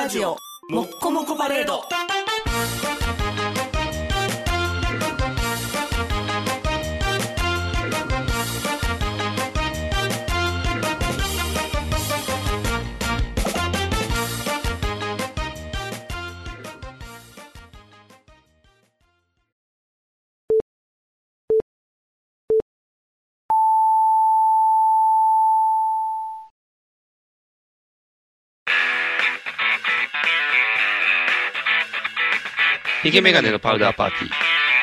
ジオもっこもこパレード。 ヒゲメガネのパウダーパーティ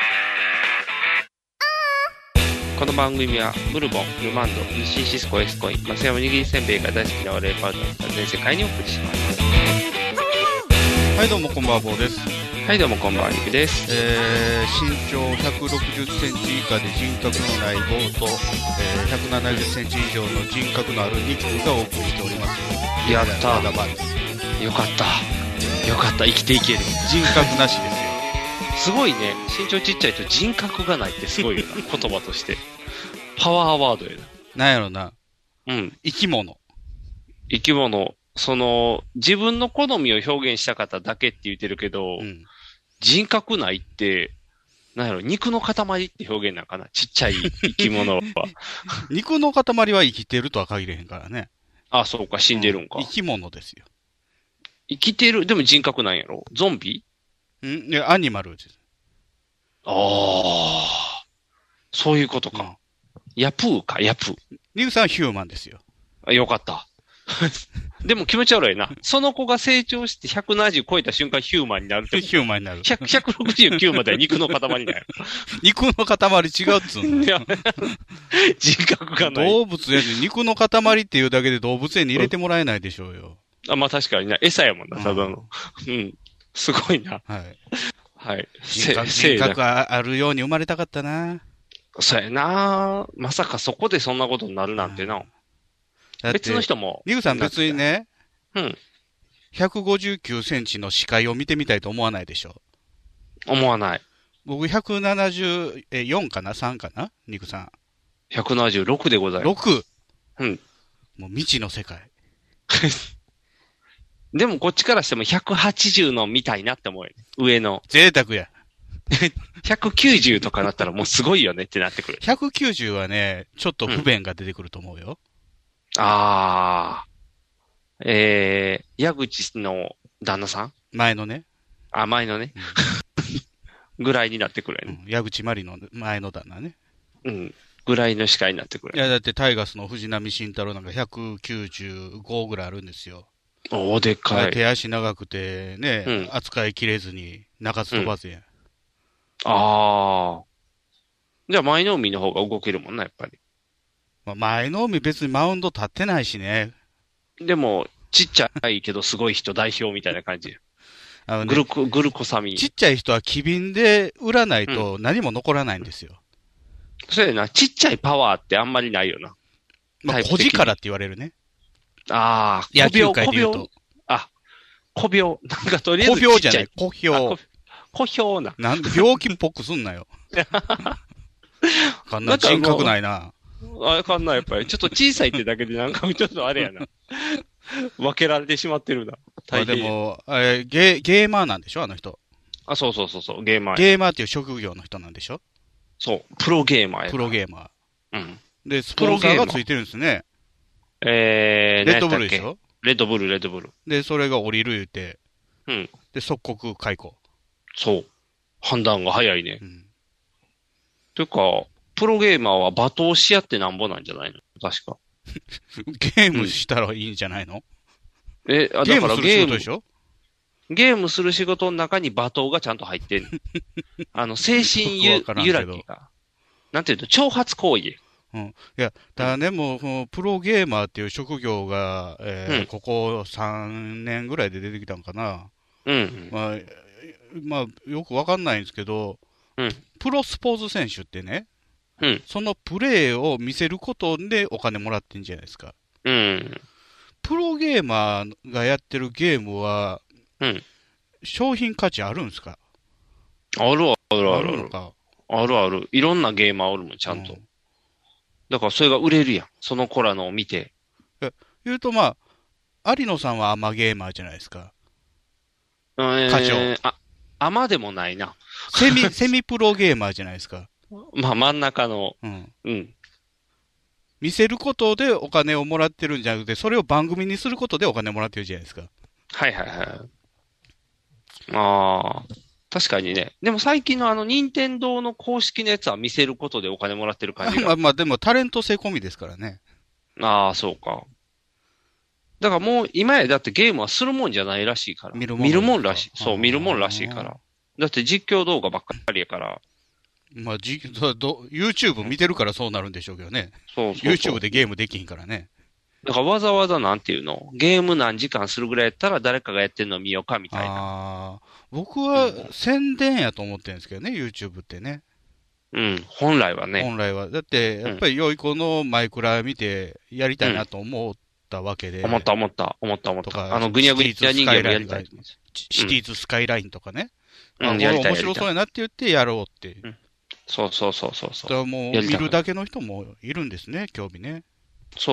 ー。この番組はブルボン、ルマンド、日清シスコ、エスコイン、松山握りせんべいが大好きな我々パウダーが全世界にお送りします。 はいどうもこんばんは、坊です。 はいどうもこんばんは、リクです。 身長160センチ以下で人格のない坊と、170センチ以上の人格のあるニクがお送りしております。 やったまだまだです。 よかったよかった、生きていける。 人格なしですよ。 すごいね。身長ちっちゃいと人格がないってすごいよな。言葉としてパワーワードやな。 なんやろな。 うん。 生き物。 生き物。自分の好みを表現したかっただけって言ってるけど、うん、人格ないって、なんやろ、肉の塊って表現なんかな。ちっちゃい生き物は。 肉の塊は生きてるとは限れへんからね。 あ、そうか、死んでるんか。 生き物ですよ。 生きてる、でも人格なんやろ。ゾンビ？ いや、アニマルです。 ああ、そういうことか。うん、ヤプーか、ヤプー。 ニグさんはヒューマンですよ。 あ、よかった。でも気持ち悪いな。その子が成長して170超えた瞬間ヒューマンになるって。 ヒューマンになる。 169までは肉の塊になる。 肉の塊違うっつうんだよ。 人格がない。 動物園で肉の塊っていうだけで動物園に入れてもらえないでしょうよ。 あ、まあ確かにな。餌やもんな、ただの。うん。すごいな。 はい。 はい。 人格あるように生まれたかったな。 そうやな。まさかそこでそんなことになるなんてな。別の人も。 ニグさん別にね。 うん。 159センチの視界を見てみたいと思わないでしょ。 思わない。 僕174かな ?3 かなニグさん。 176でございます。 6? うん。 もう未知の世界。 でもこっちからしても180の見たいなって思うよ、ね。上の。 贅沢や。 190とかなったらもうすごいよねってなってくる。 190はね、ちょっと不便が出てくると思うよ。 ああ。矢口の旦那さん？ 前のね。 あ、前のね。ぐらいになってくるよね。 矢口まりの前の旦那ね。 うん。ぐらいの視界になってくる。 いや、だってタイガースの藤浪晋太郎なんか195ぐらいあるんですよ。 おー、でっかい。 手足長くてね、扱いきれずに中津飛ばずや。 ああ。じゃあ前の海の方が動けるもんな、やっぱり。 まあ、前の海別にマウンド立ってないしね。 でも、ちっちゃいけどすごい人代表みたいな感じ。 ね、 グルコサミン。 ちっちゃい人は機敏で売らないと何も残らないんですよ。 そうやな、ちっちゃいパワーってあんまりないよな。 まあ、小力って言われるね。 ああ、 野球界で言うと。 あ、小病。なんかとりあえず小病じゃない、小病。 小病な。 病気っぽくすんなよ。こんな人格ないな。 あかんな、やっぱり。ちょっと小さいってだけでなんかちょっとあれやな。分けられてしまってるな。 大変。でも、ゲーマーなんでしょあの人。 あ、そう、ゲーマー。 ゲーマーっていう職業の人なんでしょそう、プロゲーマーや。 プロゲーマー。 うん。 で、スポンサーがついてるんですね。 レッドブルでしょレッドブル。 で、それが降りる言うて。 うん。 で、即刻解雇。 そう。判断が早いね。うん。てか、プロゲーマーは罵倒し合ってなんぼなんじゃないの確か。 ゲームしたらいいんじゃないの、 だからゲームする仕事でしょゲームする仕事の中に罵倒がちゃんと入ってんの。精神揺らぎが。なんていうと、挑発行為。 うん。いや、ただね、もう、プロゲーマーっていう職業が、ここ3年ぐらいで出てきたんかな。 うん。 まあ、よくわかんないんですけど、プロスポーツ選手ってね、そのプレーを見せることでお金もらってんじゃないですか。プロゲーマーがやってるゲームは、商品価値あるんですか？ ある。 ある。いろんなゲーマーおるもん、ちゃんと。だからそれが売れるやん。その子らのを見て。 言うとまあ、有野さんはアマゲーマーじゃないですか。 課長。 アでもないな。 セミプロゲーマーじゃないですか。 まあ真ん中の。 うん。見せることでお金をもらってるんじゃなくて、それを番組にすることでお金もらってるじゃないですか。 はいはいはい。ああ、確かにね。でも最近の任天堂の公式のやつは見せることでお金もらってる感じが。 まあでもタレント性込みですからね。 ああ、そうか。だからもう今やだってゲームはするもんじゃないらしいから。見るもんらしい。そう、見るもんらしいから。だって実況動画ばっかりやから。 まあ、YouTube 見てるからそうなるんでしょうけどね。 そうそうそう。 YouTube でゲームできひんからね。 だからわざわざなんていうのゲーム何時間するぐらいやったら誰かがやってんの見ようかみたいな。 僕は宣伝やと思ってるんですけどね、YouTube ってね。 うん、本来はね。 本来は。だって、やっぱり良い子のマイクラ見てやりたいなと思ったわけで。 思った。ぐにゃぐにゃ人間もやりたい。 シティーズスカイラインとかね。 やりたい。 面白そうやなって言ってやろうって。 そう。 だからもう見るだけの人もいるんですね、興味ね。 そう。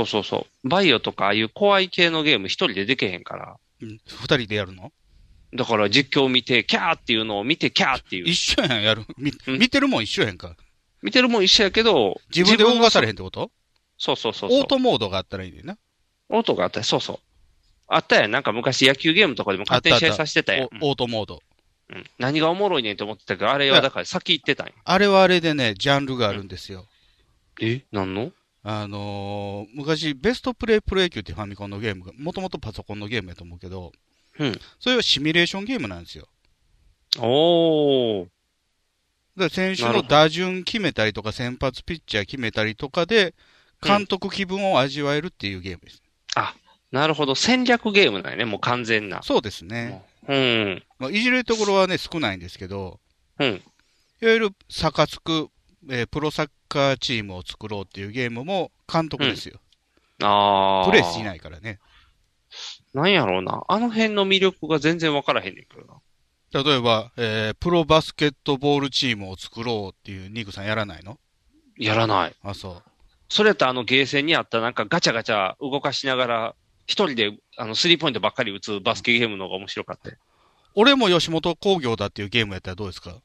バイオとかああいう怖い系のゲーム一人でできへんから。 二人でやるの？ だから実況を見て、キャーっていうのを見て、キャーっていう。 一緒やん、やる。見てるもん一緒やんか。 見てるもん一緒やけど、 自分で動かされへんってこと？ そう。 オートモードがあったらいいねんな。 オートがあったそう。あったやん。なんか昔野球ゲームとかでも勝手に試合させてたやん。 オートモード。 うん。何がおもろいねんと思ってたけど、あれはだから先行ってたんや。 あれはあれでね、ジャンルがあるんですよ。 何の？ 昔、ベストプレイプロ野球っていうファミコンのゲームが、もともとパソコンのゲームやと思うけど、それはシミュレーションゲームなんですよ。 おー。 だから選手の打順決めたりとか、先発ピッチャー決めたりとかで、監督気分を味わえるっていうゲームです。 なるほど。戦略ゲームだよね、もう完全な。 そうですね。 まあ、いじれるところはね、少ないんですけど、 いわゆるサカツク、プロサッカーチームを作ろうっていうゲームも監督ですよ。プレーしないからね。 なんやろうな。あの辺の魅力が全然わからへんねんけどな。 例えば、プロバスケットボールチームを作ろうっていうニグさんやらないの？ やらない。 あ、そう。 それとゲーセンにあったなんかガチャガチャ動かしながら、一人でスリーポイントばっかり打つバスケゲームの方が面白かった。 俺も吉本工業だっていうゲームやったらどうですか？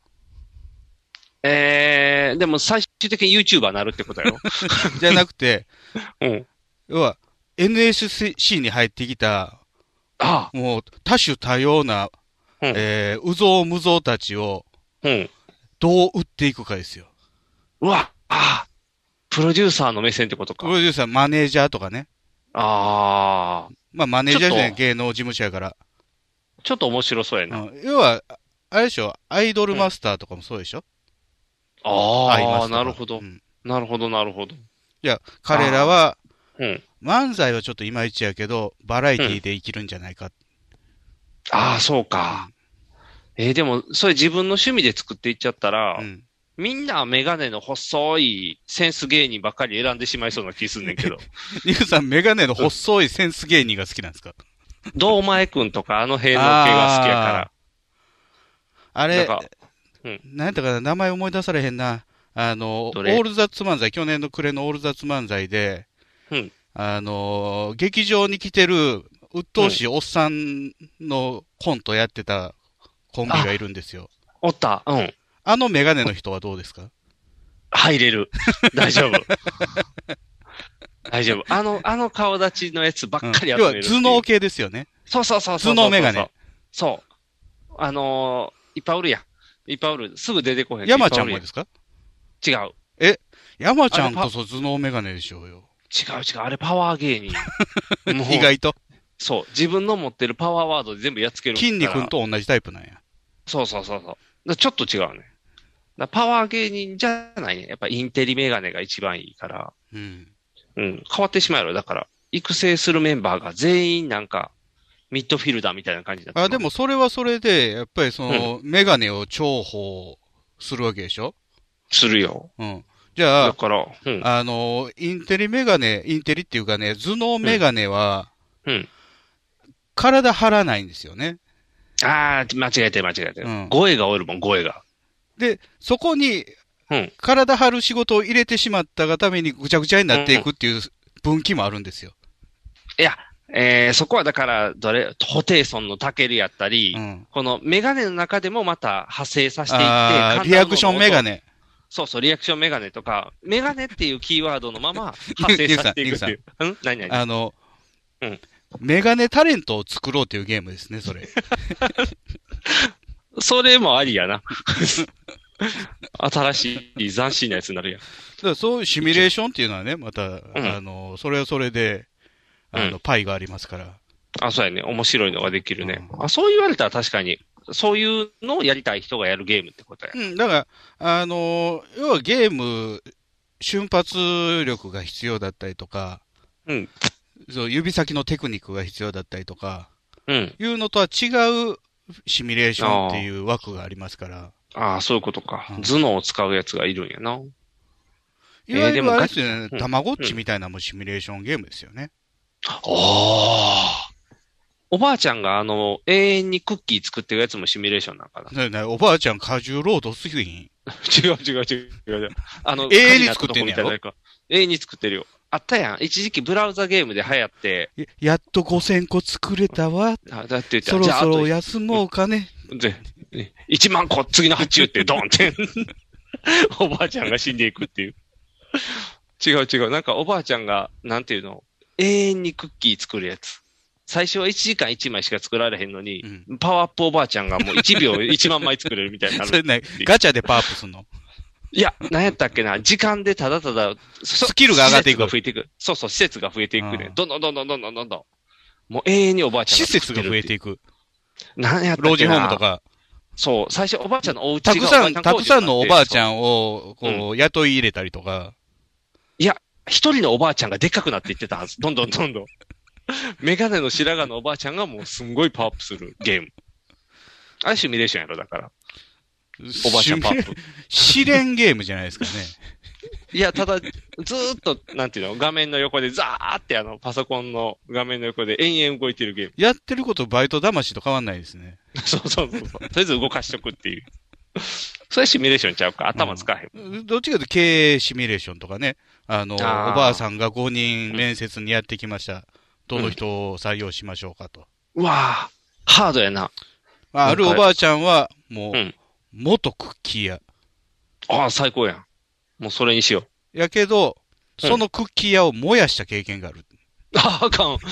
でも最終的に YouTuber になるってことやろじゃなくて、要は NSC に入ってきた、もう多種多様な、うぞうむぞうたちを、どう売っていくかですよ。 うわ、プロデューサーの目線ってことか。 プロデューサー、マネージャーとかね。 まあマネージャーじゃない、芸能事務所やから。 ちょっと面白そうやな。 要は、あれでしょ、アイドルマスターとかもそうでしょ？ なるほど。なるほど。 いや、彼らは、漫才はちょっといまいちやけど、バラエティで生きるんじゃないか。 そうか。でも、それ自分の趣味で作っていっちゃったら、みんなメガネの細いセンス芸人ばっかり選んでしまいそうな気すんねんけど。 ニグさん、メガネの細いセンス芸人が好きなんですか？ 堂前くんとかあの辺の系が好きやから。 あれ、なんやったかな、名前思い出されへんな。オールザッツ漫才、去年の暮れのオールザッツ漫才で、劇場に来てる、鬱陶しいおっさんのコントやってたコンビがいるんですよ。 おった。 あのメガネの人はどうですか？ 入れる。大丈夫。大丈夫。あの顔立ちのやつばっかり集める。 要は頭脳系ですよね。 そう。頭脳メガネ。 そう。いっぱいおるやん。いっぱいおる。すぐ出てこへん。 山ちゃんもですか？ 違う。 山ちゃんこそ頭脳メガネでしょうよ。 違う。あれパワー芸人。 意外と。 そう。自分の持ってるパワーワードで全部やっつける。 筋肉と同じタイプなんや。 そう。ちょっと違うね。パワー芸人じゃないね。やっぱインテリメガネが一番いいから。変わってしまうよ。だから、育成するメンバーが全員なんか、ミッドフィルダーみたいな感じだった。 でもそれはそれで、やっぱりその、メガネを重宝するわけでしょ？ するよ。 じゃあ、 だから、 インテリっていうかね、頭脳メガネは、体張らないんですよね。 間違えてる。声がおるもん、声が。 で、そこに、体張る仕事を入れてしまったがためにぐちゃぐちゃになっていくっていう分岐もあるんですよ。 いや、 そこはだから、ホテイソンのタケルやったり、このメガネの中でもまた派生させていって、 リアクションメガネ。 そうそう、リアクションメガネとか、メガネっていうキーワードのまま派生させていくっていう。 何メガネタレントを作ろうというゲームですね、それ。 それもありやな。新しい斬新なやつになるやん。だからそういうシミュレーションっていうのはね、また、それはそれで、パイがありますから。 あ、そうやね。面白いのができるね。そう言われたら確かに、そういうのをやりたい人がやるゲームってことや。 だから、要はゲーム、瞬発力が必要だったりとか、そう指先のテクニックが必要だったりとか、いうのとは違うシミュレーションっていう枠がありますから。 ああ、そういうことか。頭脳を使うやつがいるんやな。 いわゆるあれですよね、たまごっちみたいなもシミュレーションゲームですよね。 おばあちゃんが永遠にクッキー作ってるやつもシミュレーションなんかな。おばあちゃん過重労働すぎひん。 違う。 永遠に作ってんねやろ？ 永遠に作ってるよ。あったやん。一時期ブラウザゲームで流行って。 やっと5000個作れたわ。 だって言ったそろそろ休もうかね。 で、1万個次の発注ってドンって。おばあちゃんが死んでいくっていう。違う。なんかおばあちゃんが、なんていうの、永遠にクッキー作るやつ。最初は1時間1枚しか作られへんのに、パワーアップおばあちゃんがもう1秒1万枚作れるみたいになる。 それね、ガチャでパワーアップすんの？ いや、何やったっけな、時間でただただ、 スキルが上がっていく。 施設が増えていく。そう、施設が増えていくね。どんどん。もう永遠におばあちゃんが施設が増えていく。 何やったっけな。 老人ホームとか。 そう、最初おばあちゃんのお家がたくさんのおばあちゃんを、雇い入れたりとか。 いや、一人のおばあちゃんがでっかくなっていってたはず。どんどん。メガネの白髪のおばあちゃんがもうすんごいパワーアップするゲーム。あれシミュレーションやろ、だから。おばあちゃんパワーアップ。 試練ゲームじゃないですかね。 いや、ただ、ずーっと、なんていうの、画面の横でザーってパソコンの画面の横で延々動いてるゲーム。 やってることバイト魂と変わんないですね。 そう。とりあえず動かしとくっていう。それシミュレーションちゃうか頭使えへん。どっちかというと経営シミュレーションとかね。おばあさんが5人面接にやってきました。どの人を採用しましょうかと。 うわぁ、ハードやな。 あるおばあちゃんは、もう、元クッキー屋。 ああ、最高やん。もうそれにしよう。やけど、そのクッキー屋を燃やした経験がある。 あかん。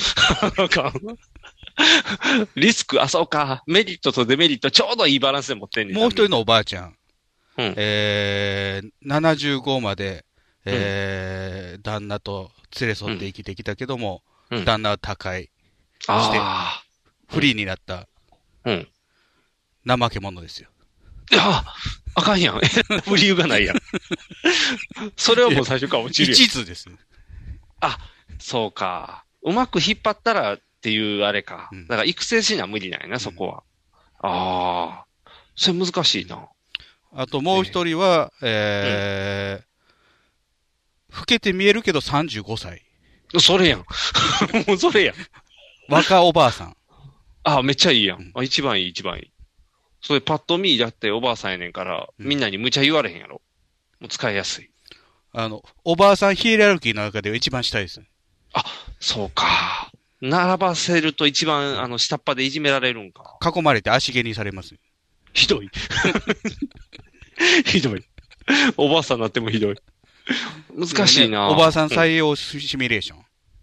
リスク、そうか。メリットとデメリット、ちょうどいいバランスで持ってんねん。 もう一人のおばあちゃん。75まで、旦那と連れ添って生きてきたけども、旦那は他界して、フリーになった、怠け者ですよ。 いや、あかんやん。理由がないやん。それはもう最初から落ちるやん。 一途です。 あ、そうか。うまく引っ張ったらっていうあれか。だから育成しな無理なんやな、そこは。ああ。それ難しいな。 あともう一人は、老けて見えるけど35歳。 それやん。もうそれやん。 若おばあさん。 あ、めっちゃいいやん。一番いい。それパッと見だっておばあさんやねんから、みんなに無茶言われへんやろ。もう使いやすい。 おばあさんヒエラルキーの中では一番下です。 あ、そうか。並ばせると一番、下っ端でいじめられるんか。 囲まれて足蹴にされます。 ひどい。ひどい。おばあさんになってもひどい。難しいな、 おばあさん採用シミュレーション。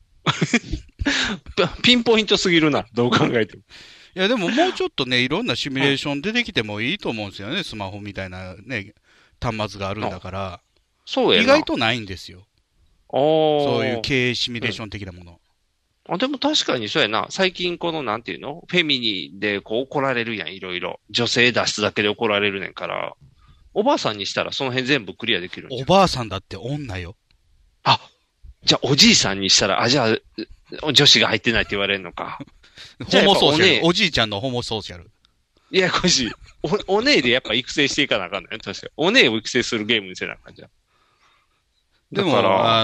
ピンポイントすぎるな、どう考えても。 いや、でももうちょっとね、いろんなシミュレーション出てきてもいいと思うんですよね、スマホみたいなね、端末があるんだから。 そうやな。 意外とないんですよ。 そういう経営シミュレーション的なもの。 でも確かにそうやな。最近このなんていうのフェミニーでこう怒られるやん、いろいろ。女性脱出だけで怒られるねんから。おばあさんにしたらその辺全部クリアできるんじゃん。 おばあさんだって女よ。 あ、じゃあおじいさんにしたら、じゃあ、女子が入ってないって言われるのか。 ホモソーシャル。おじいちゃんのホモソーシャル。 いや、こしい。お姉でやっぱ育成していかなあかんのよ。確かに。お姉を育成するゲームにせなあかんじゃん。 でも、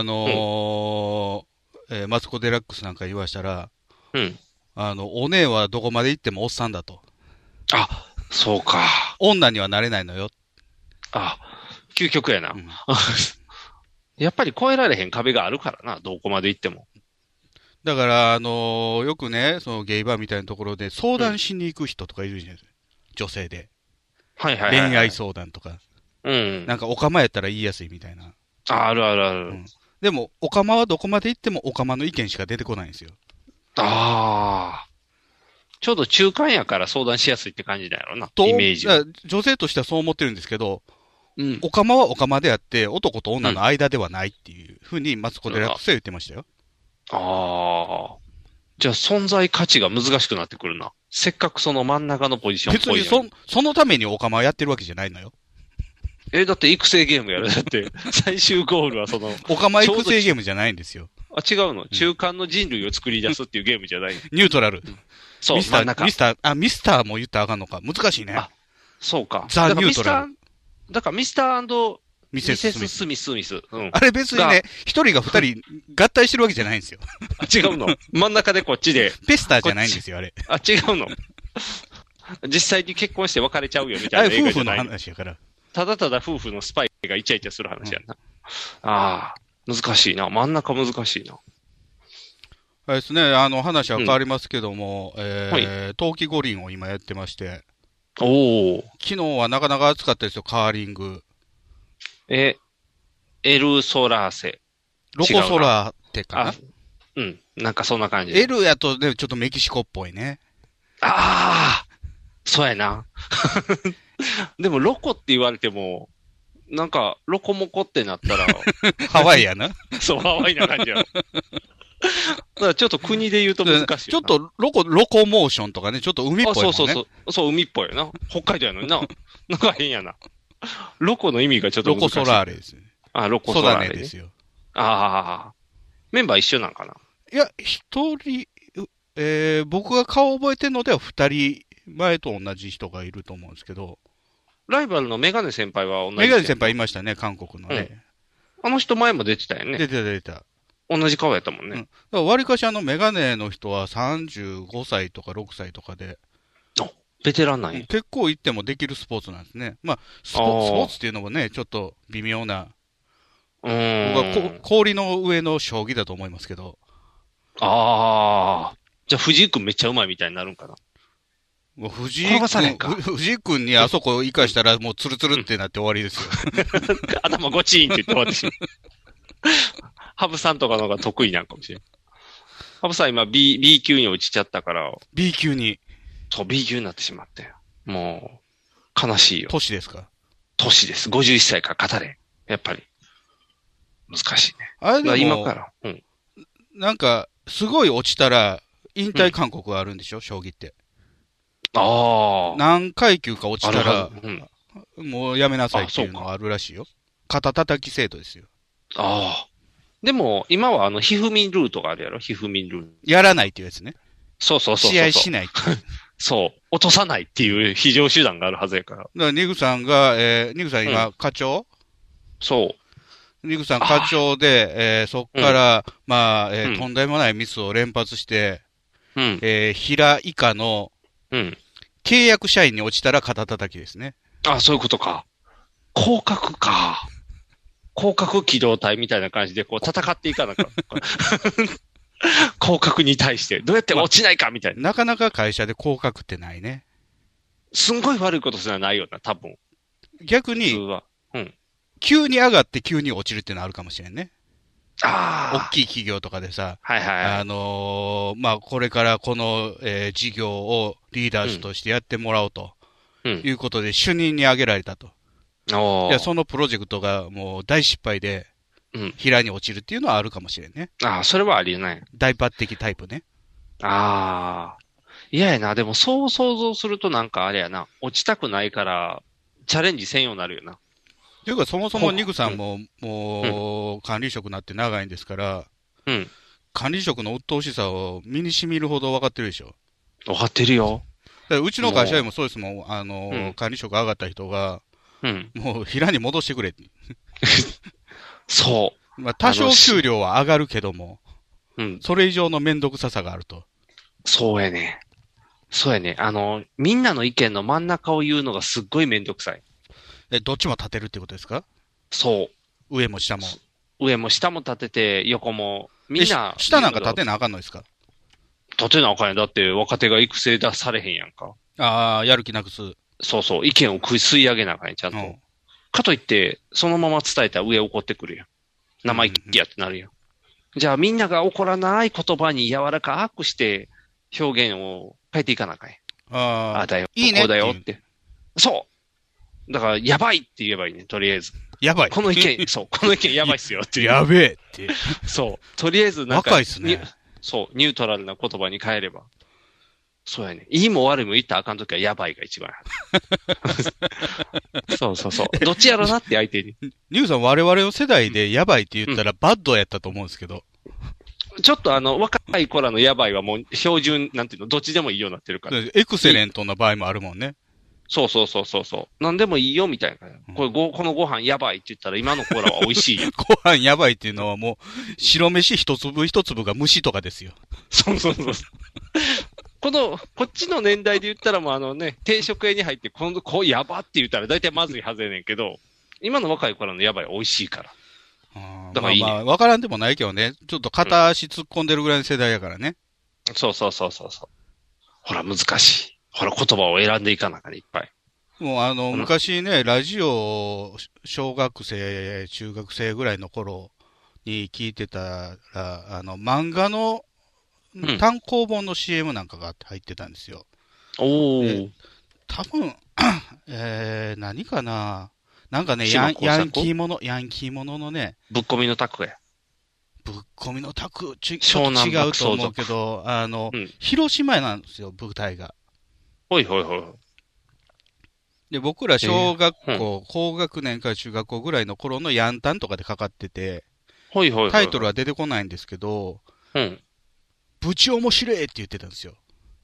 マツコデラックスなんか言わしたら、お姉はどこまで行ってもおっさんだと。 あ、そうか。 女にはなれないのよ。 あ、究極やな。やっぱり越えられへん壁があるからな、どこまで行っても。 だから、よくね、そのゲイバーみたいなところで相談しに行く人とかいるじゃないですか。女性で。 はいはいはい。 恋愛相談とか。 うん。 なんか、オカマやったら言いやすいみたいな。 あるあるある。 でも、オカマはどこまで行ってもオカマの意見しか出てこないんですよ。 ああ。ちょうど中間やから相談しやすいって感じだよな。イメージ。 女性としてはそう思ってるんですけど、 うん。 オカマはオカマであって、男と女の間ではないっていうふうにマツコ・デラックスは言ってましたよ。 ああ。じゃあ存在価値が難しくなってくるな。せっかくその真ん中のポジションっぽいのに。 別にそのためにオカマやってるわけじゃないのよ。 だって育成ゲームやる。だって、最終ゴールはその。 オカマ育成ゲームじゃないんですよ。 あ、違うの。中間の人類を作り出すっていうゲームじゃない。 ニュートラル。 そう、 ミスターも言ったらあかんのか。難しいね。 あ、そうか。 ザ・ニュートラル。 だからミスターミセス・スミス。 うん。あれ別にね、一人が二人合体してるわけじゃないんですよ。 違うの。真ん中でこっちで。 ペスターじゃないんですよ、あれ。 あ、違うの。実際に結婚して別れちゃうよみたいな映画じゃない。 夫婦の話やから。 ただただ夫婦のスパイがイチャイチャする話やな。ああ、難しいな。真ん中難しいな。 あれですね、話は変わりますけども、冬季五輪を今やってまして。昨日はなかなか暑かったですよ、カーリング。 エルソラーセ。 ロコソラーテかな。 うん。なんかそんな感じ。 エルやとね、ちょっとメキシコっぽいね。 ああそうやな。でも、ロコって言われても、なんか、ロコモコってなったら。 ハワイやな。 そう、ハワイな感じや。だからちょっと国で言うと難しい。 ちょっとロコモーションとかね、ちょっと海っぽいもんね。 そう、海っぽいよな。北海道やのにな。なんか変やな。ロコの意味がちょっと難しい。 ロコソラーレですね。 ロコソラーレ、 ね。ソダネですよ。 メンバー一緒なんかな。 いや、一人、僕が顔覚えてるのでは二人、前と同じ人がいると思うんですけど。 ライバルのメガネ先輩は同じ。 メガネ先輩いましたね、韓国のね。 あの人前も出てたよね。 出てた。 同じ顔やったもんね。 だから割かしメガネの人は35歳とか6歳とかで。 ベテランなんや。 結構行ってもできるスポーツなんですね。まあ、スポーツっていうのもね、ちょっと微妙な。僕は氷の上の将棋だと思いますけど。 じゃあ藤井君めっちゃうまいみたいになるんかな。 もう藤井君にあそこ生かしたらもうツルツルってなって終わりですよ。 頭ゴチーンって言って終わってしまう。ハブさんとかの方が得意なんかもしれん。ハブさん今 B 級に落ちちゃったから。 B 級に。 そう、B 級になってしまって。もう、悲しいよ。 年ですか？ 年です。51歳から語れ。やっぱり。難しいね。 あれでも今から。 なんか、すごい落ちたら、引退勧告があるんでしょ、将棋って。何階級か落ちたら、もうやめなさいっていうのがあるらしいよ。肩叩き制度ですよ。 でも、今はひふみんルートがあるやろ、ひふみんルート。 やらないっていうやつね。 そう。 試合しないって。 そう。落とさないっていう非常手段があるはずやから。だからニグさん今、課長？ そう。 ニグさん課長で、そっから、とんでもないミスを連発して、平以下の、契約社員に落ちたら肩叩きですね。 そういうことか。降格か。降格機動隊みたいな感じで、こう、戦っていかなかった。降格に対して、どうやって落ちないかみたいな。 なかなか会社で降格ってないね。 すんごい悪いことすらないよな、多分。 逆に、急に上がって急に落ちるっていうのあるかもしれんね。大きい企業とかでさ、これからこの、事業をリーダーとしてやってもらおうと、いうことで主任に挙げられたと。いや、そのプロジェクトがもう大失敗で、平に落ちるっていうのはあるかもしれんね。 それはありえない。 大抜擢タイプね。 嫌やな。でもそう想像するとなんかあれやな。落ちたくないから、チャレンジせんようになるよな。 というか、そもそもニグさんも、もう、管理職になって長いんですから、管理職の鬱陶しさを身に染みるほど分かってるでしょ。 分かってるよ。 うちの会社でもそうですもん、管理職上がった人が、もう平に戻してくれ。 そう。 多少給料は上がるけども、それ以上のめんどくささがあると。 そうやね。みんなの意見の真ん中を言うのがすっごいめんどくさい。 どっちも立てるってことですか？ そう。 上も下も。 上も下も立てて、横もみんな。 下なんか立てなあかんのですか？ 立てなあかんやん。だって若手が育成出されへんやんか。 ああ、やる気なくす。 そうそう。意見を吸い上げなあかんやん、ちゃんと。かといって、そのまま伝えたら上怒ってくるやん。生意気やってなるやん。じゃあみんなが怒らない言葉に柔らかくして表現を変えていかなあかんやん。ああだよ。いいね。こうだよって。そう。だから、やばいって言えばいいね、とりあえず。 やばい。 この意見、そう、この意見やばいっすよっていう。 やべえって。 そう。とりあえずなんか、 若いっすね。 そう、ニュートラルな言葉に変えれば。そうやね。いいも悪いも言ったらあかんときはやばいが一番。そうそうそう。どっちやろなって相手に。 ニューさん我々の世代でやばいって言ったらバッドやったと思うんですけど。 ちょっと若い子らのやばいはもう標準、なんていうの、どっちでもいいようになってるから。 エクセレントな場合もあるもんね。 そうそうそうそうそう。なんでもいいよみたいな。このご飯やばいって言ったら今のコーラは美味しいよ。 ご飯やばいっていうのはもう、白飯一粒一粒が虫とかですよ。 そうそうそう。こっちの年代で言ったらもう定食屋に入って、やばって言ったら大体まずいはずやねんけど、今の若い子らのやばい美味しいから。 だからいいね。まあ、わからんでもないけどね。ちょっと片足突っ込んでるぐらいの世代やからね。 そうそうそうそう。ほら、難しい。ほら、言葉を選んでいかなきゃね、いっぱい。 もう昔ね、ラジオ、小学生、中学生ぐらいの頃に聞いてたら、漫画の単行本の CM なんかが入ってたんですよ。 おー。 多分、何かな。なんかね、ヤンキーもののね。 ぶっ込みのタクや。 ぶっ込みのタク、ちょっと違うと思うけど、広島なんですよ、舞台が。 ほいほいほい。 で、僕ら小学校、高学年から中学校ぐらいの頃のヤンタンとかでかかってて、 ほいほい。 タイトルは出てこないんですけど、ぶち面白いって言ってたんですよ。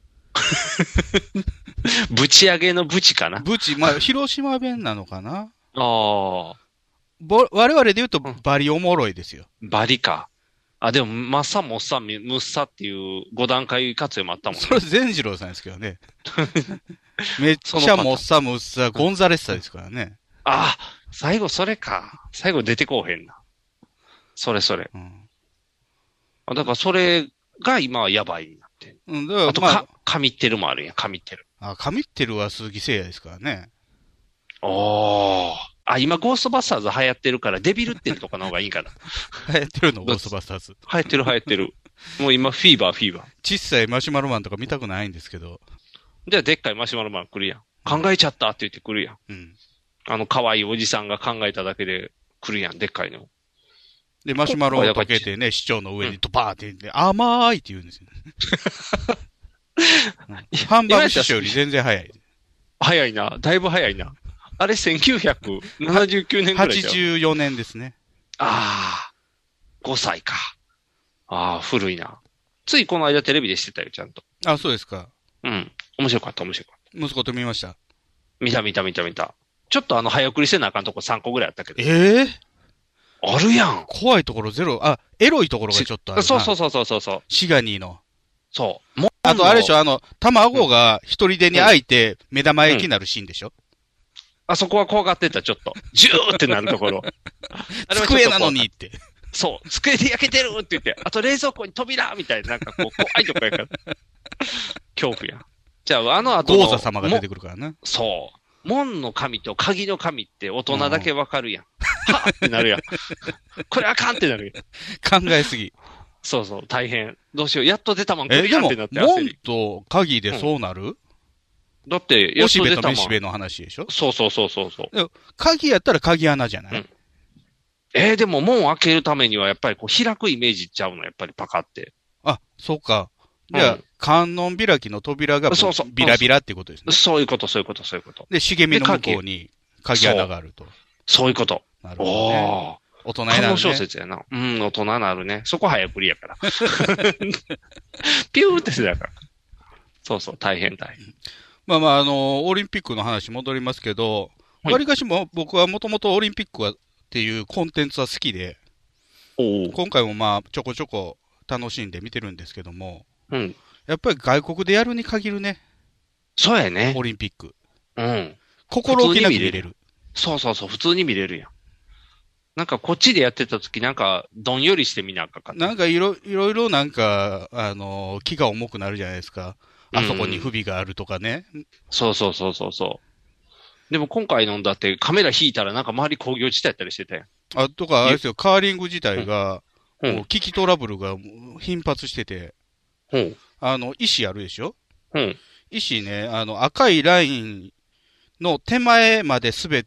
ぶち上げのぶちかな？ まあ、広島弁なのかな？ ああ。 我々で言うと、バリおもろいですよ。 バリか。あ、でも、マッサ、モッサ、ムッサっていう5段階活用もあったもんね。 それ善次郎さんですけどね。めっちゃモッサ、ムッサ、ゴンザレッサですからね。 ああ、最後それか。最後出てこうへんな。それ。だからそれが今はやばいになってる。だからあと神ってるもあるんや、神ってる。 神ってるは鈴木誠也ですからね。 今ゴーストバスターズ流行ってるから、デビルってるとかの方がいいかな。 流行ってるのゴーストバスターズ。 流行ってる。もう今、フィーバー。 小さいマシュマロマンとか見たくないんですけど。 じゃあ、でっかいマシュマロマン来るやん。考えちゃったって言って来るやん。可愛いおじさんが考えただけで来るやん、でっかいの。 で、マシュマロを溶けてね、市長の上にドバーって言って、甘いって言うんですよ。ハンバーグ師匠より全然早い。 早いな。だいぶ早いな。あれ1979年ぐらいじゃん。 84年ですね。 5歳か。古いな。ついこの間テレビでしてたよ、ちゃんと。 そうですか。 面白かった。 息子と見ました。 見た。ちょっと早送りせなあかんとこ3個ぐらいあったけど。あるやん。 怖いところゼロ。エロいところがちょっとあるな。 そう。 シガニーの。 そう。 あとあれでしょ、卵が一人でに開いて目玉焼きになるシーンでしょ？ あそこは怖がってた、ちょっと。ジューってなるところ。 机なのにって。 そう。机で焼けてるって言って、あと冷蔵庫に扉みたいな、なんかこう、怖いとこやから。恐怖や。じゃあ、後の。 ゴーザ様が出てくるからね。 そう。門の神と鍵の神って大人だけわかるやん。はっってなるやん。これあかんってなるやん。考えすぎ。 そう、大変。どうしよう。やっと出たもん来るやんってなって焦り。 門と鍵でそうなる？ だって、 おしべとめしべの話でしょ？ そう。 鍵やったら鍵穴じゃない？ でも門を開けるためにはやっぱりこう開くイメージちゃうの、やっぱりパカって。 そうか。じゃあ、観音開きの扉がビラビラっていうことですね。 そういうこと。 で、茂みの向こうに鍵穴があると。 そういうこと。 なるほど、ね。大人になるね。 小説やな。大人になるね。そこ早送りやから。ピューってしてたから。そう、大変。 オリンピックの話戻りますけど、わりかしも僕はもともとオリンピックっていうコンテンツは好きで、今回もちょこちょこ楽しんで見てるんですけども、やっぱり外国でやるに限るね。 そうやね。 オリンピック。心置きなく見れる。 そう、普通に見れるやん。 なんかこっちでやってた時なんかどんよりしてみなあかんかった。 なんかいろいろなんか、気が重くなるじゃないですか。あそこに不備があるとかね。 そうそうそうそうそう。でも今回のんだってカメラ引いたらなんか周り工業地帯やったりしてたやん。 あ、とか、あれですよ、カーリング自体が、もう機器トラブルが頻発してて、石あるでしょ石ね、赤いラインの手前まで滑って、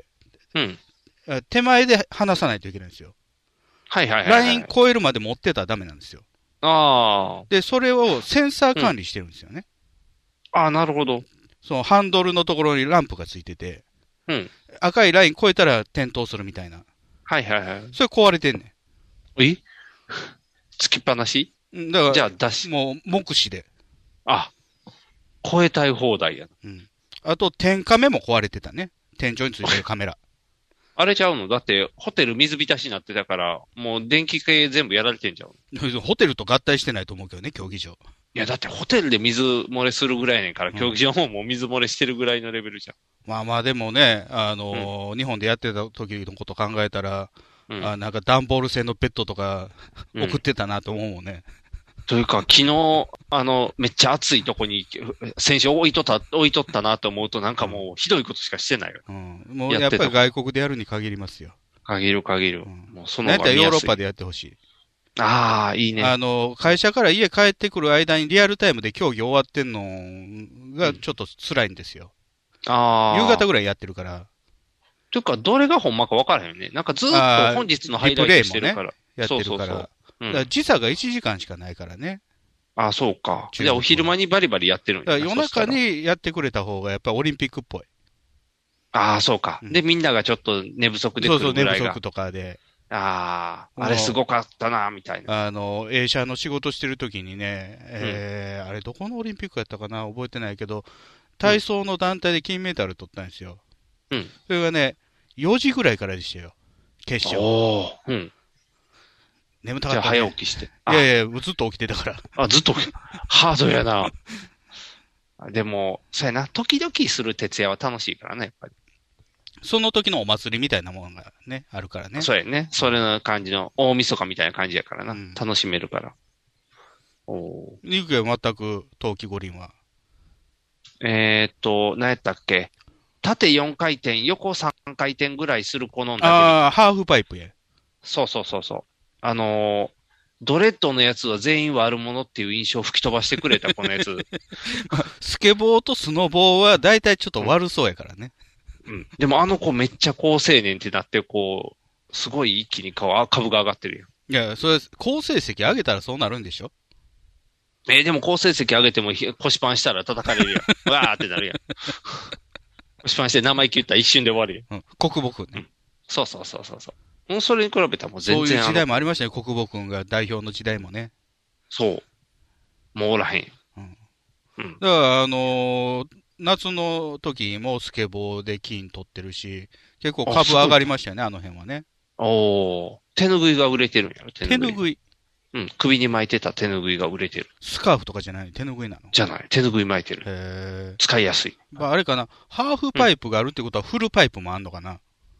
手前で離さないといけないんですよ。 はいはいはい、 ライン超えるまで持ってたらダメなんですよ。で、それをセンサー管理してるんですよね。 なるほど。 そのハンドルのところにランプがついてて、赤いライン超えたら点灯するみたいな。 はいはいはい。 それ壊れてんねん。つきっぱなしだから、 じゃあ出し。 もう、目視で。 超えたい放題や。 あと、天カメも壊れてたね。天井についてるカメラ。 あれちゃうのだって、ホテル水浸しになってたから、もう電気系全部やられてんじゃん。 ホテルと合体してないと思うけどね、競技場。 いや、だってホテルで水漏れするぐらいやねんから、競技場ももう水漏れしてるぐらいのレベルじゃん。 まあまあでもね、日本でやってた時のこと考えたら、なんか段ボール製のベッドとか送ってたなと思うもんね。 というか、昨日、めっちゃ暑いとこに、選手置いとったなと思うと、なんかもう、ひどいことしかしてないよ。 もうやっぱり外国でやるに限りますよ。 限る。もうそのなんやったらヨーロッパでやってほしい。 いいね。 会社から家帰ってくる間にリアルタイムで競技終わってんのがちょっと辛いんですよ。夕方ぐらいやってるから。 というか、どれがほんまか分からへんよね。なんかずっと本日のハイライトしてるから。 ね、やってるから。時差が1時間しかないからね。 そうか。じゃあお昼間にバリバリやってるんだ。夜中にやってくれた方がやっぱりオリンピックっぽい。 そうか。で、みんながちょっと寝不足で来るぐらいが。 寝不足とかで。 あれすごかったな、みたいな。 映写の仕事してる時にね、あれどこのオリンピックやったかな覚えてないけど、体操の団体で金メダル取ったんですよ。それがね、4時ぐらいからでしたよ。決勝。眠たかった、ね。 じゃあ早起きして。 いや、ずっと起きてたから。 ずっと、ハードやな。でも、そうやな、時々する徹夜は楽しいからね、やっぱり。 その時のお祭りみたいなものがね、あるからね。 そうやね。それの感じの、大晦日みたいな感じやからな。楽しめるから。 ニクは全く冬季五輪は。 何やったっけ縦4回転、横3回転ぐらいするこのハーフパイプや。 そう。ドレッドのやつは全員悪者っていう印象を吹き飛ばしてくれた、このやつ。 スケボーとスノボーは大体ちょっと悪そうやからね。 でも子めっちゃ高青年ってなって、すごい一気に株が上がってるよ。 いや、それ、好成績上げたらそうなるんでしょでも好成績上げても腰パンしたら叩かれるやん。わーってなるやん。腰パンして生意気言ったら一瞬で終わるやん。 国母くんね。 そう。もうそれに比べたらもう全然。 そういう時代もありましたね、国母くんが代表の時代もね。 そう。もうおらへん。 だから、夏の時もスケボーで金取ってるし、結構株上がりましたよね、あの辺はね。 手ぬぐいが売れてるんやろ、 手ぬぐい。 首に巻いてた手ぬぐいが売れてる。 スカーフとかじゃない手ぬぐいなのじゃない、手ぬぐい巻いてる。使いやすい。 あれかな、ハーフパイプがあるってことはフルパイプもあんのかな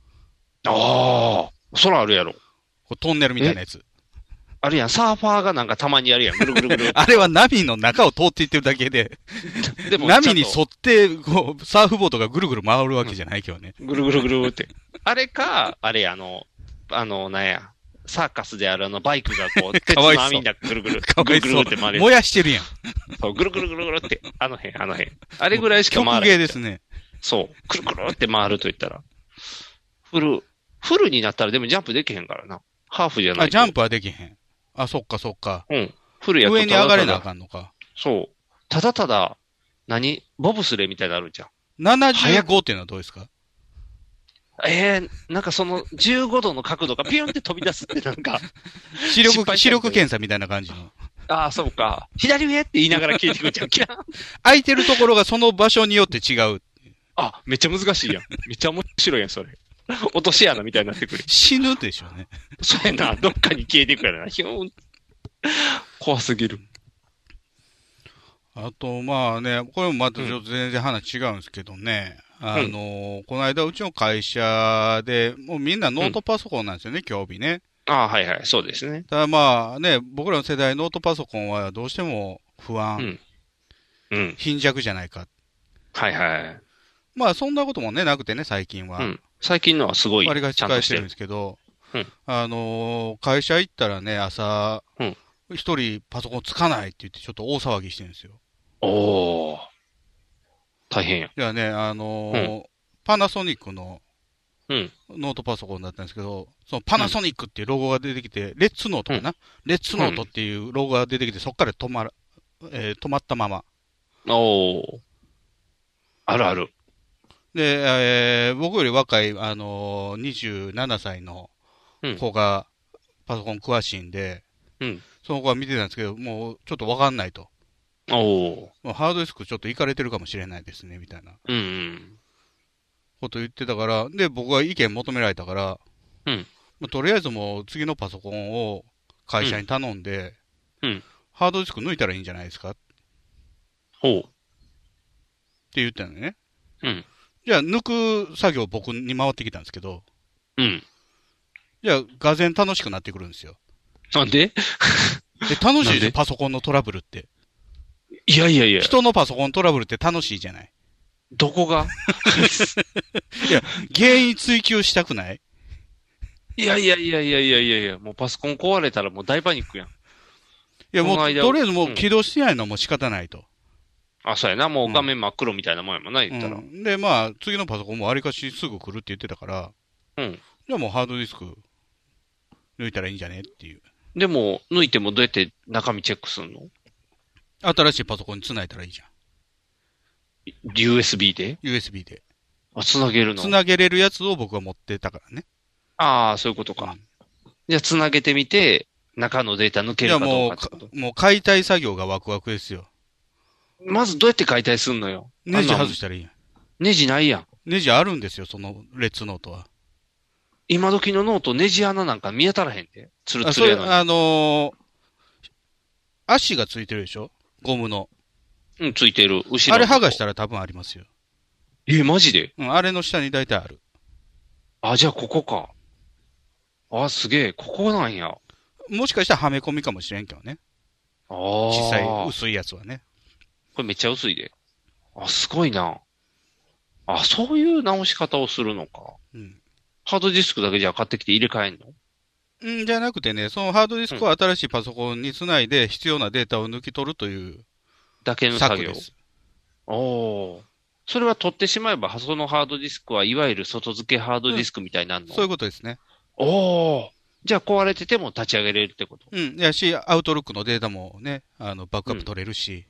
そらあるやろ。 トンネルみたいなやつ。 あるやん、サーファーがなんかたまにやるやん、ぐるぐるぐる。 あれは波の中を通っていってるだけで、でも波に沿って、サーフボードがぐるぐる回るわけじゃないけどね。 ぐるぐるぐるって。あれか、なんや、サーカスであるバイクが鉄の網にぐるぐる、ぐるぐるって回る。 燃やしてるやん。 そう、ぐるぐるぐるぐるって、あの辺。あれぐらいしか回らない。 曲芸ですね。 そう、くるくるって回ると言ったら。フルになったらでもジャンプできへんからな。ハーフじゃない。 ジャンプはできへん。そっか。 フルやったら上に上がれなあかんのか。 そう。ただ、ボブスレーみたいなのあるじゃん。 75っていうのはどうですかなんかその15度の角度がピュンって飛び出すってなんか。 視力検査みたいな感じの。 そうか。左上って言いながら消えてくるじゃん。キラン。 空いてるところがその場所によって違う。 めっちゃ難しいやん。めっちゃ面白いやん、それ。落とし穴みたいになってくる。 死ぬでしょうね。 そうやな。どっかに消えていくからな。怖すぎる。 あと、まあね、これもまたちょっと全然話違うんですけどね。 この間うちの会社で、もうみんなノートパソコンなんですよね、興味ね。 ああ、はいはい、そうですね。 ただまあね、僕らの世代ノートパソコンはどうしても不安、貧弱じゃないか。 はいはい。 まあそんなこともね、なくてね、最近は。 最近のはすごい。 割が使えてるんですけど、会社行ったらね、朝、一人パソコンつかないって言ってちょっと大騒ぎしてるんですよ。 おー。大変や。 いやね、パナソニックのノートパソコンだったんですけど、そのパナソニックっていうロゴが出てきて、レッツノートかな、レッツノートっていうロゴが出てきて、そっから止まったまま。 おー。あるある。 で、僕より若い、27歳の子がパソコン詳しいんで、その子が見てたんですけど、もうちょっとわかんないと。もうハードディスクちょっといかれてるかもしれないですね、みたいな。こと言ってたから、で、僕が意見求められたから、とりあえずもう次のパソコンを会社に頼んで、ハードディスク抜いたらいいんじゃないですかって言ったのね。じゃあ、抜く作業僕に回ってきたんですけど、じゃあ、がぜ楽しくなってくるんですよ。 なんで楽しいですよ、パソコンのトラブルって。 いやいやいや。 人のパソコントラブルって楽しいじゃない。 どこがいや、原因追求したくないいや、もうパソコン壊れたらもう大パニックやん。いや、もう、とりあえずもう起動してないのも仕方ないと。 あ、そうやな。もう画面真っ黒みたいなもんやもんな、言ったら。 で、まあ、次のパソコンもわりかしすぐ来るって言ってたから、じゃあもうハードディスク抜いたらいいんじゃねっていう。 でも、抜いてもどうやって中身チェックすんの？ 新しいパソコンに繋いだらいいじゃん。 USB で？ USB で。 あ、繋げるの？ 繋げれるやつを僕は持ってたからね。 ああ、そういうことか。じゃあ繋げてみて、中のデータ抜けるかどうかってこと？ もう解体作業がワクワクですよ。 まずどうやって解体すんのよ？ ネジ外したらいいやん。 ネジないやん。 ネジあるんですよ、そのレッツノートは。 今時のノート、ネジ穴なんか見当たらへんで。つるつるやのに。 足がついてるでしょ？ゴムの。 ついてる。後ろ。 あれ剥がしたら多分ありますよ。 マジで？ あれの下に大体ある。 あ、じゃあここか。あ、すげえ。ここなんや。 もしかしたらはめ込みかもしれんけどね。小さい、薄いやつはね。 これめっちゃ薄いで。あ、すごいな。あ、そういう直し方をするのか。ハードディスクだけじゃ買ってきて入れ替えんの？ じゃなくてね、そのハードディスクを新しいパソコンにつないで必要なデータを抜き取るというだけの作業です。それは取ってしまえば、そのハードディスクはいわゆる外付けハードディスクみたいになるの？ そういうことですね。 じゃあ壊れてても立ち上げれるってこと？ やし、アウトロックのデータもね、バックアップ取れるし。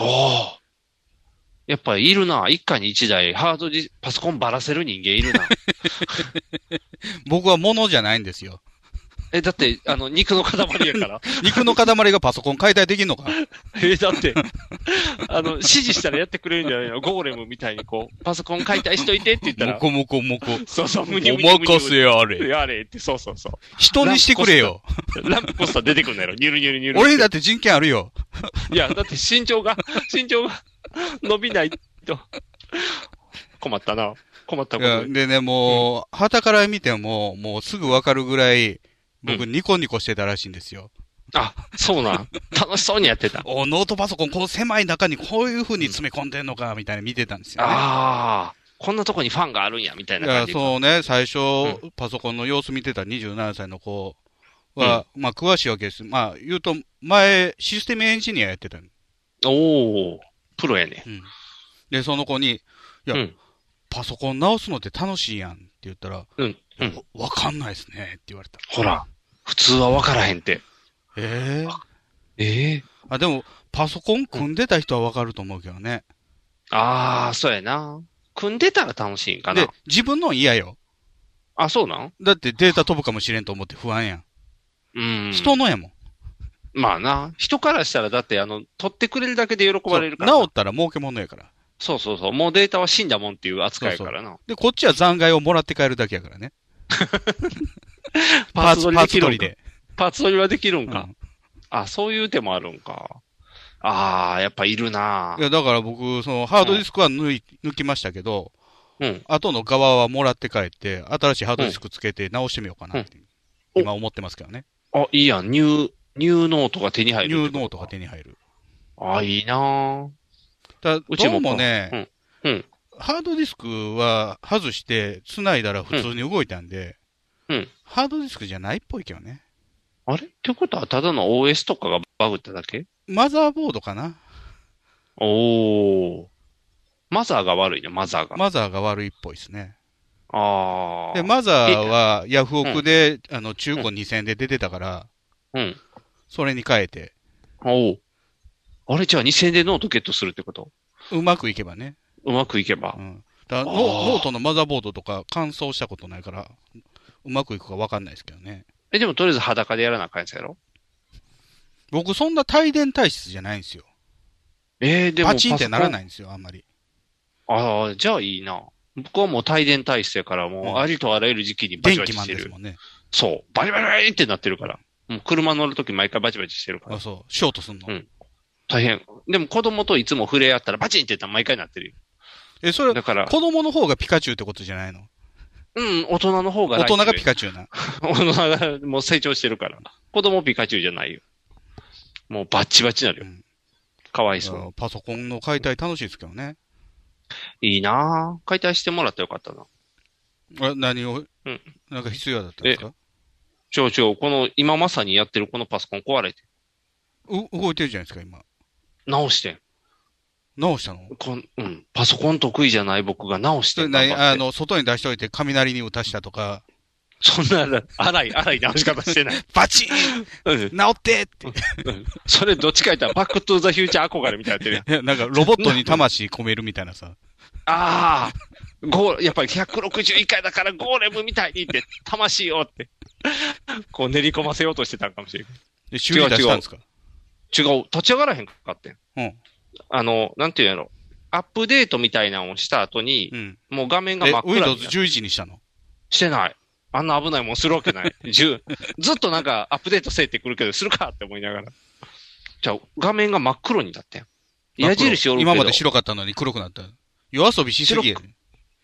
やっぱりいるな。一家に一台、パソコンばらせる人間いるな。 僕は物じゃないんですよ。 だって、肉の塊やから。 肉の塊がパソコン解体できんのか？ だって、指示したらやってくれるんじゃないの？ゴーレムみたいにこう、パソコン解体しといてって言ったら。 もこもこもこ。 そうそう、 むにゅむにゅむにゅ。お任せあれ。 やれって、そうそうそう。 人にしてくれよ。 ランプポスター出てくるんだよ。ニュルニュルニュル。 俺だって人権あるよ。 いや、だって身長が伸びないと。困ったな。困ったこと。 でね、もう、旗から見ても、もうすぐわかるぐらい、僕ニコニコしてたらしいんですよ。 あ、そうなん。楽しそうにやってた。 ノートパソコン、この狭い中にこういう風に詰め込んでんのか、みたいな見てたんですよね。 こんなとこにファンがあるんや、みたいな感じ。 そうね、最初、パソコンの様子見てた27歳の子は、まあ、詳しいわけです。まあ、言うと、前、システムエンジニアやってたの。 プロやね。 で、その子に、いや、パソコン直すのって楽しいやんって言ったら、わかんないですねって言われた。 ほら、普通はわからへんって。 でも、パソコン組んでた人はわかると思うけどね。 そうやな。組んでたら楽しいんかな。 で、自分の嫌よ。 そうなんだってデータ飛ぶかもしれんと思って不安やん。人のやもん。 まあな。人からしたらだって取ってくれるだけで喜ばれるから。 治ったら儲けものやから。 そうそうそう。もうデータは死んだもんっていう扱いやからな。 で、こっちは残骸をもらって帰るだけやからね。 パーツ取りで。パーツ取りはできるんか。そういう手もあるんか。やっぱいるな。 いや、だから僕、その、ハードディスクは抜きましたけど、 後の側はもらって帰って、新しいハードディスクつけて直してみようかなって、今思ってますけどね。 あ、いいやん。ニューノートが手に入る。 ニューノートが手に入る。 あ、いいなぁ。 どうもね、ハードディスクは外して繋いだら普通に動いたんで、ハードディスクじゃないっぽいけどね。 あれってことはただの OS とかがバグっただけ？ マザーボードかな。 おー。マザーが悪いね、マザーが。 マザーが悪いっぽいですね。 あー。 で、マザーはヤフオクで、中古2000円で出てたから、それに変えて。 おう。あれじゃあ2000円でノートゲットするってこと？ うまくいけばね。 うまくいけば。 だからノートのマザーボードとか乾燥したことないから、うまくいくかわかんないですけどね。 でもとりあえず裸でやらなあかんやつやろ？ 僕そんな帯電体質じゃないんですよ。 でもパチンってならないんですよ、あんまり。 ああ、じゃあいいな。僕はもう帯電体質やから、もうありとあらゆる時期にバチバチしてる。 電気マンですもんね。 そう。バリバリバリってなってるから。もう車乗るとき毎回バチバチしてるから。 あ、そう。ショートすんの？ 大変。でも子供といつも触れ合ったらバチンって言ったら毎回なってるよ。 それ、だから子供の方がピカチュウってことじゃないの？ 大人の方が大人がピカチュウな。 大人がもう成長してるから。子供ピカチュウじゃないよ。もうバッチバチなるよ。かわいそう。 パソコンの解体楽しいですけどね。 いいなぁ。解体してもらったらよかったな。 何を、なんか必要だったんですか？ この、今まさにやってるこのパソコン壊れて。 動いてるじゃないですか、今。 直してん。 直したの？ パソコン得意じゃない僕が直してん。 外に出しといて雷に打たしたとか。 そんな、荒い直し方してない。 バチン直ってって。 それどっちか言ったらバックトゥーザフューチャー憧れみたいになってるやん。 なんかロボットに魂込めるみたいなさ。 やっぱり161回だからゴーレムみたいにって、魂をって。こう練り込ませようとしてたんかもしれん。 で、修理出したんですか？ 違う。立ち上がらへんかってん。なんていうんやろ。アップデートみたいなのをした後に、もう画面が真っ暗に。 Windows 11にしたの？ してない。あんな危ないもんするわけない。ずっとなんかアップデートせえってくるけど、するかって思いながら。じゃあ、画面が真っ黒になってん。矢印おるけど。 今まで白かったのに黒くなった。夜遊びしすぎやね。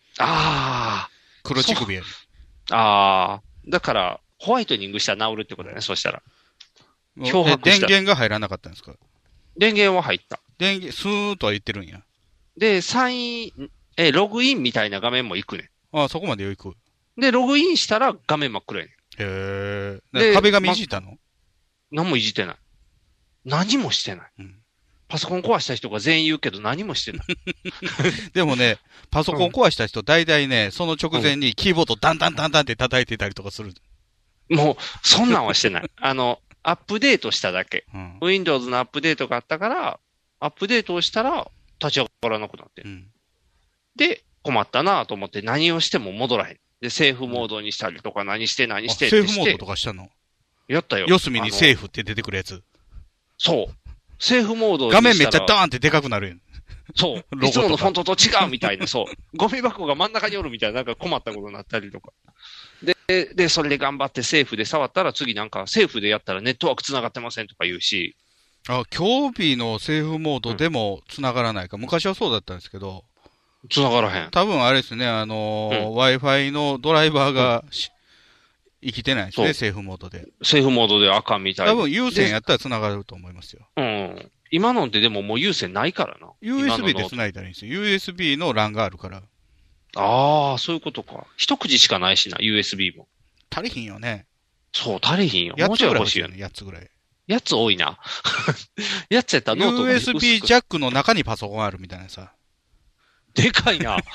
黒乳首やね。 だから、ホワイトニングしたら治るってことだね、そうしたら。 電源が入らなかったんですか？ 電源は入った。 スーッとは言ってるんや。 で、ログインみたいな画面も行くね。 そこまで行く。 で、ログインしたら画面真っ暗やね。 で、壁紙いじったの？ 何もいじってない。何もしてない。パソコン壊した人が全員言うけど何もしてない。 でもね、パソコン壊した人大体ね、その直前にキーボードダンダンダンダンって叩いてたりとかする。 もう、そんなんはしてない。アップデートしただけ。Windows のアップデートがあったから、アップデートをしたら立ち上がらなくなって。で、困ったなと思って何をしても戻らへん。で、セーフモードにしたりとか何してってして。 セーフモードとかしたの？ やったよ。 四隅にセーフって出てくるやつ。 そう。セーフモードに画面めっちゃドーンってでかくなるやん。 そう。いつものフォントと違うみたいな、そう。ゴミ箱が真ん中におるみたいな、なんか困ったことになったりとか。で、それで頑張ってセーフで触ったら次なんかセーフでやったらネットワーク繋がってませんとか言うし。 今日のセーフモードでも繋がらないか。昔はそうだったんですけど。 繋がらへん。 多分あれですね、Wi-Fi のドライバーが生きてないですね、セーフモードで。 セーフモードであかんみたいな。 多分有線やったら繋がると思いますよ。 今のってでももう有線ないからな。 USB で繋いだらいいんですよ。USB の LAN があるから。 そういうことか。一口しかないしな、USB も。 足りひんよね。 そう、足りひんよ。 もうちょい欲しいよね。8つぐらい。 8つ多いな。8つやったらノートが USB ジャックの中にパソコンあるみたいなさ。 でかいな。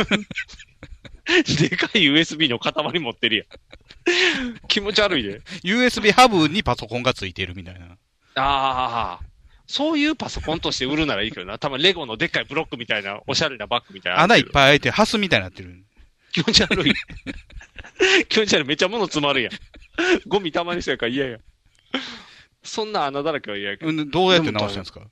でかい USB の塊持ってるやん。気持ち悪いで。 USB ハブにパソコンがついてるみたいな。 そういうパソコンとして売るならいいけどな。多分レゴのでっかいブロックみたいな、おしゃれなバッグみたいな。 穴いっぱい開いて、ハスみたいになってる。 気持ち悪い。気持ち悪い。めっちゃ物詰まるやん。ゴミたまにしてるから嫌や。そんな穴だらけは嫌やけど。 どうやって直したんですか？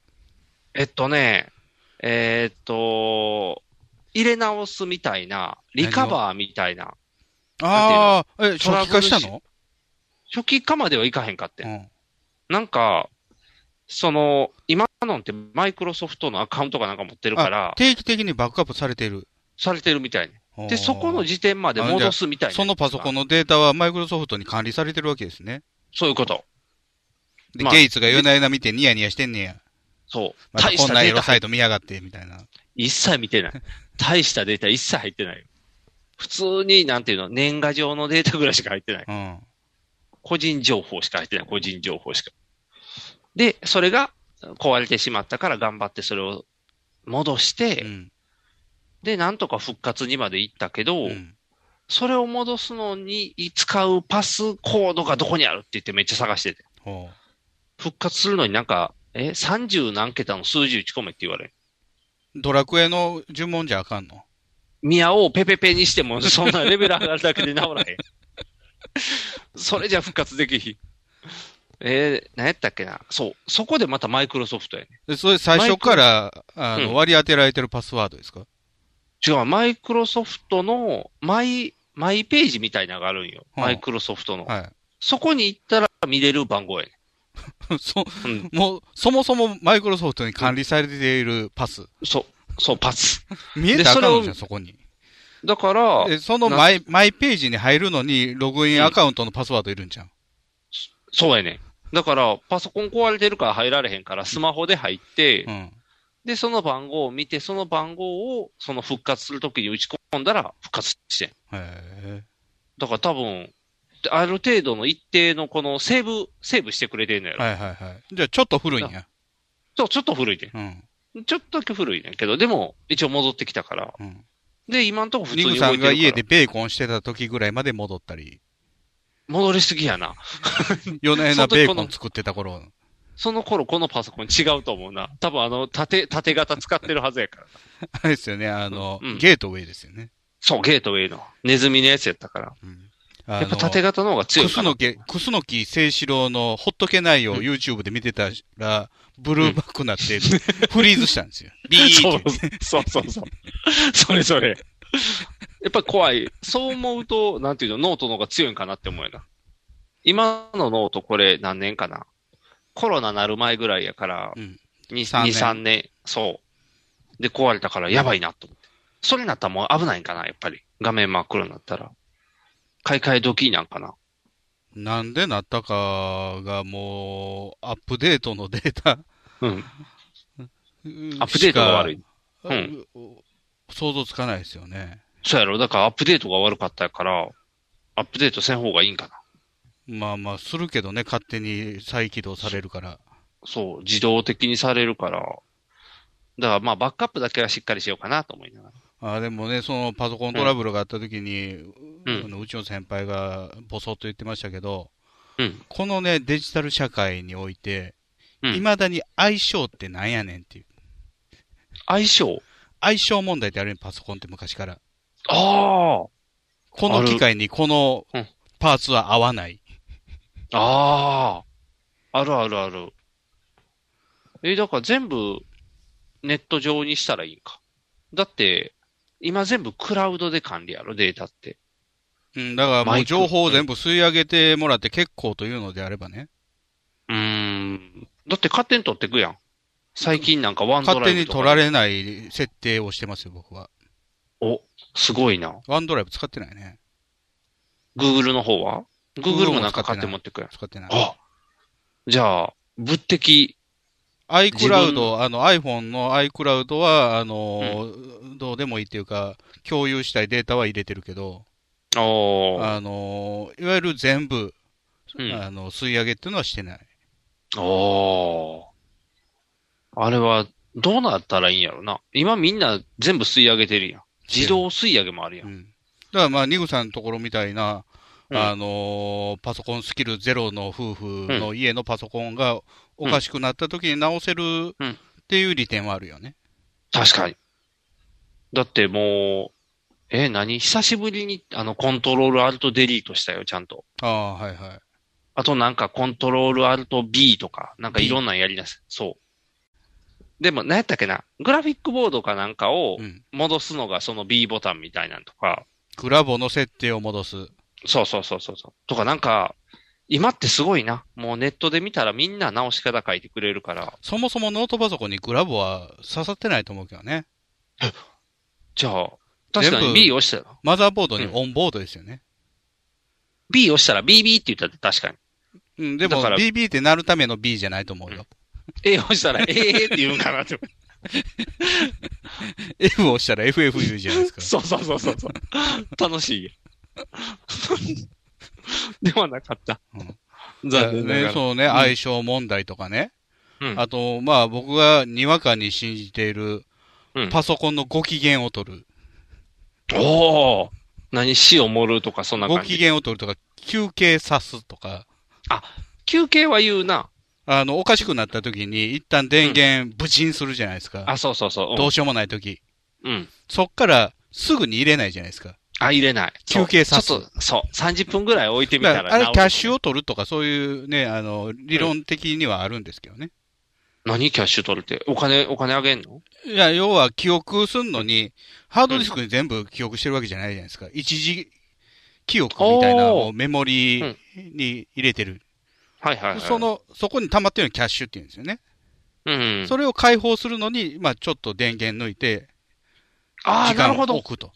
入れ直すみたいな、リカバーみたいな。 初期化したの？ 初期化まではいかへんかって。なんか、今のってマイクロソフトのアカウントかなんか持ってるから。 定期的にバックアップされてる。 されてるみたいね。で、そこの時点まで戻すみたいな。 そのパソコンのデータはマイクロソフトに管理されてるわけですね。 そういうこと。 で、ゲイツが夜な夜な見てニヤニヤしてんねや。 そう。 またこんなエロサイト見やがって、みたいな。 一切見てない。大したデータ一切入ってないよ。普通に、なんていうの、年賀状のデータぐらいしか入ってない。うん。個人情報しか入ってない。個人情報しか。で、それが壊れてしまったから頑張ってそれを戻して、うん、で、なんとか復活にまで行ったけど、うん、それを戻すのに使うパスコードがどこにあるって言ってめっちゃ探してて。復活するのになんか、30何桁の数字打ち込めって言われる。 ドラクエの呪文じゃあかんの？ 宮をペペペにしても、そんなレベル上がるだけで治らへん。それじゃ復活できひん。何やったっけな。そう。そこでまたマイクロソフトやね。 それ最初から、割り当てられてるパスワードですか？ 違う、マイクロソフトのマイページみたいなのがあるんよ。マイクロソフトの。はい。そこに行ったら見れる番号やね。 もう、そもそもマイクロソフトに管理されているパス。 そう、パス。 見えたらあかんのじゃん、そこに。 だから、 そのマイページに入るのに、ログインアカウントのパスワードいるんじゃん。 そうやね。だから、パソコン壊れてるから入られへんから、スマホで入って、で、その番号を見て、その番号を、その復活するときに打ち込んだら復活してん。だから多分、ある程度の一定のこのセーブしてくれてんのやろ。 はいはいはい。じゃあちょっと古いんや。 そう、ちょっと古いね。ちょっとだけ古いねんけど、でも、一応戻ってきたから。で、今んとこ普通に動いてるから。 ニグさんが家でベーコンしてた時ぐらいまで戻ったり。 戻りすぎやな。 夜な夜なベーコン作ってた頃。 その頃このパソコン違うと思うな。多分縦型使ってるはずやから。 あれですよね、ゲートウェイですよね。 そう、ゲートウェイの。ネズミのやつやったから。やっぱ縦型の方が強いかな。 楠木清志郎のほっとけないを YouTube で見てたら、ブルーバックになって、フリーズしたんですよ。ビーって。 そう。それ。やっぱ怖い。そう思うと、なんていうの、ノートの方が強いんかなって思うよな。今のノートこれ何年かな。コロナなる前ぐらいやから、2、3年。そう。で壊れたからやばいなと思って。それになったらもう危ないんかな、やっぱり。画面真っ黒になったら。買い替え時なんかな。 なんでなったかがもう、アップデートのデータ。 アップデートが悪い。 想像つかないですよね。 そうやろ。だからアップデートが悪かったから、アップデートせん方がいいんかな。 まあまあ、するけどね、勝手に再起動されるから。 そう、自動的にされるから。だからまあ、バックアップだけはしっかりしようかなと思いながら。 でもね、そのパソコントラブルがあった時に、うちの先輩がボソッと言ってましたけど、このね、デジタル社会において、未だに相性ってなんやねんっていう。 相性問題ってあるね、パソコンって昔から。 ああ。 この機械にこのパーツは合わない。 ある。だから全部ネット上にしたらいいんか。だって、今全部クラウドで管理やろ、データって。 だからもう情報を全部吸い上げてもらって結構というのであればね。 だって勝手に取ってくやん。最近なんかワンドライブとか。 勝手に取られない設定をしてますよ、僕は。 お、すごいな。 ワンドライブ使ってないね。 Google の方は ?Google もなんか勝手に持ってくやん。 使ってない。 じゃあ、物的。 iCloud、iPhone の iCloud は、どうでもいいっていうか、共有したいデータは入れてるけど、いわゆる全部、吸い上げっていうのはしてない。 あれは、どうなったらいいんやろな。今みんな全部吸い上げてるやん。自動吸い上げもあるやん。 だからまあ、ニグさんのところみたいな、パソコンスキルゼロの夫婦の家のパソコンがおかしくなった時に直せるっていう利点はあるよね。 確かに。だってもう、久しぶりにコントロールアルトデリートしたよ、ちゃんと。 はいはい。 あとなんかコントロールアルト B とか、なんかいろんなやりなさい。そう。でも、何やったっけな。グラフィックボードかなんかを戻すのがその B ボタンみたいなんとか。 グラボの設定を戻す。 そう。とかなんか、今ってすごいな。もうネットで見たらみんな直し方書いてくれるから。 そもそもノートパソコンにグラボは刺さってないと思うけどね。 じゃあ、 確かに B 押したら。 マザーボードにオンボードですよね。 B 押したら BB って言ったって確かに。うん、でも BB ってなるための B じゃないと思うよ。 A 押したらって言うんかなって。 F 押したら FF 言うじゃないですか。 そう。楽しい。ではなかった。 残念ながら。そうね、相性問題とかね。あと、まあ僕がにわかに信じている、パソコンのご機嫌を取る。 おー。死を盛るとかそんな感じ。 ご機嫌を取るとか、休憩さすとか。 あ、休憩は言うな。 おかしくなった時に、一旦電源ブチンするじゃないですか。 あ、そう。 どうしようもない時。そっからすぐに入れないじゃないですか。 入れない。 休憩さす。 そう。30分ぐらい置いてみたら。 あれ、キャッシュを取るとか、そういうね、理論的にはあるんですけどね。 何キャッシュ取るって？お金あげんの？ いや、要は記憶すんのに、ハードディスクに全部記憶してるわけじゃないじゃないですか。一時記憶みたいなのをメモリに入れてる。 はい。 そこに溜まってるのキャッシュって言うんですよね。それを解放するのに、まあちょっと電源抜いて、時間を置くと。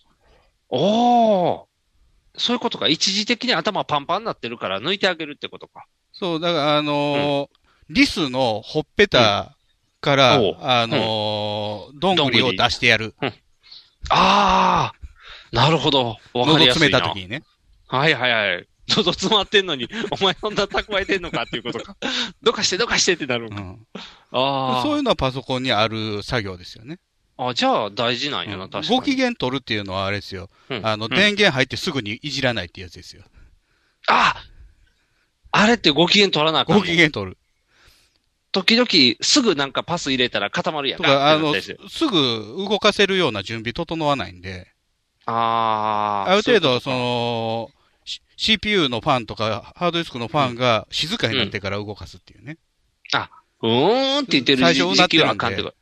そういうことか。一時的に頭パンパンになってるから抜いてあげるってことか。 そう、だからリスのほっぺたから、どんぐりを出してやる。 なるほど。わかりやすいな。 喉詰めた時にね。 はい。喉詰まってんのに、お前そんな蓄えてんのかっていうことか。どかしてってなるのか。 そういうのはパソコンにある作業ですよね。 じゃあ大事なんやな、確かに。 ご機嫌取るっていうのはあれですよ。電源入ってすぐにいじらないってやつですよ。 あれってご機嫌取らなあかん。 ご機嫌取る。 時々、すぐなんかパス入れたら固まるやん。 とか、すぐ動かせるような準備整わないんで。ある程度、CPU のファンとか、ハードディスクのファンが静かになってから動かすっていうね。 って言ってる時期はあかんってこと。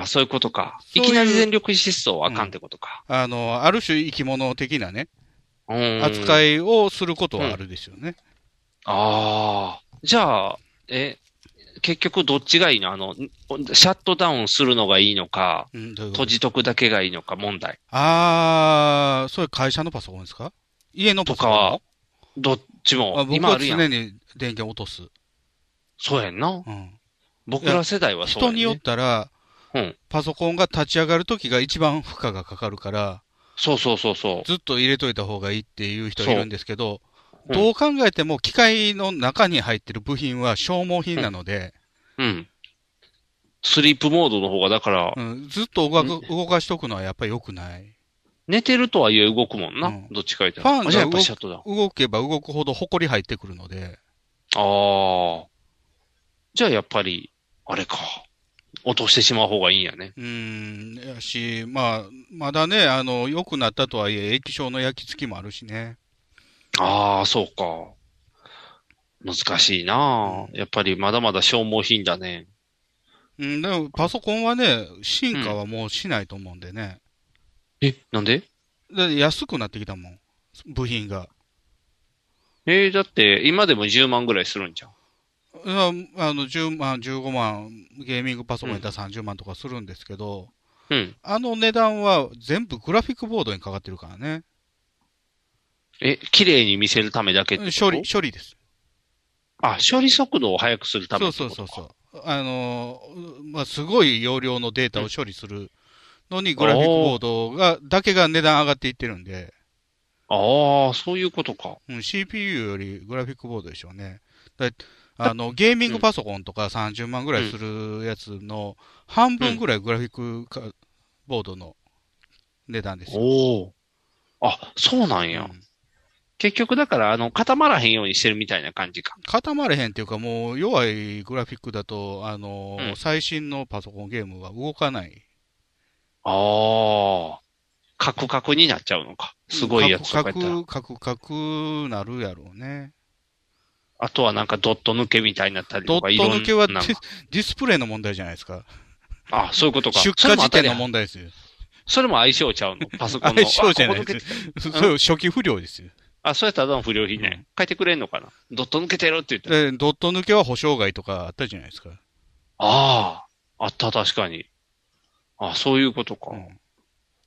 そういうことか。いきなり全力疾走はあかんってことか。 ある種生き物的なね、扱いをすることはあるですよね。 じゃあ、結局どっちがいいの？シャットダウンするのがいいのか、閉じとくだけがいいのか問題。 それ会社のパソコンですか？家のパソコンとかは、どっちも。 僕は常に電源落とす。 そうやんな。僕ら世代はそうやね。 人によったら、パソコンが立ち上がるときが一番負荷がかかるから、 そう。ずっと入れといた方がいいっていう人いるんですけど、どう考えても機械の中に入ってる部品は消耗品なので、 スリープモードの方がだから、 ずっと動かしとくのはやっぱり良くない。 寝てるとはいえ動くもんな。どっちか言ったら。ファンが動けば動くほど埃入ってくるので。 じゃあやっぱり、あれか。落としてしまう方がいいんやね。 やし、まだね、良くなったとはいえ、液晶の焼き付きもあるしね。 そうか。難しいなやっぱりまだまだ消耗品だね。 でもパソコンはね、進化はもうしないと思うんでね。 なんで？ 安くなってきたもん。部品が。 だって、今でも10万ぐらいするんじゃん。 10万、15万、ゲーミングパソコンやったら30万とかするんですけど、あの値段は全部グラフィックボードにかかってるからね。 綺麗に見せるためだけってこと？ 処理です。 処理速度を速くするためそう。すごい容量のデータを処理するのにグラフィックボードだけが値段上がっていってるんで。 そういうことか。 CPU よりグラフィックボードでしょうね。ゲーミングパソコンとか30万ぐらいするやつの半分ぐらいグラフィックボードの値段ですよ。 そうなんや。結局だから、固まらへんようにしてるみたいな感じか。 固まれへんっていうかもう弱いグラフィックだと、最新のパソコンゲームは動かない。 カクカクになっちゃうのか。すごいやつとかやったら。 カクなるやろうね。 あとはなんかドット抜けみたいになったりとか。 ドット抜けはディスプレイの問題じゃないですか。 そういうことか。 出荷時点の問題ですよ。 それも相性ちゃうの？パソコンの。 相性じゃないです。そう、初期不良ですよ。 そうやったら不良品ね。変えてくれんのかな？ドット抜けてるって言って。 ドット抜けは保証外とかあったじゃないですか。 あった、確かに。そういうことか。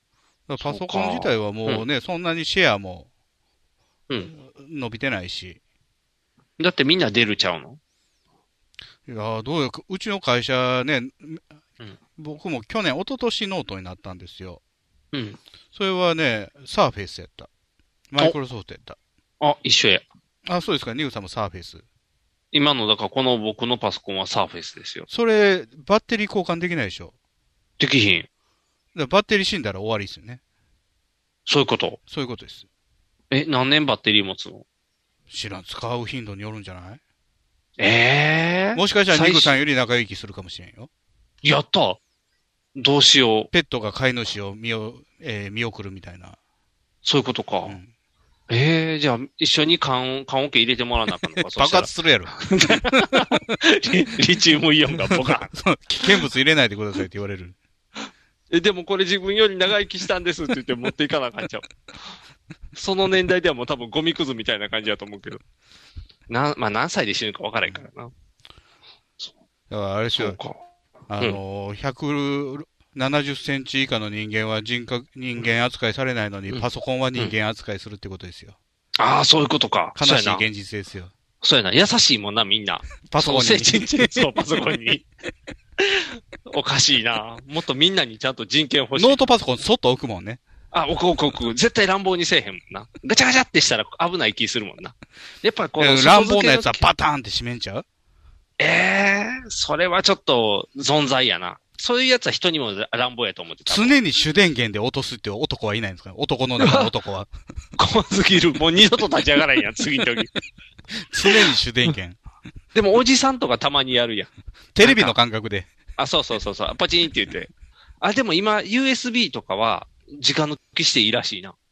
パソコン自体はもうね、そんなにシェアも、伸びてないし。 だってみんな出るちゃうの？ いやどうよ、うちの会社ね、僕も去年、一昨年ノートになったんですよ。それはね、サーフェイスやった。マイクロソフトやった。 あ、一緒や。 あ、そうですか、ニグさんもサーフェイス。 今の、だからこの僕のパソコンはサーフェイスですよ。 それ、バッテリー交換できないでしょ？ できひん。 バッテリー死んだら終わりですよね。 そういうこと？ そういうことです。 何年バッテリー持つの？ 知らん。使う頻度によるんじゃない？もしかしたらニグさんより仲良きするかもしれんよ。 やった！どうしよう。 ペットが飼い主を見送るみたいな。 そういうことか。じゃあ、一緒に缶オケ入れてもらわなあかんのか。 爆発するやろ。 リチウムイオンがボカン。 危険物入れないでくださいって言われる。 でもこれ自分より長生きしたんですって言って持っていかなあかんちゃう。その年代ではもう多分ゴミくずみたいな感じだと思うけど。まあ何歳で死ぬか分からへんからな。 だからあれですよ。170センチ以下の人間は人間扱いされないのに、パソコンは人間扱いするってことですよ。 ああ、そういうことか。 悲しい現実ですよ。 そうやな。優しいもんな、みんな。 パソコンに。 そう、パソコンに。おかしいな。もっとみんなにちゃんと人権欲しい。 ノートパソコンそっと置くもんね。 あ、置く。絶対乱暴にせえへんもんな。ガチャガチャってしたら危ない気するもんな。やっぱこの乱暴なやつはパターンって閉めんちゃう？ それはちょっと存在やな。そういうやつは人にも乱暴やと思ってた。 常に主電源で落とすって男はいないんですか？男の中の男は。 怖すぎる。もう二度と立ち上がらんやん、次の時。 常に主電源。 でもおじさんとかたまにやるやん。 テレビの感覚で。 あ、そう。パチンって言って。あ、でも今 USB とかは直抜きしていいらしいな。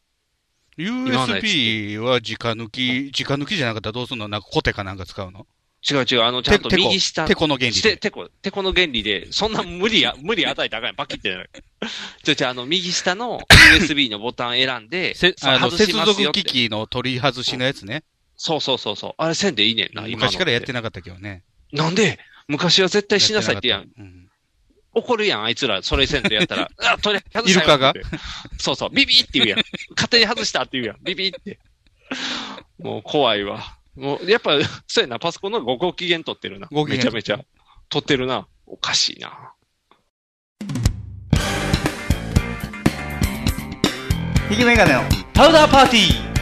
USB は直抜きじゃなかったらどうすんの？なんかコテかなんか使うの？ 違う。ちゃんと右下。 テコの原理で。 テコの原理で、そんな無理与えたらあかんやん。パキってなる。右下の USB のボタン選んで、 接続機器の取り外しのやつね。 そう。あれせんでいいねんな、今の。 昔からやってなかったけどね。 なんで？昔は絶対しなさいってやん。怒るやん、あいつら、それせんでやったら。取り外したよ。 イルカが？ そう、ビビって言うやん。勝手に外したって言うやん。ビビって。もう怖いわ。もう、やっぱ、そうやな、パソコンの方がご機嫌取ってるな。めちゃめちゃ。取ってるな。おかしいな。 ひげメガネのパウダーパーティー。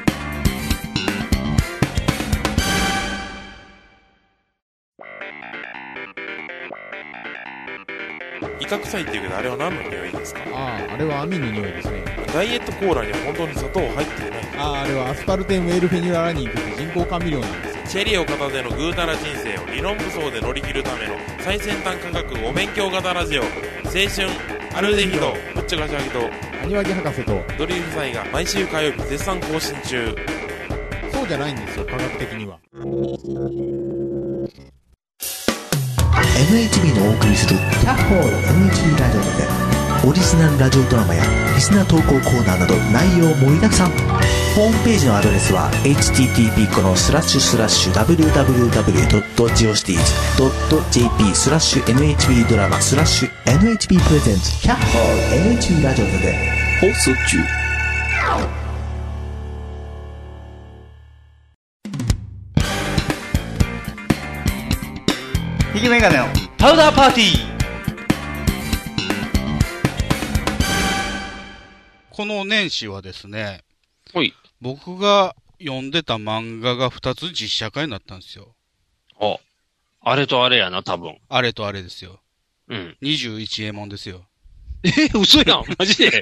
イカ臭いっていうけど、あれは何の匂いですか？ あれは網の匂いですね。 ダイエットコーラには本当に砂糖入っていない。 あれはアスパルテンウェルフェニュララニンという人工甘味料なんですよ。 チェリーを片手のぐうたら人生を理論武装で乗り切るための最先端科学お勉強型ラジオ、青春アルデヒドぶっちゃかしゃぎとアニワギ博士とドリル夫妻が毎週火曜日絶賛更新中。 そうじゃないんですよ、科学的には。 NHB のお送りするキャッホール NHB ラジオでオリジナルラジオドラマやリスナー投稿コーナーなど内容盛りだくさん。ホームページのアドレスは http://www.geocities.jp/NHB ドラマ/NHB プレゼンツキャッホール NHB ラジオで放送中。 ひげメガネのパウダーパーティー。 この年始はですね、 僕が読んでた漫画が2つ実写化になったんですよ。 あれとあれやな、多分。 あれとあれですよ。 うん。 21エモンですよ。 嘘やん、マジで。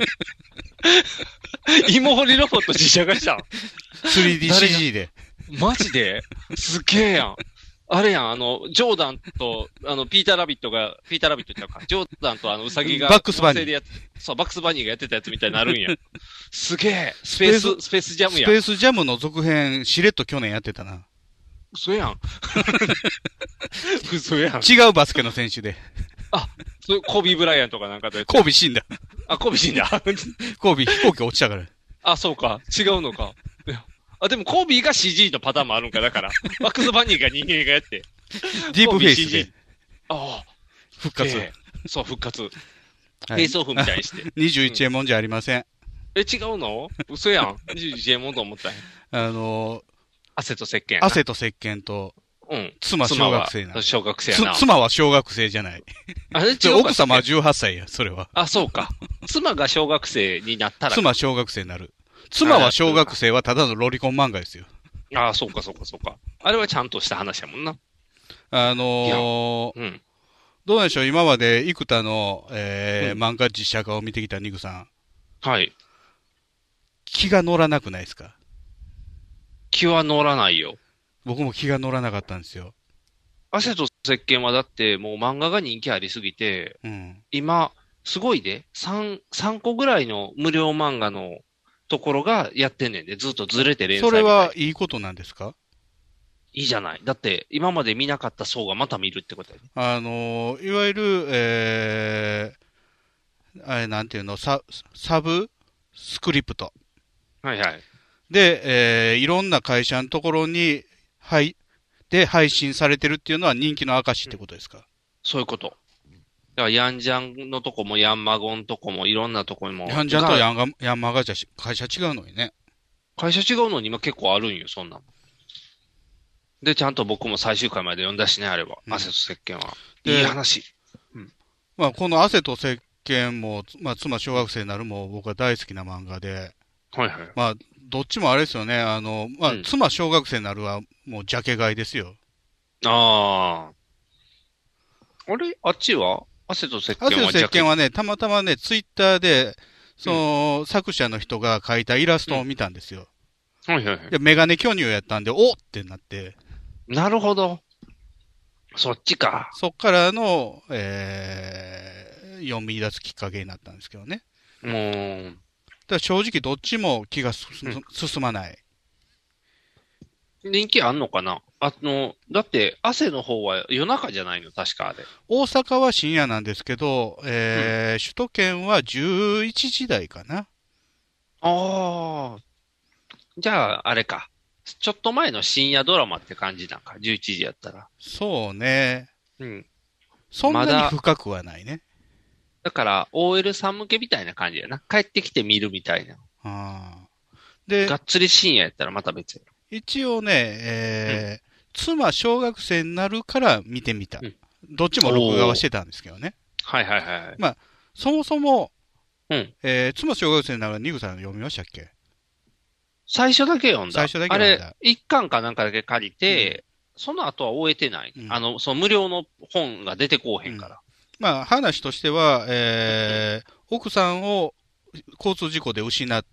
芋掘りロボット実写化したん 3DCG で。 マジですっげえやん。あれやん、ジョーダンと、ピーターラビットちゃうか。ジョーダンとウサギが、 バックスバニー。 そう、バックスバニーがやってたやつみたいになるんや。すげえ。スペースジャムやん。 スペースジャムの続編、しれっと去年やってたな。 嘘やん。嘘やん。 違うバスケの選手で。 それコービー・ブライアンとかなんかで。 コービー死んだ。 コービー死んだ。 コービー飛行機落ちたから。 そうか。違うのか。でもコービーが CG のパターンもあるんか、だから。バックスバニーが人間がやって。 ディープフェイスで。 復活。そう、復活。 フェイスオフみたいにして。 21円もんじゃありません。 違うの嘘やん。21円もんと思ったんや。汗と石鹸やな。 汗と石鹸と、妻小学生な。 小学生やな。 妻は小学生じゃない。 あれ違う奥様は18歳や、それは。 あ、そうか。妻が小学生になったら。 妻小学生になる。妻は小学生はただのロリコン漫画ですよ。 ああ、そうか。あれはちゃんとした話やもんな。 どうでしょう、今まで幾多の、漫画実写化を見てきたニグさん。 はい。 気が乗らなくないですか？ 気は乗らないよ。 僕も気が乗らなかったんですよ。 汗と石鹸はだってもう漫画が人気ありすぎて、今、すごいで、3個ぐらいの無料漫画のところがやってんねんで、ずっとずれて連載みたい。 それはいいことなんですか？ いいじゃない。だって、今まで見なかった層がまた見るってことやね。 いわゆる、あれなんていうの、サブスクリプト。 はいはい。 で、いろんな会社のところに、で配信されてるっていうのは人気の証ってことですか？ そういうこと。だからヤンジャンのとこもヤンマゴンとこもいろんなとこにも。 ヤンジャンとヤンマガじゃ会社違うのにね。 会社違うのに今結構あるんよ、そんなの。で、ちゃんと僕も最終回まで読んだしね、あれば。汗と石鹸は。いい話。 まあ、この汗と石鹸も、まあ、妻小学生になるも僕は大好きな漫画で。 はいはい。 まあ、どっちもあれですよね。まあ、妻小学生になるはもうジャケ買いですよ。 あれあっちは汗と石鹸は汗と石鹸はね、たまたまね、ツイッターで、作者の人が描いたイラストを見たんですよ。 はいはいはい。 で、メガネ巨乳やったんで、おってなって。 なるほど。そっちか。 そっからの、読み出すきっかけになったんですけどね。だ正直どっちも気が進まない。 人気あんのかな？だって、汗の方は夜中じゃないの確かあれ。 大阪は深夜なんですけど、首都圏は11時台かな。 ああ。じゃあ、あれか。ちょっと前の深夜ドラマって感じなんか、11時やったら。 そうね。そんなに深くはないね。 だから、OL さん向けみたいな感じやな。帰ってきて見るみたいな。で、がっつり深夜やったらまた別や。 一応ね、妻小学生になるから見てみた。どっちも録画はしてたんですけどね。 はいはいはい。 まあ、そもそも、妻小学生になるニグさん読みましたっけ？ 最初だけ読んだ。 最初だけ読んだ。 あれ、一巻かなんかだけ借りて、その後は終えてない。その無料の本が出てこうへんから。 まあ、話としては、奥さんを交通事故で失った、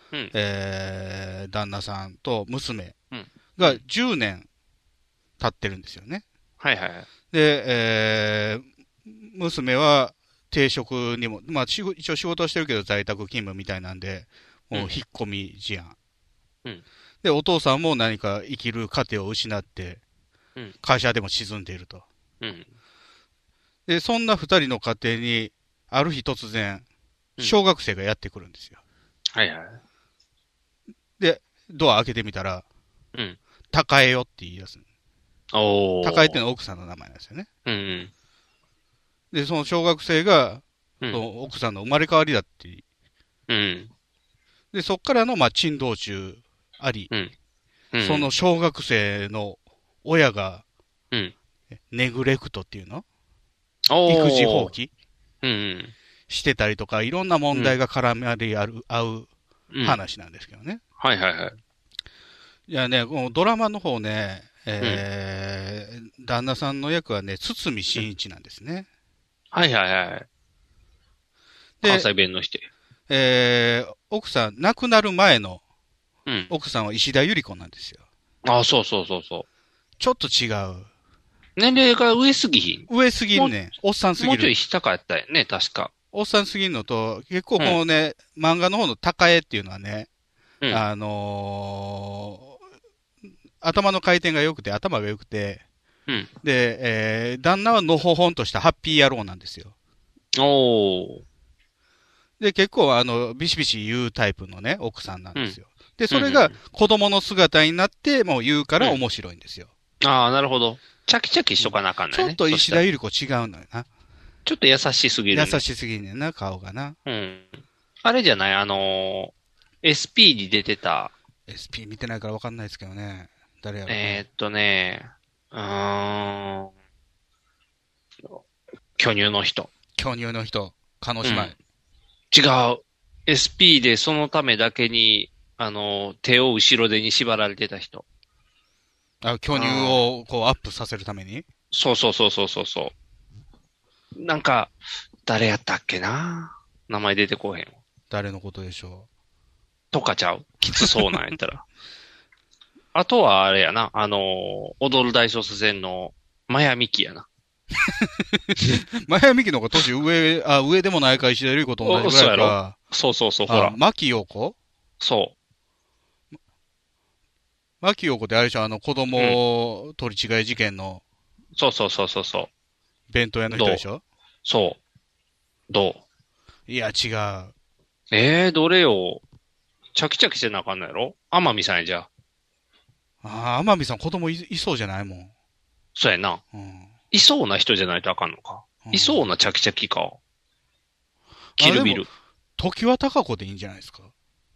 旦那さんと娘が10年経ってるんですよね。 はいはい。 で、娘は定職にも、まあ一応仕事はしてるけど在宅勤務みたいなんで、もう引っ込み思案。で、お父さんも何か生きる糧を失って、会社でも沈んでいると。で、そんな二人の家庭に、ある日突然、小学生がやってくるんですよ。 はいはい。 で、ドア開けてみたら、高江よって言い出す。高江ってのは奥さんの名前なんですよね。で、その小学生が、奥さんの生まれ変わりだって。で、そっからの、まあ、珍道中あり、その小学生の親が、ネグレクトっていうの？育児放棄してたりとか、いろんな問題が絡まり合う話なんですけどね。 はいはいはい。 いやね、このドラマの方ね、旦那さんの役はね、堤真一なんですね。 はいはいはい。関西弁の人。 奥さん、亡くなる前の、奥さんは石田ゆり子なんですよ。 ああ、そうそうそうそう。 ちょっと違う。 年齢が上すぎひん？ 上すぎんね。おっさんすぎる。 もうちょい下かやったよね、確か。 おっさんすぎるのと、結構このね、漫画の方の高江っていうのはね、頭の回転が良くて、頭が良くて、で、旦那はのほほんとしたハッピー野郎なんですよ。で、結構ビシビシ言うタイプのね、奥さんなんですよ。で、それが子供の姿になって、もう言うから面白いんですよ。 ああ、なるほど。チャキチャキしとかなあかんないね。 ちょっと石田ゆり子違うのよな。 ちょっと優しすぎる、ね。 優しすぎんねんな、顔がな。 うん。あれじゃないSP に出てた。 SP 見てないからわかんないですけどね。誰やろう、 巨乳の人。 巨乳の人。叶姉妹、 違う。SP でそのためだけに、手を後ろ手に縛られてた人。 巨乳をこうアップさせるために？ そうそうそうそうそう。なんか、誰やったっけな？名前出てこへん。 誰のことでしょう？ とかちゃう？きつそうなんやったら。あとはあれやな、踊る大捜査線のマヤミキやな。 マヤミキの方が年上でもないか、石田ゆり子と同じぐらいか。 そうそうそう、ほら。 牧陽子？ そう。 牧陽子ってあれでしょ、子供取り違い事件の。 そうそうそうそうそう。 弁当屋の人でしょ？ そう。どう？いや、違う。 どれよ。チャキチャキしてなあかんのやろ？天海さんやじゃあ。天海さん子供いそうじゃないもん。 そうやな。いそうな人じゃないとあかんのか。いそうなチャキチャキか。キルビル。 常盤貴子でいいんじゃないですか。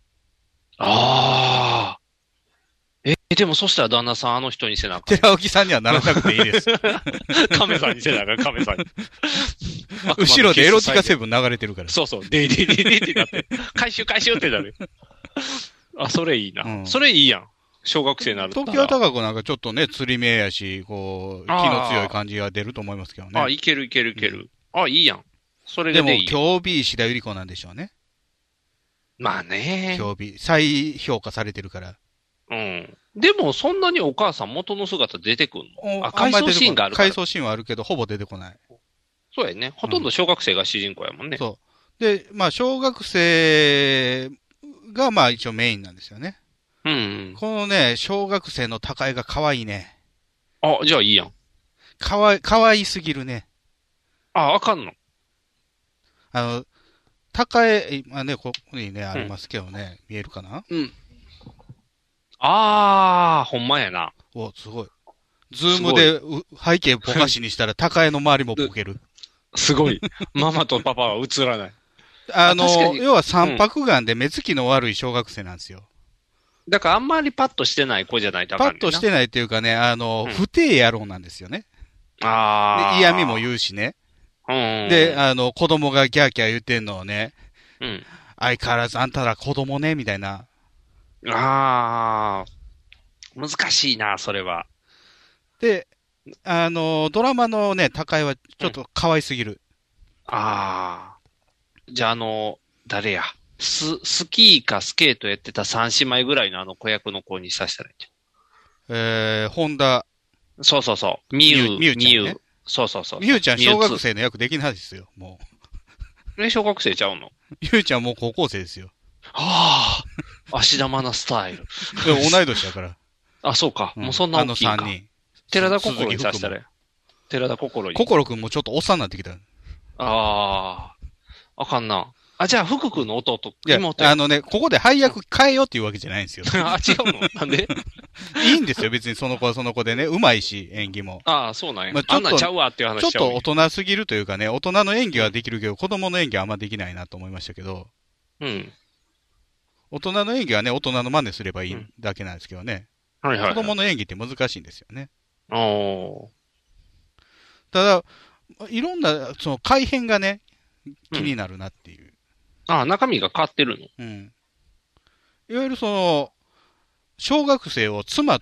ああ。でもそしたら旦那さんあの人にせなあかん。 寺脇さんにはならなくていいです。 亀さんにせなあかん、亀さんに。 後ろでエロティカセブン流れてるから。 そうそう。でってなって。回収ってなる。それいいな。それいいやん。小学生になると。 常盤貴子なんかちょっとね、釣り目やし、こう、気の強い感じが出ると思いますけどね。 いける。いいやん。それでいい。 でも、今日日石田ゆり子なんでしょうね。 まあね。 今日日。再評価されてるから。 うん。でも、そんなにお母さん元の姿出てくんの？回想シーンがあるから。 回想シーンはあるけど、ほぼ出てこない。 そうやね。ほとんど小学生が主人公やもんね。 そう。で、まあ、小学生が、まあ、一応メインなんですよね。 うん。 このね、小学生の高江が可愛いね。 じゃあいいやん。 可愛すぎるね。 あかんの？ 高江、今ね、ここにね、ありますけどね、見えるかな？ うん。ほんまやな。 すごい。ズームで背景ぼかしにしたら高江の周りもぼける。 すごい。ママとパパは映らない。 要は三白眼で目つきの悪い小学生なんですよ。 だからあんまりパッとしてない子じゃないとあかんねんな。 パッとしてないっていうかね、不定野郎なんですよね。で嫌味も言うしね。で、子供がギャーギャー言ってんのをね、相変わらずあんたら子供ね、みたいな。 難しいな、それは。 で、ドラマのね、高江はちょっと可愛すぎる。 じゃあ誰や。スキーかスケートやってた三姉妹ぐらいの子役の子にさせたらいいんじゃん。本田。 そうそうそう。みゆちゃん、ね。そうそうそう。 みゆちゃん小学生の役できないですよ、もう。小学生ちゃうの？ みゆちゃんもう高校生ですよ。 芦田愛菜スタイル。 同い年だから。 そうか。もうそんな大きいか。 3人。 寺田心にさせたら。寺田心に。 心くんもちょっとおっさんになってきた。 あかんな。じゃあ、福君の弟、 妹。ここで配役変えようっていうわけじゃないんですよ。 違うの？なんで？ いいんですよ、別にその子はその子でね。うまいし、演技も。 そうなんや。あんなんちゃうわっていう話。 ちょっと大人すぎるというかね、大人の演技はできるけど、子供の演技はあんまできないなと思いましたけど。大人の演技はね、大人の真似すればいいだけなんですけどね。子供の演技って難しいんですよね。ただ、いろんな、その改変がね、気になるなっていう。 中身が変わってるの？ いわゆる小学生を妻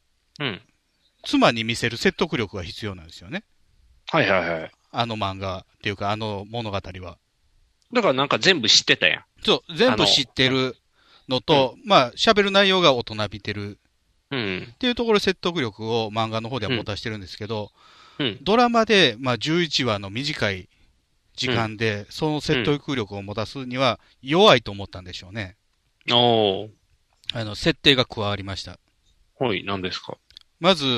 に見せる説得力が必要なんですよね。 はいはいはい。 漫画っていうか、物語は。 だからなんか全部知ってたやん。 そう、全部知ってるのと、喋る内容が大人びてる。っていうところ説得力を漫画の方では持たしてるんですけど、ドラマで、11話の短い時間で、その説得力を持たすには弱いと思ったんでしょうね。設定が加わりました。 はい、何ですか？ まず、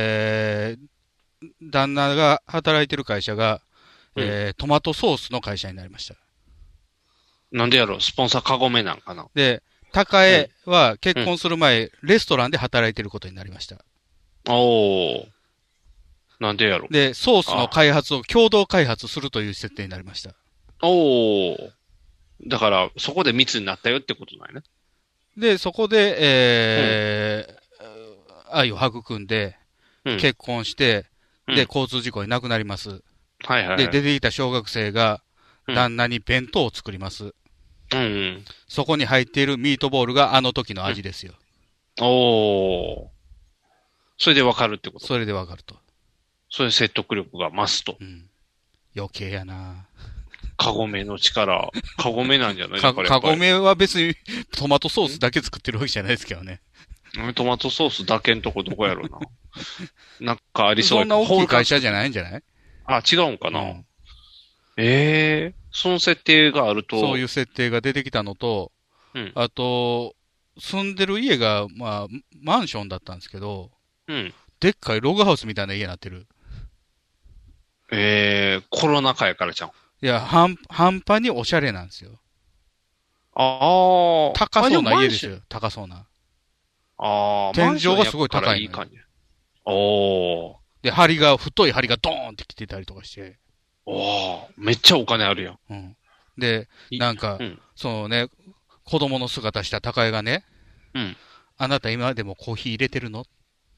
旦那が働いてる会社が、トマトソースの会社になりました。 なんでやろう？スポンサーカゴメなんかな？ で、高江は結婚する前、レストランで働いてることになりました。 なんでやろ。 で、ソースの開発を共同開発するという設定になりました。 おー。だから、そこで密になったよってことないね。 で、そこで、愛を育んで、結婚して、で、交通事故に亡くなります。 はいはい。 で、出てきた小学生が、旦那に弁当を作ります。そこに入っているミートボールがあの時の味ですよ。 おー。それでわかるってこと？ それでわかると。 そういう説得力が増すと。 余計やなカゴメの力。カゴメなんじゃないカゴメは別にトマトソースだけ作ってるわけじゃないですけどね。 トマトソースだけんとこどこやろうな。なんかありそう。 そんな大きい会社じゃないんじゃない？ あ、違うんかな。その設定があると。 そういう設定が出てきたのと、あと、住んでる家が、まあ、マンションだったんですけど、でっかいログハウスみたいな家になってる。 コロナ禍やからじゃん。 いや、半端におしゃれなんですよ。 高そうな家ですよ。高そうな。天井がすごい高い。 いい感じ。 で、太い梁がドーンって来てたりとかして。 めっちゃお金あるやん。で、なんか、そのね、子供の姿した高江がね、あなた今でもコーヒー入れてるの？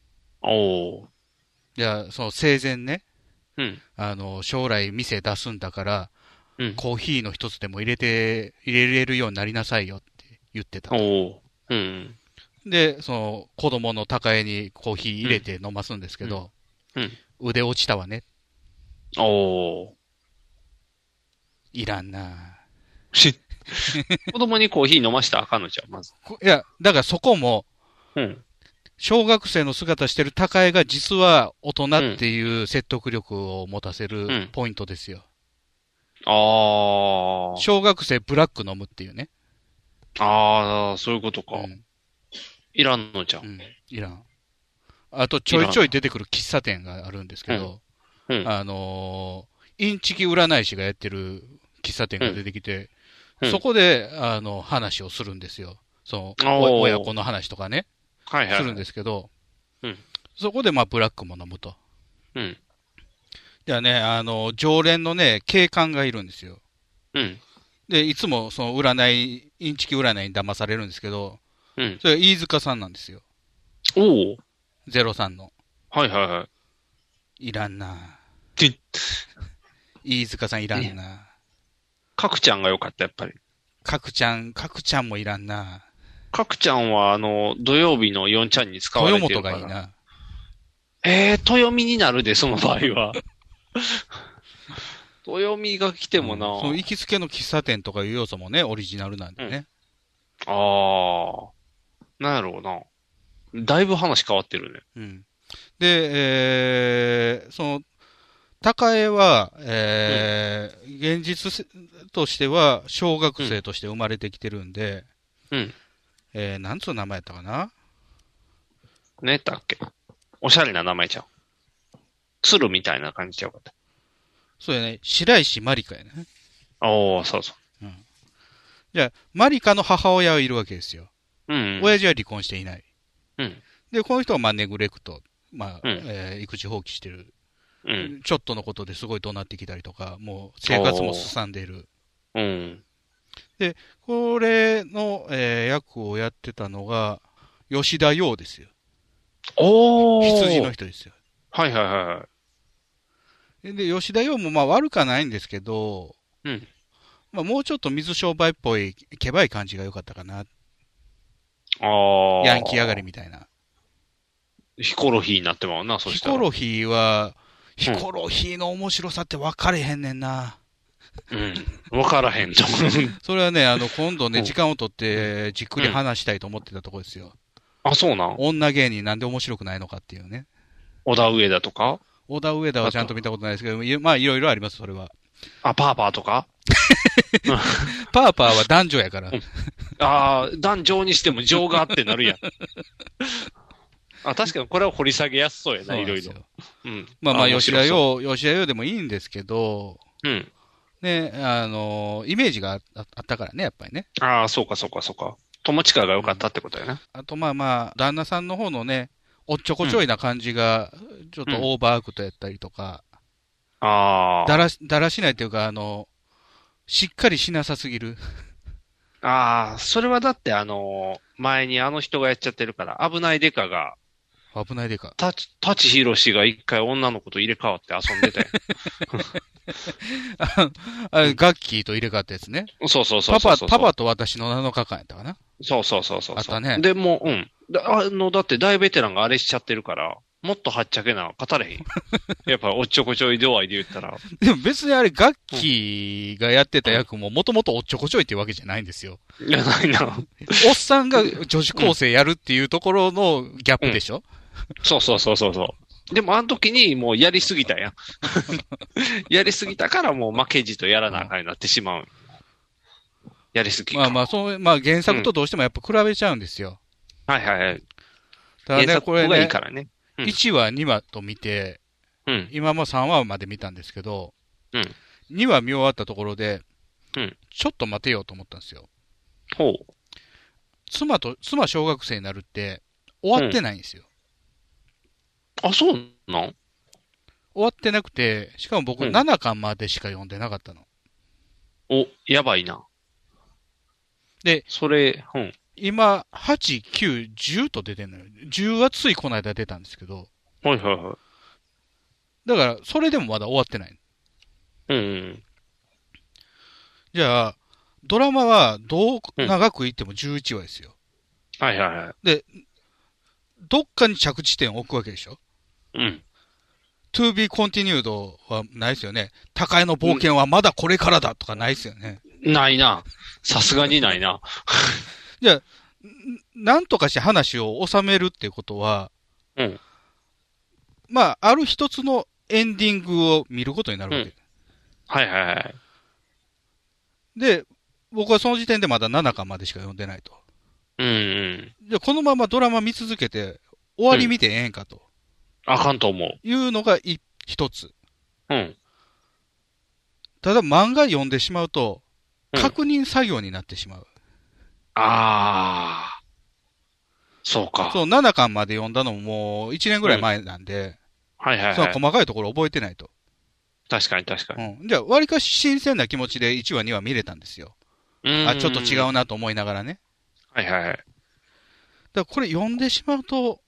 じゃあ、その生前ね、将来店出すんだから、コーヒーの一つでも入れれるようになりなさいよって言ってた。で、その子供の高江にコーヒー入れて飲ますんですけど、腕落ちたわね。いらんな子供にコーヒー飲ましたらあかんのちゃうまず。 いや、だからそこも、小学生の姿してる高江が実は大人っていう説得力を持たせるポイントですよ。小学生ブラック飲むっていうね。 そういうことか。いらんのじゃん。 いらん。あと、ちょいちょい出てくる喫茶店があるんですけど、インチキ占い師がやってる喫茶店が出てきて、そこで、話をするんですよ。親子の話とかね。するんですけど、そこでまあブラックも飲むと。じゃあね、常連のね、警官がいるんですよ。で、いつもそのインチキ占いに騙されるんですけど、それ飯塚さんなんですよ。03の。いらんな飯塚さんいらんな角ちゃんが良かった、やっぱり。 角ちゃんもいらんな角ちゃんは、土曜日の4ちゃんに使われてるから。 豊本がいいな。 豊見になるで、その場合は。豊見が来てもな、 その行きつけの喫茶店とかいう要素もね、オリジナルなんでね。 なんやろうな。だいぶ話変わってるね。 で、その、高江は、現実としては、小学生として生まれてきてるんで、なんつう名前やったかな？ ねったっけ？おしゃれな名前ちゃう。鶴みたいな感じちゃうかった。 そうやね。白石まりかやね。 そうそう。 じゃあ、まりかの母親はいるわけですよ。親父は離婚していない。で、この人はまあネグレクト。まあ、育児放棄してる。ちょっとのことですごい怒鳴ってきたりとか、もう生活もすさんでいる。で、これの、役をやってたのが、吉田洋ですよ。羊の人ですよ。で、吉田洋もまあ悪くはないんですけど、まあもうちょっと水商売っぽい、けばい感じが良かったかな。ヤンキー上がりみたいな。 ヒコロヒーになってまうな、そしたら。 ヒコロヒーの面白さって分かれへんねんな。 分からへんと。 それはね、今度ね、時間をとって、じっくり話したいと思ってたところですよ。 そうなん？ 女芸人なんで面白くないのかっていうね。 小田上田とか？ 小田上田はちゃんと見たことないですけど、まあいろいろあります、それは。 パーパーとか？ パーパーは男女やから。 男女にしても情があってなるやん。確かにこれは掘り下げやすそうやな、いろいろ。 まあ吉田洋でもいいんですけど、ね、イメージがあったからね、やっぱりね。 そうか。友近が良かったってことやな。 あとまあ、旦那さんの方のね、 おっちょこちょいな感じが、ちょっとオーバーアクトやったりとか、 ああ。 だらしないというか、しっかりしなさすぎる。 ああ、それはだって前にあの人がやっちゃってるから、危ないデカが、 危ないでか。 舘ひろしが一回女の子と入れ替わって遊んでたよ。 ガッキーと入れ替わったやつね。 そうそうそうそう。 パパと私の7日間やったかな。 そうそうそうそう。 あったね。 でも、うん。だって大ベテランがあれしちゃってるから、もっとはっちゃけな、勝たれへん。やっぱおっちょこちょい度合いで言ったら。 でも別にあれ、ガッキーがやってた役ももともとおっちょこちょいっていうわけじゃないんですよ。 いや、ないな。 おっさんが女子高生やるっていうところのギャップでしょ、 そうそうそうそうそう。でもあの時にもうやりすぎたやん。やりすぎたからもう負けじとやらなあかんようになってしまう。やりすぎか。 まあ原作とどうしてもやっぱ比べちゃうんですよ。 はいはいはい。 ただね、これね、 いいからね。 1話、2話と見て、今も3話まで見たんですけど、2話見終わったところで、ちょっと待てようと思ったんですよ。 ほう。 妻小学生になるって終わってないんですよ。 あ、そうなん終わってなくて、しかも僕7巻までしか読んでなかったの。 お、やばいな。 で、 それ、 今、8、9、10と出てんのよ。10はついこの間出たんですけど。 はいはいはい。 だから、それでもまだ終わってない。じゃあ、ドラマはどう長くいっても11話ですよ。 はいはいはい。 で、どっかに着地点を置くわけでしょto be continued はないですよね。高江の冒険はまだこれからだとかないですよね。 ないな。さすがにないな。 じゃあ、なんとかして話を収めるっていうことは、まあ、ある一つのエンディングを見ることになるわけ。 はいはいはい。 で、僕はその時点でまだ7巻までしか読んでないと。じゃあこのままドラマ見続けて、終わり見てええんかと。 あかんと思う。 いうのが一つ。ただ漫画読んでしまうと、確認作業になってしまう。 ああ。そうか。 そう、7巻まで読んだのももう1年ぐらい前なんで、 はいはいはい。 その細かいところ覚えてないと。 確かに確かに。 じゃあ、割かし新鮮な気持ちで1話2話見れたんですよ。あ、ちょっと違うなと思いながらね。 はいはいはい。 だからこれ読んでしまうと、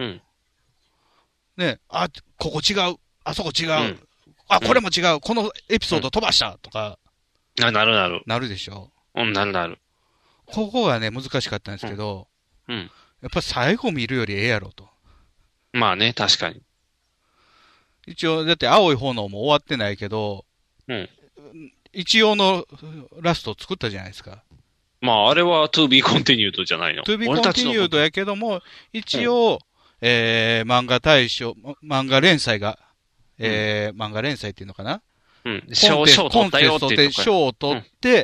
ね、あ、ここ違う、あそこ違う、あ、これも違う、このエピソード飛ばしたとか、 なる。 なるでしょ。 なる。 ここがね、難しかったんですけど、やっぱ最後見るよりええやろと。 まあね、確かに。 一応、だって青い炎も終わってないけど、一応のラスト作ったじゃないですか。 まあ、あれは to be continued じゃないの。 to be continued やけども、一応、漫画大賞、漫画連載が、漫画連載っていうのかな賞を取ったよっていう賞を取って、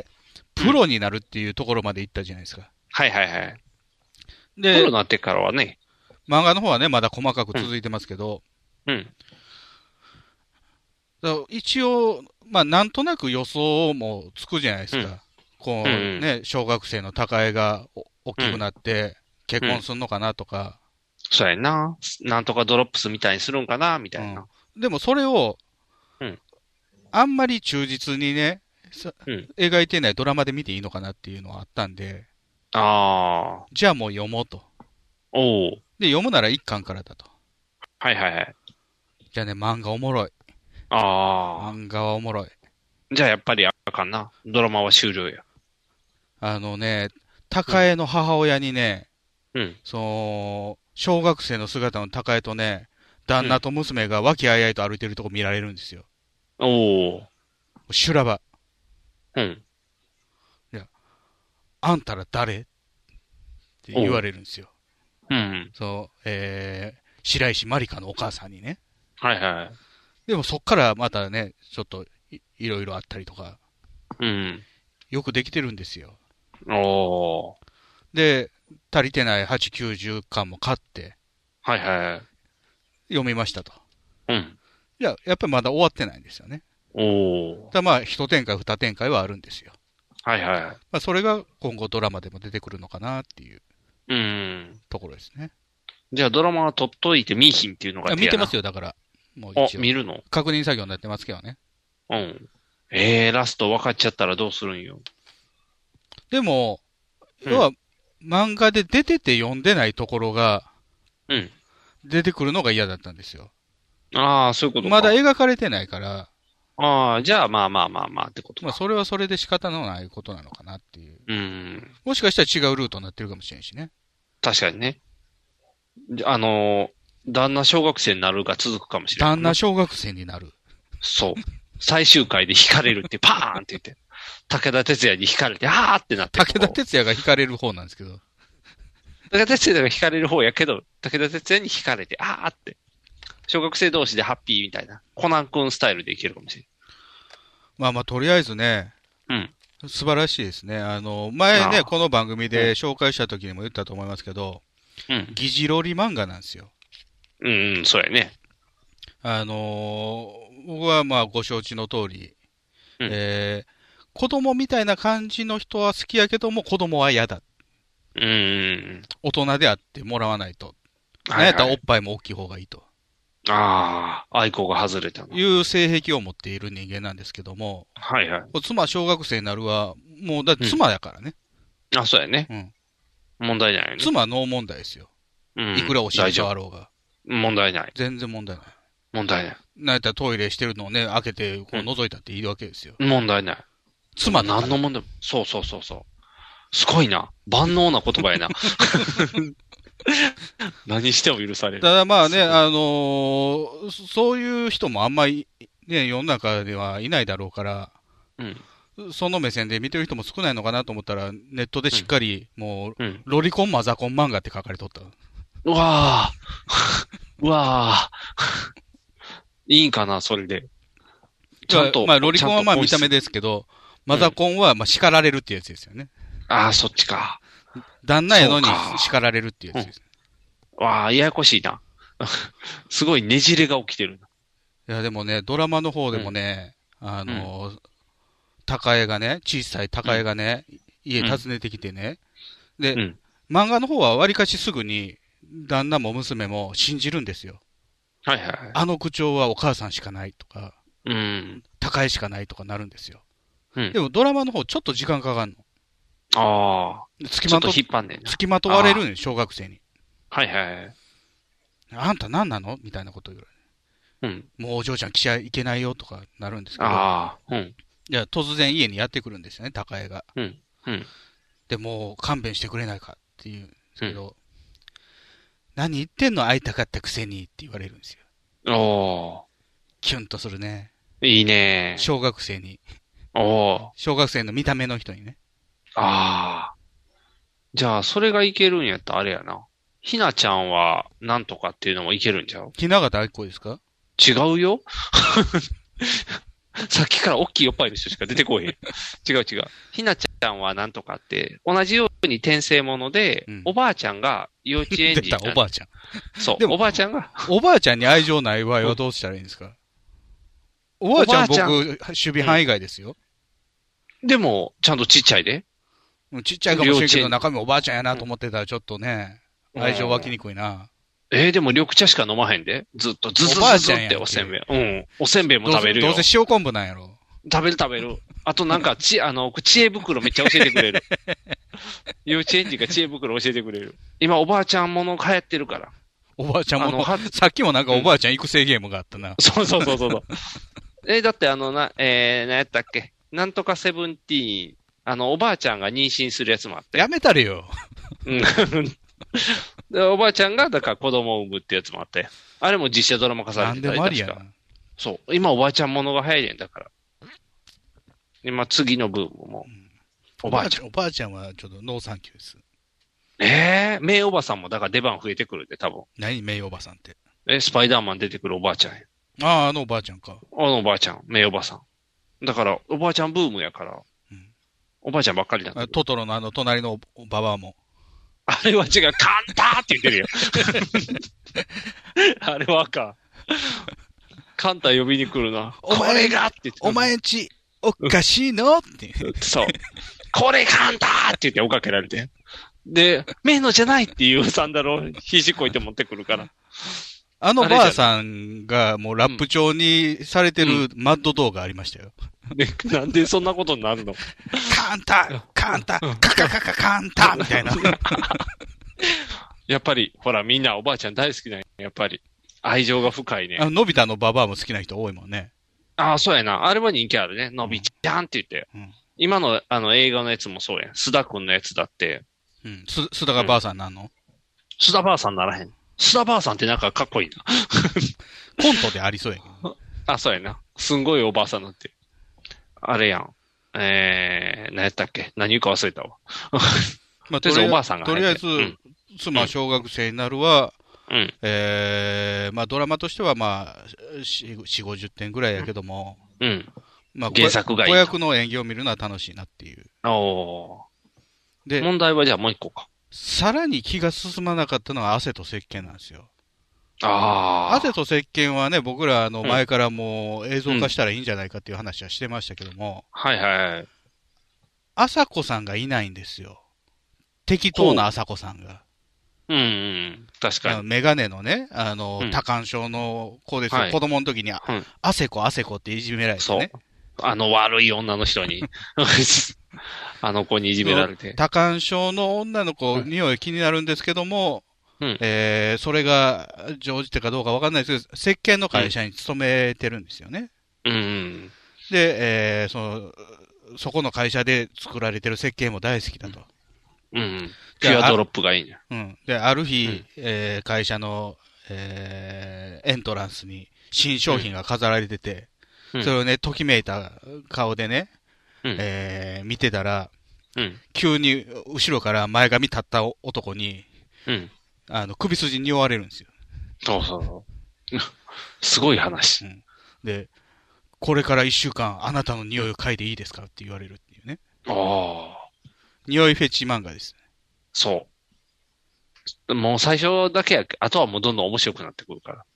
プロになるっていうところまで行ったじゃないですか。 はいはいはい。 で、 プロになってからはね。 漫画の方はね、まだ細かく続いてますけど、一応、まあ、なんとなく予想もつくじゃないですか。こうね、小学生の高江が大きくなって、結婚するのかなとか。 そうやな。なんとかドロップスみたいにするんかなみたいな。 でもそれを、あんまり忠実にね、描いてないドラマで見ていいのかなっていうのはあったんで、じゃあもう読もうと。で、読むなら一巻からだと。 はいはいはい。 じゃあね、漫画おもろい。漫画はおもろい。 じゃあやっぱりあかんな。ドラマは終了や。 高江の母親にね、小学生の姿の高江とね、旦那と娘が和気あいあいと歩いてるとこ見られるんですよ。修羅場。いや、あんたら誰って言われるんですよ。そう、白石まりかのお母さんにね。 はいはい。 でもそっからまたね、ちょっといろいろあったりとか。よくできてるんですよ。で、足りてない8、9、10巻も買って。読みましたと。いや、やっぱりまだ終わってないんですよね。まあ、一展開、二展開はあるんですよ。まあ、それが今後ドラマでも出てくるのかなっていうところですね。 じゃあドラマは撮っといて見いひんっていうのが手やな。 見てますよ、だから。もう一応。 見るの？ 確認作業になってますけどね。 うん。ラスト分かっちゃったらどうするんよ。 でも、要は、漫画で出てて読んでないところが、出てくるのが嫌だったんですよ。 ああ、そういうことか。 まだ描かれてないから。 ああ、じゃあまあってことか。 まあそれはそれで仕方のないことなのかなっていう。もしかしたら違うルートになってるかもしれんしね。 確かにね。旦那小学生になるが続くかもしれない。 旦那小学生になる。 そう。最終回で惹かれるってパーンって言って。武田鉄矢に惹かれて、あーってなって。 武田鉄矢が惹かれる方なんですけど。 武田鉄矢が惹かれる方やけど、武田鉄矢に惹かれて、あーって。小学生同士でハッピーみたいな。コナン君スタイルでいけるかもしれない。とりあえずね。素晴らしいですね。前ね、この番組で紹介した時にも言ったと思いますけど、疑似ロリ漫画なんですよ。 そうやね。 僕はご承知の通り、子供みたいな感じの人は好きやけども、子供は嫌だ。大人であってもらわないと。なんやったらおっぱいも大きい方がいいと。 ああ、愛好が外れたの。 いう性癖を持っている人間なんですけども。 はいはい。 妻小学生になるは、もうだって妻やからね。 あ、そうやね。問題ないよね。 妻ノー問題ですよ。いくらお尻触ろうが。 問題ない。 全然問題ない。 問題ない。 なんやったらトイレしてるのをね、開けて、こう覗いたっていいわけですよ。 問題ない。 妻だから。 何の問題も。そう。すごいな。万能な言葉やな。何しても許される。 ただそういう人もあんまりね、世の中ではいないだろうから、その目線で見てる人も少ないのかなと思ったら、ネットでしっかり、もう、ロリコンマザコン漫画って書かれとった。 うわぁ。いいんかな、それで。 ちゃんと。ロリコンは見た目ですけど、マザコンは叱られるってやつですよね。 ああ、そっちか。 旦那やのに叱られるっていうやつです。 わあ、ややこしいな。すごいねじれが起きてるな。いや、でもね、ドラマの方でもね、高江がね、小さい高江がね、家訪ねてきてね。で、漫画の方はわりかしすぐに、旦那も娘も信じるんですよ。 はいはい。 あの口調はお母さんしかないとか、高江しかないとかなるんですよ。でもドラマの方ちょっと時間かかるの。 ああ。ちょっと引っ張んねんな。 付きまとわれるね、小学生に。 はいはい。 あんた何なのみたいなこと言われる。もうお嬢ちゃん来ちゃいけないよとかなるんですけど。いや、突然家にやってくるんですよね、高江が。で、もう勘弁してくれないかって言うんですけど、何言ってんの会いたかったくせにって言われるんですよ。キュンとするね。 いいね。 小学生に。小学生の見た目の人にね。 じゃあ、それがいけるんやったらあれやな。ひなちゃんは、なんとかっていうのもいけるんちゃう？ ひながたあいこですか？ 違うよ。さっきから大きいおっぱいの人しか出てこへん。違う。ひなちゃんはなんとかって、同じように転生もので、おばあちゃんが幼稚園児になる。 出た、おばあちゃん。 そう。でもおばあちゃんが。 おばあちゃんに愛情ない場合はどうしたらいいんですか？おばあちゃん僕、守備範囲外ですよ。 でも、ちゃんとちっちゃいで。 ちっちゃいかもしれんけど、中身おばあちゃんやなと思ってたらちょっとね、愛情湧きにくいな。 でも緑茶しか飲まへんで。ずっとズズズズっておせんべい。おせんべいも食べるよ。 どうせ塩昆布なんやろ。 食べる。あとなんか、知恵袋めっちゃ教えてくれる。幼稚園児が知恵袋教えてくれる。今おばあちゃんもの流行ってるから。 おばあちゃんもの、さっきもなんかおばあちゃん育成ゲームがあったな。 そう。だって何やったっけ？なんとかセブンティーン。おばあちゃんが妊娠するやつもあって。 やめたれよ。 でおばあちゃんが、だから子供を産むってやつもあって。あれも実写ドラマ化されてたり。 なんでもありやな。 そう。今おばあちゃんものが流行りやんだから。今次のブームも。 おばあちゃんはちょっとノーサンキューです。 メイおばさんもだから出番増えてくるで、多分。 何メイおばさんって。 スパイダーマン出てくるおばあちゃんや。 あのおばあちゃんか。 あのおばあちゃん、メイおばさん。だから、おばあちゃんブームやから。おばあちゃんばっかりなんだ。 トトロの隣のババアも。 あれは違う、カンターって言ってるよ。あれはあかん。カンタ呼びに来るな。これがって言って。 お前んち、おかしいのって。 そう。これカンターって言って追っかけられて。 で、メイのじゃないっていうサンダルを肘こいて持ってくるから。 あのばあさんがもうラップ調にされてるマッド動画ありましたよ。 なんでそんなことになるの？ カンタカンタカカカカカンタみたいな。 やっぱり、ほらみんなおばあちゃん大好きだよ。やっぱり。愛情が深いね。 のび太のババアも好きな人多いもんね。 ああ、そうやな。あれは人気あるね。のびちゃんって言って。今の映画のやつもそうやん。須田くんのやつだって。 うん。須田がばあさんなんの？ 須田ばあさんならへん。須田ばあさんってなんかかっこいいな。 コントでありそうやけど。 あ、そうやな。すんごいおばあさんになって。あれやん。何やったっけ？何言うか忘れたわ。 まあ、 とりあえずおばあさんがとりあえず、妻小学生になるは、まあドラマとしてはまあ、4、50点ぐらいやけども、まあ原作がいい。 子役の演技を見るのは楽しいなっていう。 で、問題はじゃあもう一個か。 さらに気が進まなかったのは汗と石鹸なんですよ。汗と石鹸はね、僕ら前からもう映像化したらいいんじゃないかっていう話はしてましたけども、 はいはい。 朝子さんがいないんですよ。適当な朝子さんが。 確かに。 メガネのね、多感症の子ですよ。子供の時に、汗子っていじめられてね。 悪い女の人に。あの子にいじめられて。 多感症の女の子、匂い気になるんですけども、それが常時てかどうかわかんないですけど、石鹸の会社に勤めてるんですよね。で、そこの会社で作られてる石鹸も大好きだと。 ピュアドロップがいいね。 で、ある日、会社の、エントランスに新商品が飾られてて、それをね、ときめいた顔でね、見てたら、急に後ろから前髪立った男に、首筋に匂われるんですよ。 そう。すごい話。 で、これから1週間あなたの匂いを嗅いでいいですかって言われるっていうね。匂いフェチ漫画です。 そう。もう最初だけやけ、あとはもうどんどん面白くなってくるから。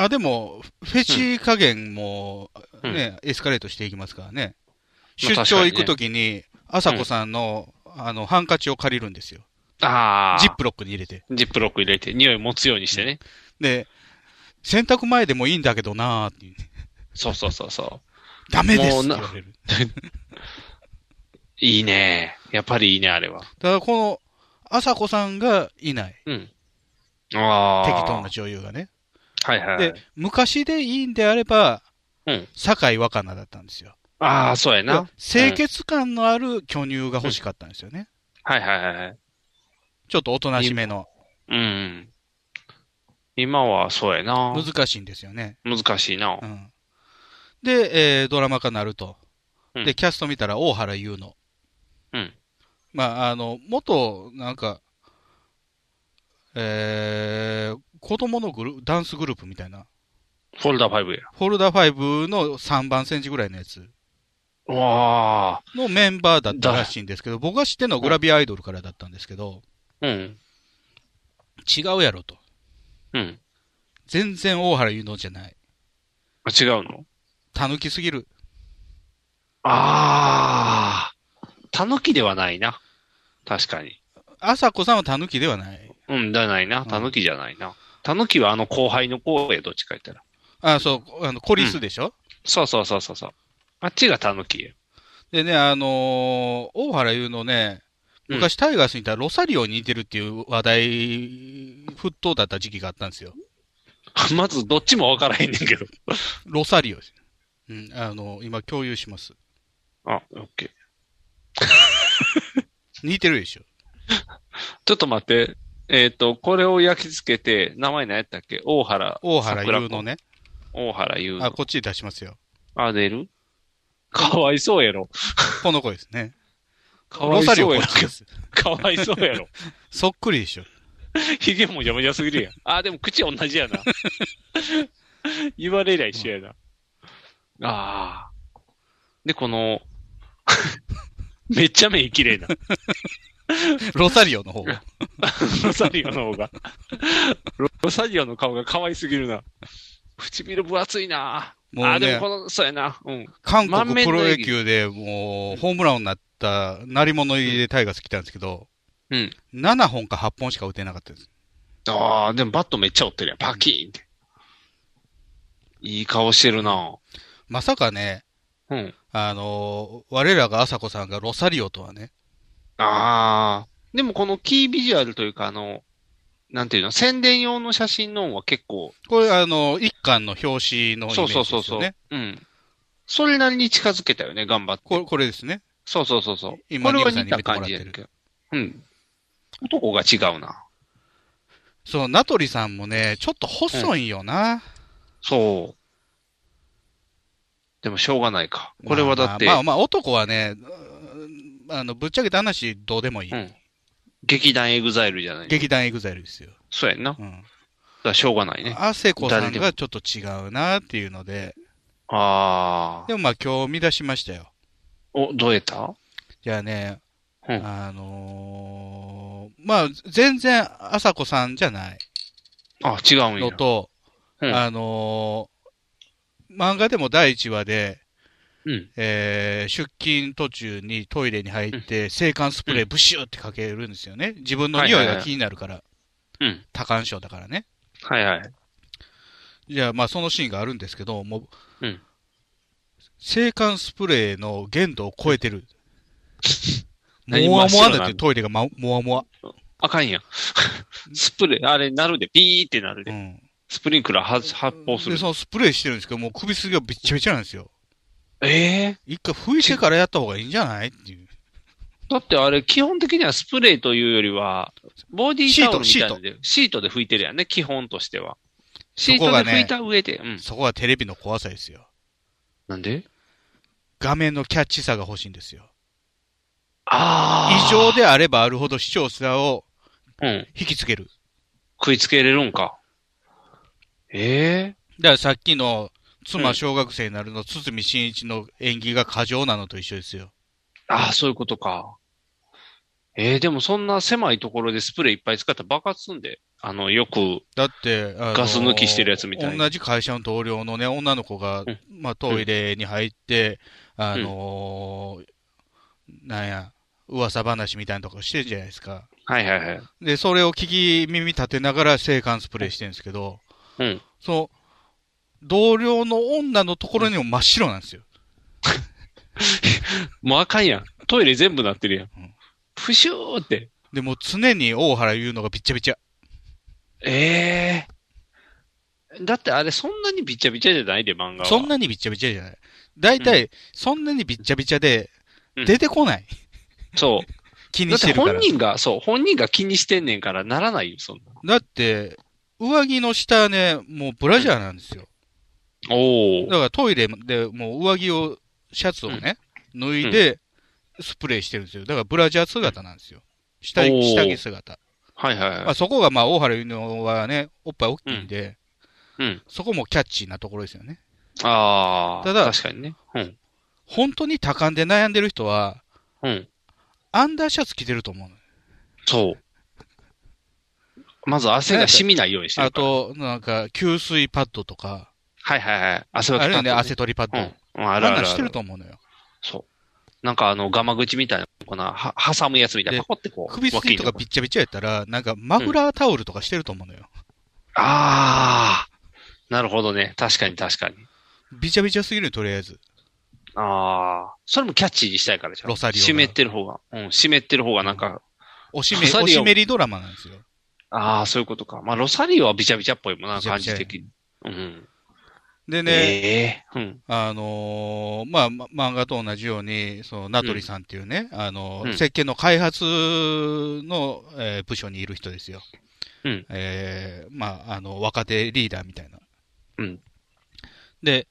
でも、フェチ加減もね、エスカレートしていきますからね。出張行くときに、朝子さんの、ハンカチを借りるんですよ。ジップロックに入れて。 ジップロック入れて、匂い持つようにしてね。 で、洗濯前でもいいんだけどなーっていう。 そう。 ダメですって言われる。 いいね。やっぱりいいね、あれは。 ただこの、朝子さんがいない。適当な女優がね。で、昔でいいんであれば、酒井若菜だったんですよ。 そうやな。 清潔感のある巨乳が欲しかったんですよね。ちょっとおとなしめの。 今はそうやな。 難しいんですよね。 難しいな。 で、ドラマ化なると。で、キャスト見たら大原優乃。まあ、元、なんか、子供のダンスグループみたいな。 フォルダ5や。 フォルダ5の3番センチぐらいのやつ。のメンバーだったらしいんですけど、僕が知ってるのはグラビアアイドルからだったんですけど、違うやろと。全然大原優乃じゃない。 違うの？ たぬきすぎる。 たぬきではないな。確かに。 朝子さんはたぬきではない。 じゃないな。たぬきじゃないな。たぬきは後輩の子へどっちか言ったら。 そう、コリスでしょ？ そう。あっちがたぬきや。 でね、大原優のね、昔タイガースにいたロサリオに似てるっていう話題、沸騰だった時期があったんですよ。 まずどっちもわからへんねんけど。 ロサリオです。今共有します。 オッケー。 似てるでしょ。 ちょっと待って。これを焼き付けて、名前何やったっけ？大原優のね。大原優の。 こっちで出しますよ。 出る？かわいそうやろ。 この子ですね。 かわいそうやろ。かわいそうやろ。 そっくりでしょ。 ひげもじゃもじゃすぎるやん。でも口同じやな。言われりゃ一緒やな。で、この、めっちゃ目綺麗な。 ロサリオの方が。 ロサリオの方が。ロサリオの顔が可愛すぎるな。唇分厚いな。 もうね、 でもそうやな。 韓国プロ野球でもう、ホームランになった、鳴り物入りでタイガース来たんですけど、 うん。 7本か8本しか打てなかったです。 ああ、でもバットめっちゃ折ってるやん。パキーンって。いい顔してるな。 まさかね、 うん。 我らが朝子さんがロサリオとはね。 ああ。でもこのキービジュアルというかなんていうの、宣伝用の写真のは結構。 これ一巻の表紙のイメージですよね。 そう。うん。それなりに近づけたよね、頑張って。 これですね。 そう。 今、 これは似た感じやけど。うん。男が違うな。 そう、名取さんもね、ちょっと細いよな。うん、 そう。でもしょうがないか。これはだって。 まあ、男はね、ぶっちゃけた話、どうでもいい。うん。 劇団エグザイルじゃない。 劇団エグザイルですよ。 そうやんな。うん。だからしょうがないね。 汗子さんがちょっと違うなっていうので。 ああ。 でもまあ今日見出しましたよ。 お、どうやった？ じゃあね、うん、まあ全然朝子さんじゃない。 あ、違うんや。 のと、うん、漫画でも第1話で、うん、出勤途中にトイレに入って、制汗スプレーブシューってかけるんですよね。自分の匂いが気になるから。うん。多汗症だからね。 はいはい。 じゃあ、まあそのシーンがあるんですけど、もう、うん。制汗スプレーの限度を超えてる。モワモワだってトイレがモワモワ。 あかんやん。スプレー、あれなるで、ピーってなるで。うん。スプリンクラー発泡する。 で、そのスプレーしてるんですけど、もう首筋がびっちゃびちゃなんですよ。一回拭いてからやった方がいいんじゃないっていう。 だってあれ、基本的にはスプレーというよりは、ボディータオルみたいなので、シートで拭いてるやんね、基本としては。シートで拭いた上で、 うん。そこはテレビの怖さですよ。 なんで？ 画面のキャッチさが欲しいんですよ。異常であればあるほど視聴者を、引きつける。 食いつけれるんか。 だからさっきの、妻小学生になるの、堤真一の演技が過剰なのと一緒ですよ。 ああ、そういうことか。でもそんな狭いところでスプレーいっぱい使ったら爆発すんで。よく。 だって、 ガス抜きしてるやつみたいな。 同じ会社の同僚のね、女の子が、まあトイレに入って、なんや、噂話みたいなとこしてるじゃないですか。 はいはいはい。 で、それを聞き耳立てながら制汗スプレーしてるんですけど、うん。同僚の女のところにも真っ白なんですよ。 もうあかんやん。トイレ全部なってるやん。うん、プシューって。 でも常に大原言うのがびっちゃびちゃ。 だってあれそんなにびっちゃびちゃじゃないで、漫画は。 そんなにびっちゃびちゃじゃない。だいたい、そんなにびっちゃびちゃで、出てこない。 そう。 気にしてるから。 だって本人が気にしてんねんからならないよ、そんな。 だって、上着の下ね、もうブラジャーなんですよ。だからトイレでもう上着を、シャツをね、脱いで、スプレーしてるんですよ。だからブラジャー姿なんですよ。下着姿。 はいはい。 まあそこがまあ大原優乃はね、おっぱい大きいんで、そこもキャッチーなところですよね。 ああ。 ただ、 確かにね。 本当に多感で悩んでる人は、アンダーシャツ着てると思う。 そう。まず汗が染みないようにしてるから。 あと、なんか、吸水パッドとか。 はいはいはい。汗取りパッド、ね。あれね、汗取りパッド。あるあるしてると思うのよ。 そう。なんかガマ口みたいな、挟むやつみたいな。パコってこう。 首筋とかびっちゃびちゃやったら、なんかマフラータオルとかしてると思うのよ。 ああ。なるほどね。確かに確かに。 びちゃびちゃすぎるとりあえず。 ああ。それもキャッチーにしたいからじゃん。 ロサリオ。 湿ってる方が。湿ってる方がなんか。 おしめりドラマなんですよ。 ああ、そういうことか。まあ、ロサリオはビチャビチャっぽいもんな、感じ的に。うん。 でね、まあ、漫画と同じように、名取さんっていうね、石鹸の開発の、部署にいる人ですよ。まあ、若手リーダーみたいな。で、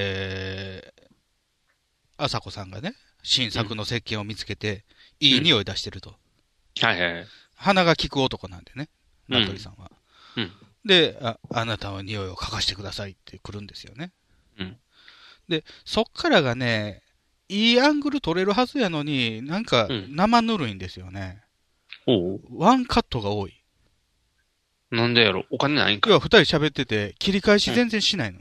朝子さんがね、新作の石鹸を見つけて、いい匂い出してると。 はいはい。 鼻が利く男なんでね、名取さんは。で、あなたは匂いを嗅がしてくださいって来るんですよね。で、そっからがね、いいアングル取れるはずやのに、なんか生ぬるいんですよね。ワンカットが多い。 なんでやろ、お金ないんか。 要は二人喋ってて、切り返し全然しないの。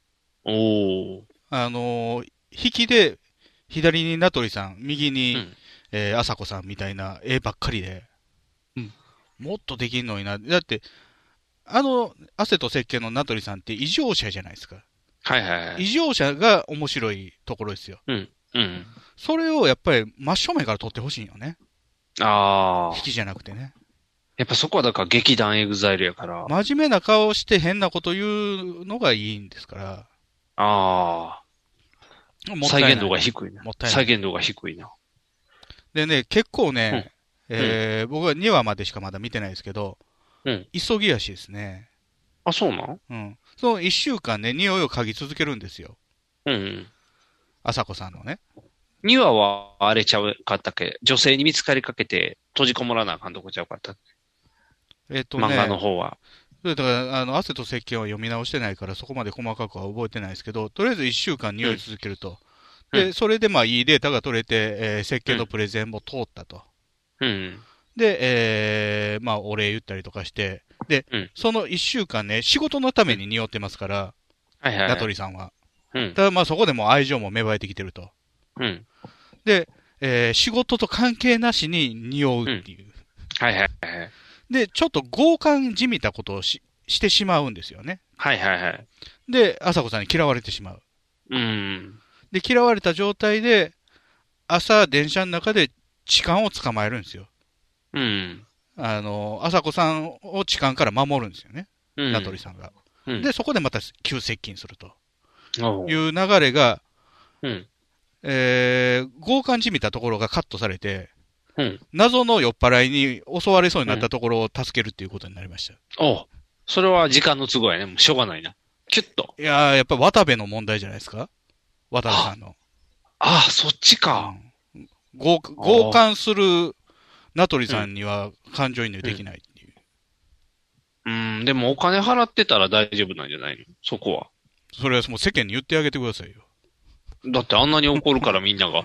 引きで、左に名取さん、右に、朝子さんみたいな絵ばっかりで。 うん。もっとできんのにな。だって、汗と石鹸の名取さんって異常者じゃないですか。 はいはいはい。 異常者が面白いところですよ。 うん。うん。 それをやっぱり真正面から撮ってほしいんよね。 ああ。 引きじゃなくてね。 やっぱそこはだから劇団エグザイルやから。 真面目な顔して変なこと言うのがいいんですから。 ああ。再現度が低いな。再現度が低いな。 でね、結構ね、僕は2話までしかまだ見てないですけど、急ぎ足ですね。 あ、そうなん？ うん。その1週間ね、匂いを嗅ぎ続けるんですよ。朝子さんのね。 2話はあれちゃうかったっけ？女性に見つかりかけて閉じこもらなあかんとこちゃうかった。漫画の方は。 だから、汗と石鹸は読み直してないから、そこまで細かくは覚えてないですけど、とりあえず1週間匂い続けると。で、それでまあいいデータが取れて、石鹸のプレゼンも通ったと。で、まあお礼言ったりとかして、で、その1週間ね、仕事のために匂ってますから、名取さんは。ただまあそこでも愛情も芽生えてきてると。で、仕事と関係なしに匂うっていう。で、ちょっと強姦じみたことをしてしまうんですよね。で、朝子さんに嫌われてしまう。で、嫌われた状態で、朝電車の中で痴漢を捕まえるんですよ。朝子さんを痴漢から守るんですよね。名取さんが。で、そこでまた急接近すると。いう流れが、強姦じみたところがカットされて、謎の酔っ払いに襲われそうになったところを助けるっていうことになりました。 それは時間の都合やね。もうしょうがないな。キュッと。 いやー、やっぱ渡部の問題じゃないですか？渡部さんの。 そっちか。 強姦する名取さんには感情移入できないっていう。 でもお金払ってたら大丈夫なんじゃないの？そこは。 それはもう世間に言ってあげてくださいよ。 だってあんなに怒るからみんなが。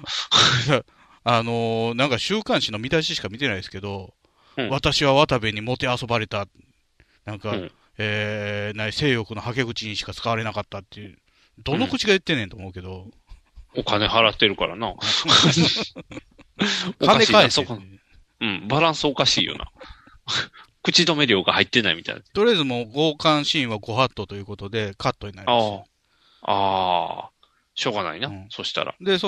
なんか週刊誌の見出ししか見てないですけど、私は渡部にもてあそばれた。なんか、性欲のはけ口にしか使われなかったっていう。どの口が言ってんねんと思うけど。 お金払ってるからな。 金返せ。 バランスおかしいよな。口止め料が入ってないみたいな。 とりあえずもう強姦シーンはご法度ということでカットになります。 しょうがないな。そしたら。 で、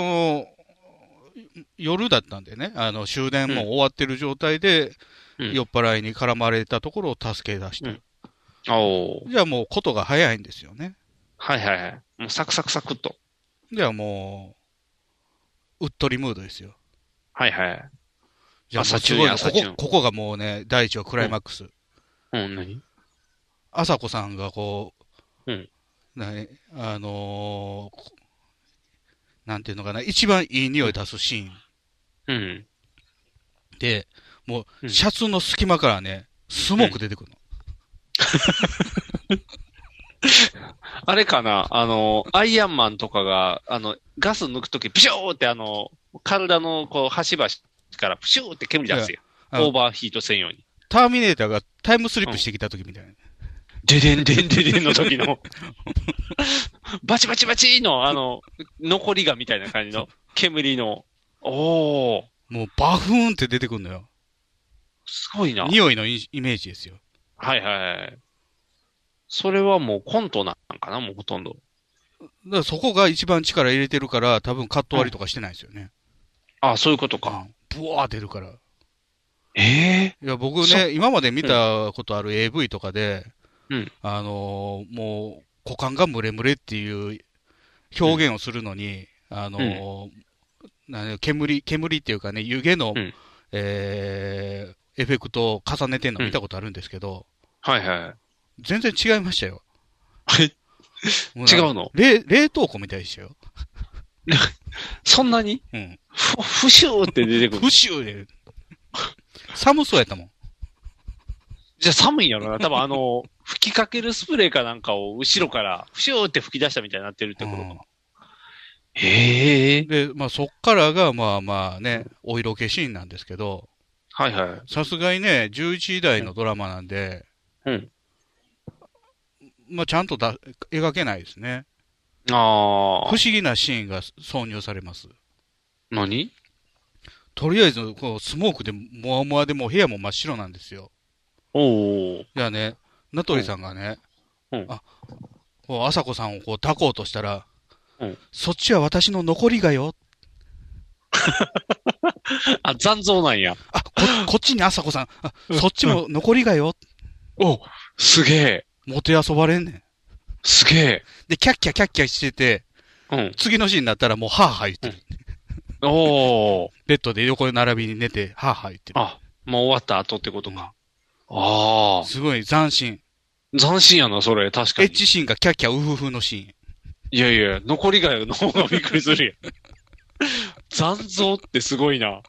夜だったんでね、終電も終わってる状態で、酔っ払いに絡まれたところを助け出した。じゃあもうことが早いんですよね。 もうサクサクサクっと。 じゃあもう、うっとりムードですよ。じゃあすごい、ここがもうね、第一話クライマックス。 何？ 朝子さんがこう、なんていうのかな、一番いい匂い出すシーン。で、もう、シャツの隙間からね、スモーク出てくるの。 あれかなアイアンマンとかが、ガス抜くとき、プシューって体のこう、端々からプシューって煙出すよ。オーバーヒート専用に。 ターミネーターがタイムスリップしてきたときみたいな。 デデンデンデデンの時の、バチバチバチの残りがみたいな感じの煙の、もうバフーンって出てくるのよ。 すごいな。 匂いのイメージですよ。 それはもうコントなんかな、もうほとんど。 だからそこが一番力入れてるから、多分カット割りとかしてないですよね。 そういうことか。 ブワー出るから。 いや、僕ね、今まで見たことある AV とかで、もう、股間がムレムレっていう表現をするのに、煙っていうかね、湯気の、エフェクトを重ねてんの見たことあるんですけど、全然違いましたよ。 違うの？ 冷凍庫みたいでしたよ。 そんなに？ふしゅーって出てくる。 ふしゅーで。寒そうやったもん。 じゃあ寒いんやろな。多分吹きかけるスプレーかなんかを後ろからふしゅーって吹き出したみたいになってるってことか。で、まあそっからがまあまあね、お色気シーンなんですけど、さすがにね、11時台のドラマなんで、まあちゃんと描けないですね。不思議なシーンが挿入されます。何？ とりあえず、こう、スモークで、モワモワでもう部屋も真っ白なんですよ。 おー。 いやね、名取さんがね、こう、朝子さんをこう抱こうとしたら、そっちは私の残りがよ。 あ、残像なんや。 こっちに朝子さん、そっちも残りがよ。 お、すげえ。 もてあそばれんねん。 すげえ。 で、キャッキャしてて、次のシーンになったらもうハーハー言ってる。 おー。 ベッドで横並びに寝て、ハーハー言ってる。 あ、もう終わった後ってことか。ああ。 すごい斬新。 斬新やな、それ、確かに。 エッチシーンがキャッキャウフフのシーン。 いやいや、残りがよの方がびっくりするやん。残像ってすごいな。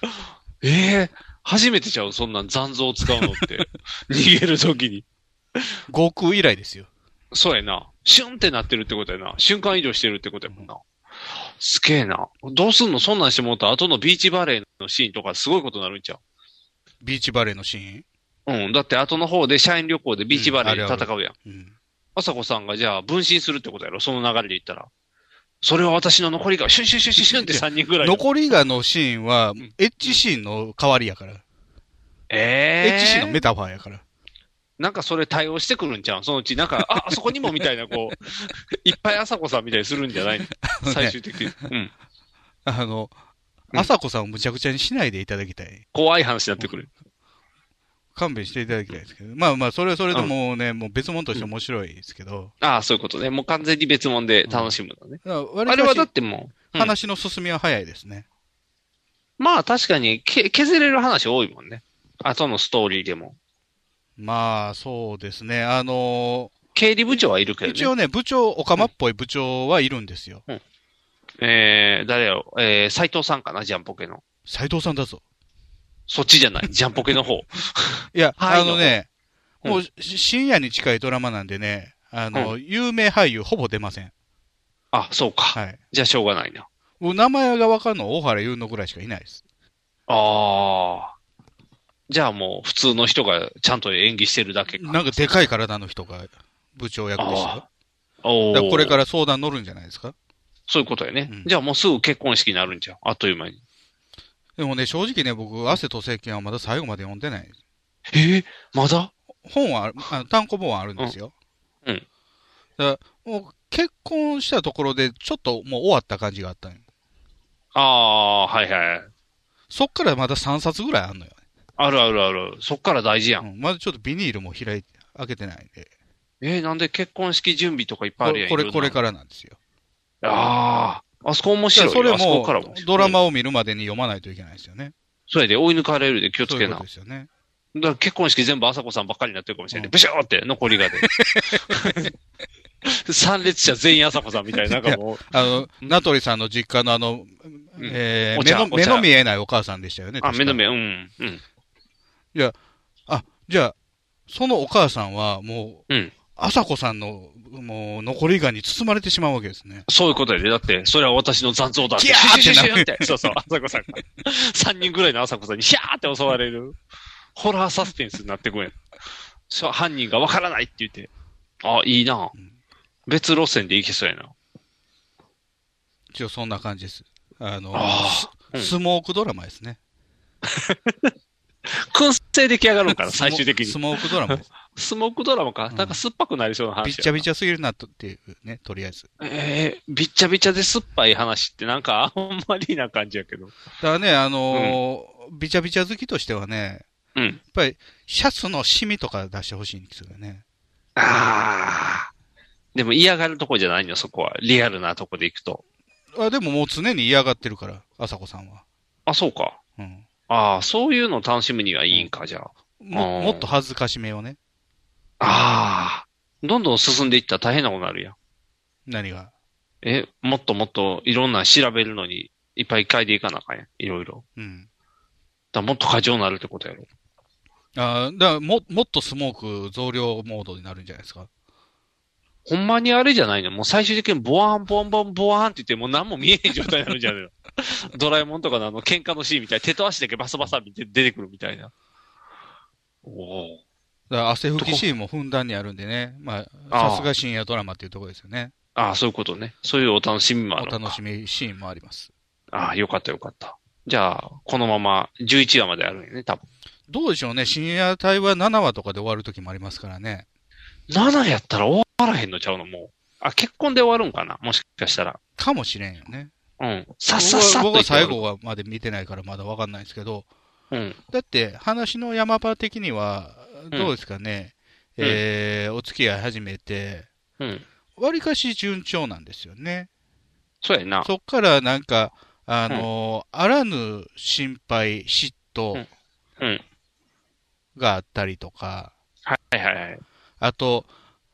初めてちゃう、そんなん残像使うのって。逃げるときに。 悟空以来ですよ。 そうやな。シュンってなってるってことやな。瞬間移動してるってことやもんな。すげえな。どうすんのそんなんしてもらった後のビーチバレーのシーンとかすごいことになるんちゃう？ ビーチバレーのシーン？ うん。だって後の方で社員旅行でビーチバレーで戦うやん。朝子さんがじゃあ分身するってことやろ？その流れで言ったら。それは私の残りが、シュンシュンシュンシュンって3人ぐらい。 残りがのシーンは、エッチシーンの代わりやから。エッチシーンのメタファーやから。 なんかそれ対応してくるんちゃう？そのうち、なんか、あそこにもみたいな、こう、いっぱい朝子さんみたいにするんじゃないの？最終的に。うん。 朝子さんをむちゃくちゃにしないでいただきたい。 怖い話になってくる。 勘弁していただきたいですけど。まあまあ、それはそれでもうね、もう別物として面白いですけど。 ああ、そういうことね。もう完全に別物で楽しむのね。あれはだってもう、話の進みは早いですね。 まあ確かに削れる話多いもんね。後のストーリーでも。 まあ、そうですね。 経理部長はいるけどね。 一応ね、部長、オカマっぽい部長はいるんですよ。 誰やろ斉藤さんかな、ジャンポケの。 斉藤さんだぞ。 そっちじゃない、ジャンポケの方。 いや、もう深夜に近いドラマなんでね、有名俳優ほぼ出ません。 あ、そうか。 はい。 じゃあしょうがないな。 名前がわかるの大原優乃ぐらいしかいないです。 ああ。じゃあもう普通の人がちゃんと演技してるだけか。 なんかでかい体の人が部長役でしたよ。だからこれから相談乗るんじゃないですか？ そういうことやね。じゃあもうすぐ結婚式になるんじゃん。あっという間に。 でもね、正直ね、僕、汗と石鹸はまだ最後まで読んでない。 まだ？ 本は、単行本はあるんですよ。だからもう結婚したところで、ちょっともう終わった感じがあったのよ。 ああ、はいはい。 そっからまだ3冊ぐらいあんのよ。 あるあるある。そっから大事やん。 まだちょっとビニールも開けてないんで。 なんで結婚式準備とかいっぱいあるやん。 これからなんですよ。 ああ。あそこ面白いよ。 それも、ドラマを見るまでに読まないといけないですよね。 それで追い抜かれるで気をつけな。 そういうことですよね。 だから結婚式全部朝子さんばっかりになってるかもしれない。ブシューって残りがで。参列者全員朝子さんみたいな、なんかもう。名取さんの実家の目の見えないお母さんでしたよね。 目の見え、 いや、じゃあ、そのお母さんはもう、朝子さんの、もう、残りがに包まれてしまうわけですね。 そういうことやで。だって、それは私の残像だって。 ヒャーって。 そうそう、朝子さんが。3人ぐらいの朝子さんにヒャーって襲われる。ホラーサスペンスになってくんや。そう、犯人がわからないって言って。あ、いいな。別路線でいけそうやな。 一応そんな感じです。スモークドラマですね。 燻製出来上がるのかな、最終的に。 スモークドラマです。 スモークドラマか。なんか酸っぱくなりそうな話。 びっちゃびちゃすぎるなっていうね、とりあえず。 びっちゃびちゃで酸っぱい話ってなんかあんまりな感じやけど。 だからね、びちゃびちゃ好きとしてはね、やっぱりシャツのシミとか出してほしいんですよね。 でも嫌がるとこじゃないの、そこは。リアルなとこで行くと。 でももう常に嫌がってるから、朝子さんは。 あ、そうか。そういうのを楽しむにはいいんか、じゃあ。 もっと恥ずかしめをね。 どんどん進んでいったら大変なことになるやん。 何が？ もっともっといろんな調べるのにいっぱい書いていかなあかんやん。いろいろ。だもっと過剰になるってことやろ。 だからもっとスモーク増量モードになるんじゃないですか。 ほんまにあれじゃないの？もう最終的にボワンボンボンボワンって言ってもう何も見えへん状態になるんじゃないの？ドラえもんとかの喧嘩のシーンみたいな手と足だけバサバサ見て出てくるみたいな。 だから汗拭きシーンもふんだんにあるんでね。まあ、さすが深夜ドラマっていうところですよね。 そういうことね。そういうお楽しみもある。 お楽しみシーンもあります。 よかったよかった。 じゃあ、このまま11話まであるんやね、多分。 どうでしょうね。深夜帯は7話とかで終わる時もありますからね。 7やったら終わらへんのちゃうの、もう。あ、結婚で終わるんかな、もしかしたら。 かもしれんよね。 うん。さっさっさっと。 僕は最後まで見てないからまだわかんないですけど。 うん。 だって、話の山場的には、どうですかね。お付き合い始めて、わりかし順調なんですよね。 そうやな。 そっからなんか、あらぬ心配、嫉妬があったりとか、 はいはいはい。 あと、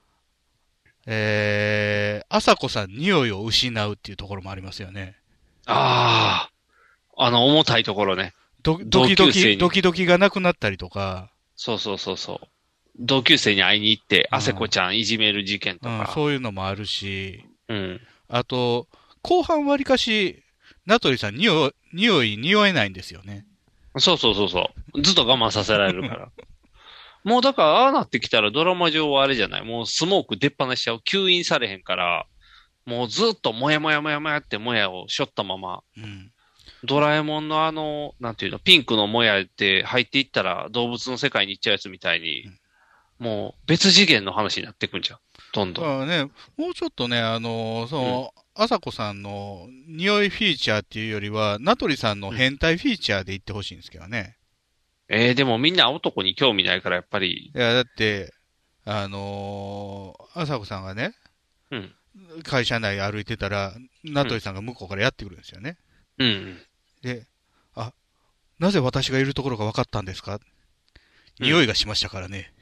朝子さん匂いを失うっていうところもありますよね。 ああ。重たいところね。 ドキドキがなくなったりとか。 そうそうそうそう。同級生に会いに行って、あせこちゃんいじめる事件とか。 そういうのもあるし。 うん。 あと、後半わりかし、名取さん匂えないんですよね。 そうそうそうそう。ずっと我慢させられるから。もうだから、ああなってきたらドラマ上はあれじゃない。もうスモーク出っ放しちゃう。吸引されへんから、もうずっともやもやもやもやってもやをしょったまま。うん、ドラえもんのなんていうの、ピンクのもやって入っていったら動物の世界に行っちゃうやつみたいに、もう別次元の話になってくんじゃん。どんどん。 だからね、もうちょっとね、朝子さんの匂いフィーチャーっていうよりは、名取さんの変態フィーチャーで言ってほしいんですけどね。 でもみんな男に興味ないからやっぱり。 いや、だって、朝子さんがね、会社内歩いてたら、名取さんが向こうからやってくるんですよね。で、なぜ私がいるところが分かったんですか？匂いがしましたからね。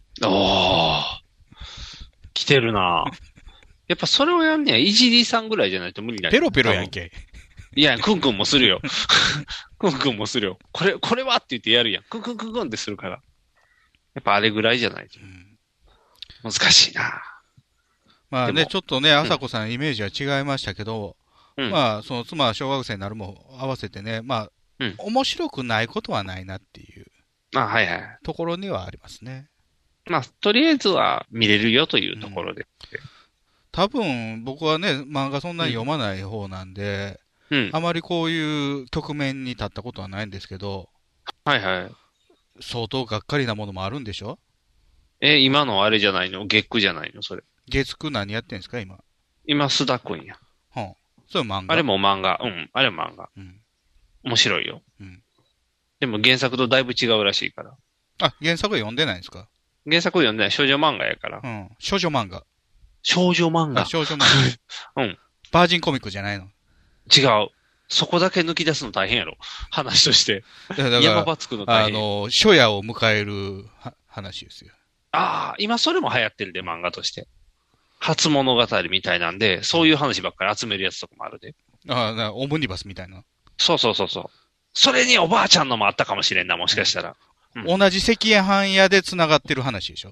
来てるなやっぱそれをやんねや、いじりさんぐらいじゃないと無理だよ。 ペロペロやんけ。 いや、クンクンもするよ。クンクンもするよ。これはって言ってやるやん。クンクンクンクンってするから。やっぱあれぐらいじゃないと。難しいなまあね、ちょっとね、朝子さんイメージは違いましたけど、まあ、その妻は小学生になるも合わせてね、まあ、面白くないことはないなっていう。 はいはい。 ところにはありますね。 まあ、とりあえずは見れるよというところで。 多分、僕はね、漫画そんなに読まない方なんで、あまりこういう局面に立ったことはないんですけど、 はいはい。 相当がっかりなものもあるんでしょ？ 今のあれじゃないの？月9じゃないのそれ。 月9何やってんですか今。 今、須田くんや。 それ漫画。 あれも漫画。あれも漫画。面白いよ。でも原作とだいぶ違うらしいから。 原作は読んでないんですか？ 原作読んでない少女漫画やから。 少女漫画。 少女漫画。 少女漫画。バージンコミックじゃないの？ 違う。そこだけ抜き出すの大変やろ。話として。 だから山場つくの大変。 初夜を迎える話ですよ。 今それも流行ってるで、漫画として。初物語みたいなんで、そういう話ばっかり集めるやつとかもあるで。 オムニバスみたいな。 そうそうそうそう。それにおばあちゃんのもあったかもしれんな、もしかしたら。 同じ赤飯屋で繋がってる話でしょ？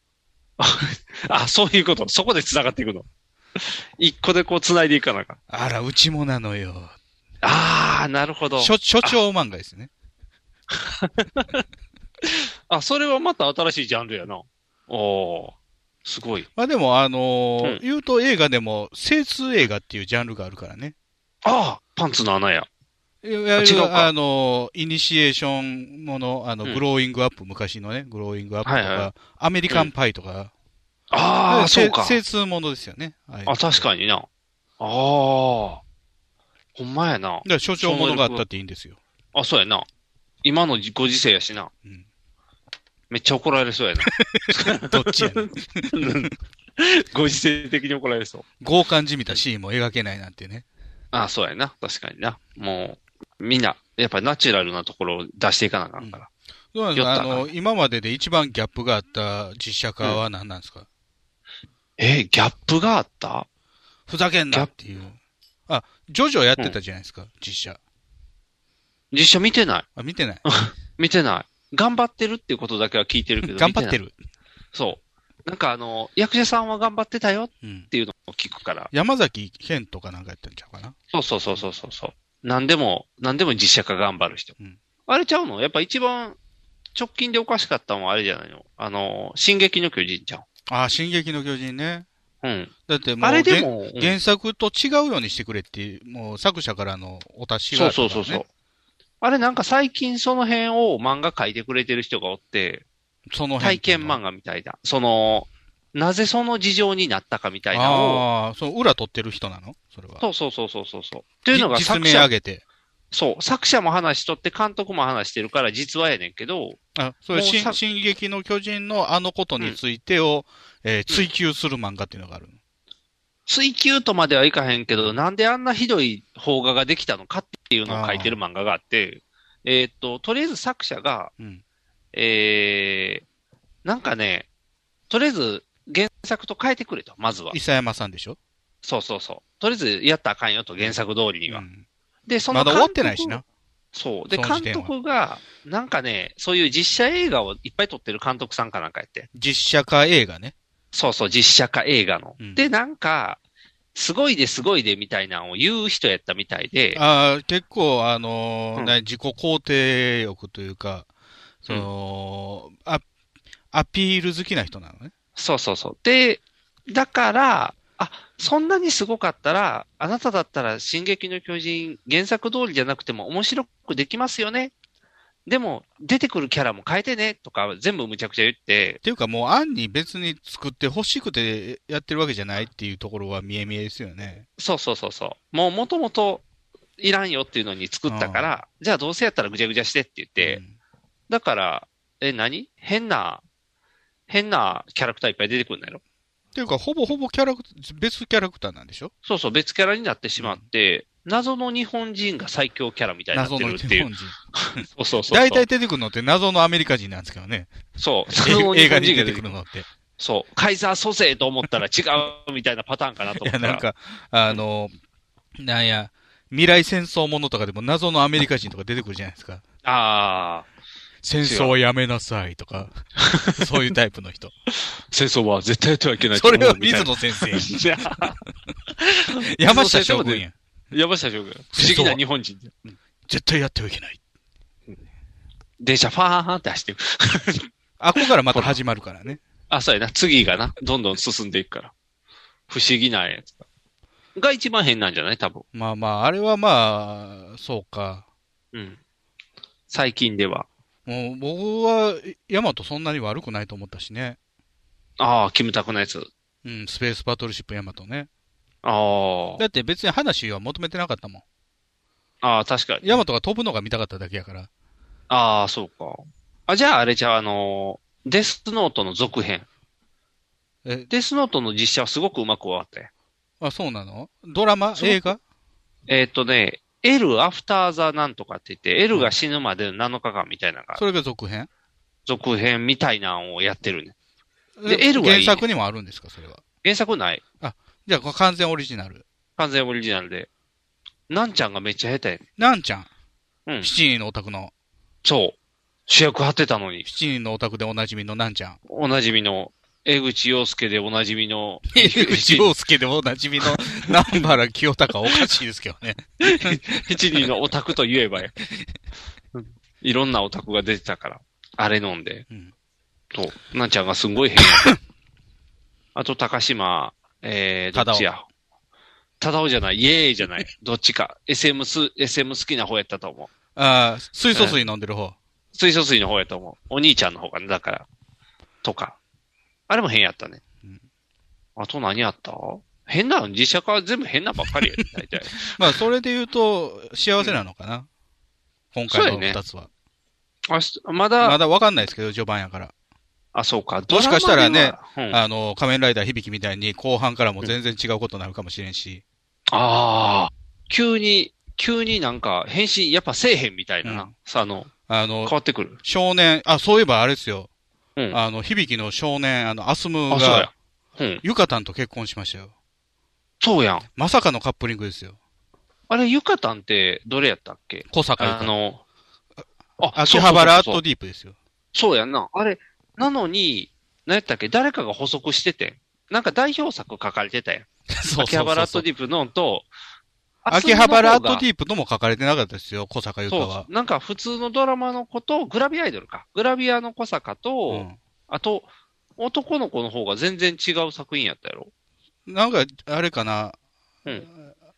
そういうこと。そこで繋がっていくの。一個でこう繋いでいかなか。 うちもなのよ。 なるほど。 所長漫画ですね。 それはまた新しいジャンルやな。すごい。 まあでも言うと映画でも、精通映画っていうジャンルがあるからね。 パンツの穴や。 違うか。イニシエーションもの、グローイングアップ、昔のね、グローイングアップとか、アメリカンパイとか。 そうか。 精通ものですよね。 確かにな。ほんまやな。 所長ものがあったっていいんですよ。 そうやな。今のご時世やしな。めっちゃ怒られそうやな。 どっちやねん。 ご時世的に怒られそう。 強姦じみたシーンも描けないなんてね。 そうやな。確かにな。もう、みんな、やっぱりナチュラルなところを出していかなあかんから。 そうなんです。今までで一番ギャップがあった実写化は何なんですか？ ギャップがあった？ ふざけんなっていう。ジョジョやってたじゃないですか、実写。 実写見てない。 見てない。 見てない。頑張ってるっていうことだけは聞いてるけど。 頑張ってる。 そう。なんか役者さんは頑張ってたよっていうのを聞くから。 山崎賢とかなんかやったんちゃうかな。 そう。何でも実写化頑張る人。あれちゃうの？やっぱ一番直近でおかしかったのはあれじゃないの？進撃の巨人ちゃん。 進撃の巨人ね。だってもう、 あれでも原作と違うようにしてくれっていう、もう作者からのお達しがあるからね。 あれなんか最近その辺を漫画描いてくれてる人がおって、 その辺。 体験漫画みたいな。なぜその事情になったかみたいなのを。 ああ、裏取ってる人なのそれは。 そう。っていうのが実名上げて。 そう。作者も話しとって監督も話してるから実話やねんけど。 それ進撃の巨人のあのことについてを、追求する漫画っていうのがある。 追求とまではいかへんけど、なんであんなひどい邦画ができたのかっていうのを書いてる漫画があって、とりあえず作者が、なんかね、とりあえず原作と変えてくれと、まずは。 伊佐山さんでしょ？ そう。とりあえずやったらあかんよと、原作通りには。で、 まだ終わってないしな。 そう。で、監督が、なんかね、そういう実写映画をいっぱい撮ってる監督さんかなんかやって。 実写化映画ね。 そう、実写化映画の。で、なんか、すごいでみたいなのを言う人やったみたいで。 結構、自己肯定欲というか、アピール好きな人なのね。 そう。で、だから、そんなにすごかったら、あなただったら進撃の巨人、原作通りじゃなくても面白くできますよね。でも、出てくるキャラも変えてね、とか、全部むちゃくちゃ言って。 っていうかもう、案に別に作って欲しくてやってるわけじゃないっていうところは見え見えですよね。 そう。もう元々いらんよっていうのに作ったから、じゃあどうせやったらぐちゃぐちゃしてって言って、だから、何変なキャラクターいっぱい出てくるんだよ。 っていうか、ほぼ別キャラクターなんでしょ？ そう、別キャラになってしまって、謎の日本人が最強キャラみたいになってるっていう。 謎の日本人。そう。大体出てくるのって謎のアメリカ人なんですけどね。 そう。 映画に出てくるのって。 そう。カイザー蘇生と思ったら違うみたいなパターンかなと思ったら。 いや、なんか、なんや、未来戦争ものとかでも謎のアメリカ人とか出てくるじゃないですか。戦争をやめなさいとか、そういうタイプの人。 戦争は絶対やってはいけないと思う。それは水野先生。山下将軍や。 山下将軍。不思議な日本人。 絶対やってはいけない。 電車ファーンって走ってる。 ここからまた始まるからね。 そうやな。次がな。どんどん進んでいくから。不思議なやつが一番変なんじゃない多分。 あれはそうか。 最近では。 もう僕は、ヤマトそんなに悪くないと思ったしね。 キムタクのやつ。 スペースバトルシップヤマトね。 だって別に話は求めてなかったもん。 確かに。 ヤマトが飛ぶのが見たかっただけやから。 そうか。じゃああれじゃあデスノートの続編。デスノートの実写はすごくうまく終わったよ。 そうなの？ドラマ？映画 L アフターザなんとかって言って、L が死ぬまでの7日間みたいなのが。 それが続編みたいなのをやってるね。 で、L は原作にもあるんですか、それは。 原作ない。 じゃあ完全オリジナル。 完全オリジナルで。なんちゃんがめっちゃ下手やね。 なんちゃん 7 人のオタクの。 そう。主役張ってたのに。 7人のオタクでおなじみのなんちゃん。 おなじみの。江口洋介でおなじみの。 江口洋介でおなじみの南原清隆おかしいですけどね。 7人のオタクと言えばや。いろんなオタクが出てたから。あれ飲んで。そう。なんちゃんがすんごい変や。あと、高島、どっちや。ただおじゃない、イエーイじゃない。どっちか。SM 好きな方やったと思う。 水素水飲んでる方。 水素水の方やと思う。お兄ちゃんの方かね。だから。とか。あれも変やったね。あと何やった変なの実写化は全部変なばっかりや。大体。 それで言うと、幸せなのかな、今回の二つは。 まだわかんないですけど、序盤やから。 そうか。 もしかしたらね、仮面ライダー響きみたいに後半からも全然違うことになるかもしれんし。 急になんか変身やっぱせえへんみたいなな。変わってくる。 少年、そういえばあれですよ。響きの少年、アスムが、ユカタンと結婚しましたよ。 そうやん。 まさかのカップリングですよ。 あれ、ユカタンってどれやったっけ？ 小坂ゆか。秋葉原アットディープですよ。 そうやんな。あれ、なのに、何やったっけ？誰かが補足してて。なんか代表作書かれてたやん。秋葉原アットディープのと、 秋葉原アットディープのも書かれてなかったですよ、小坂ゆかは。 なんか普通のドラマの子と、グラビアアイドルか。グラビアの小坂と、あと、男の子の方が全然違う作品やったやろ。 なんか、あれかな。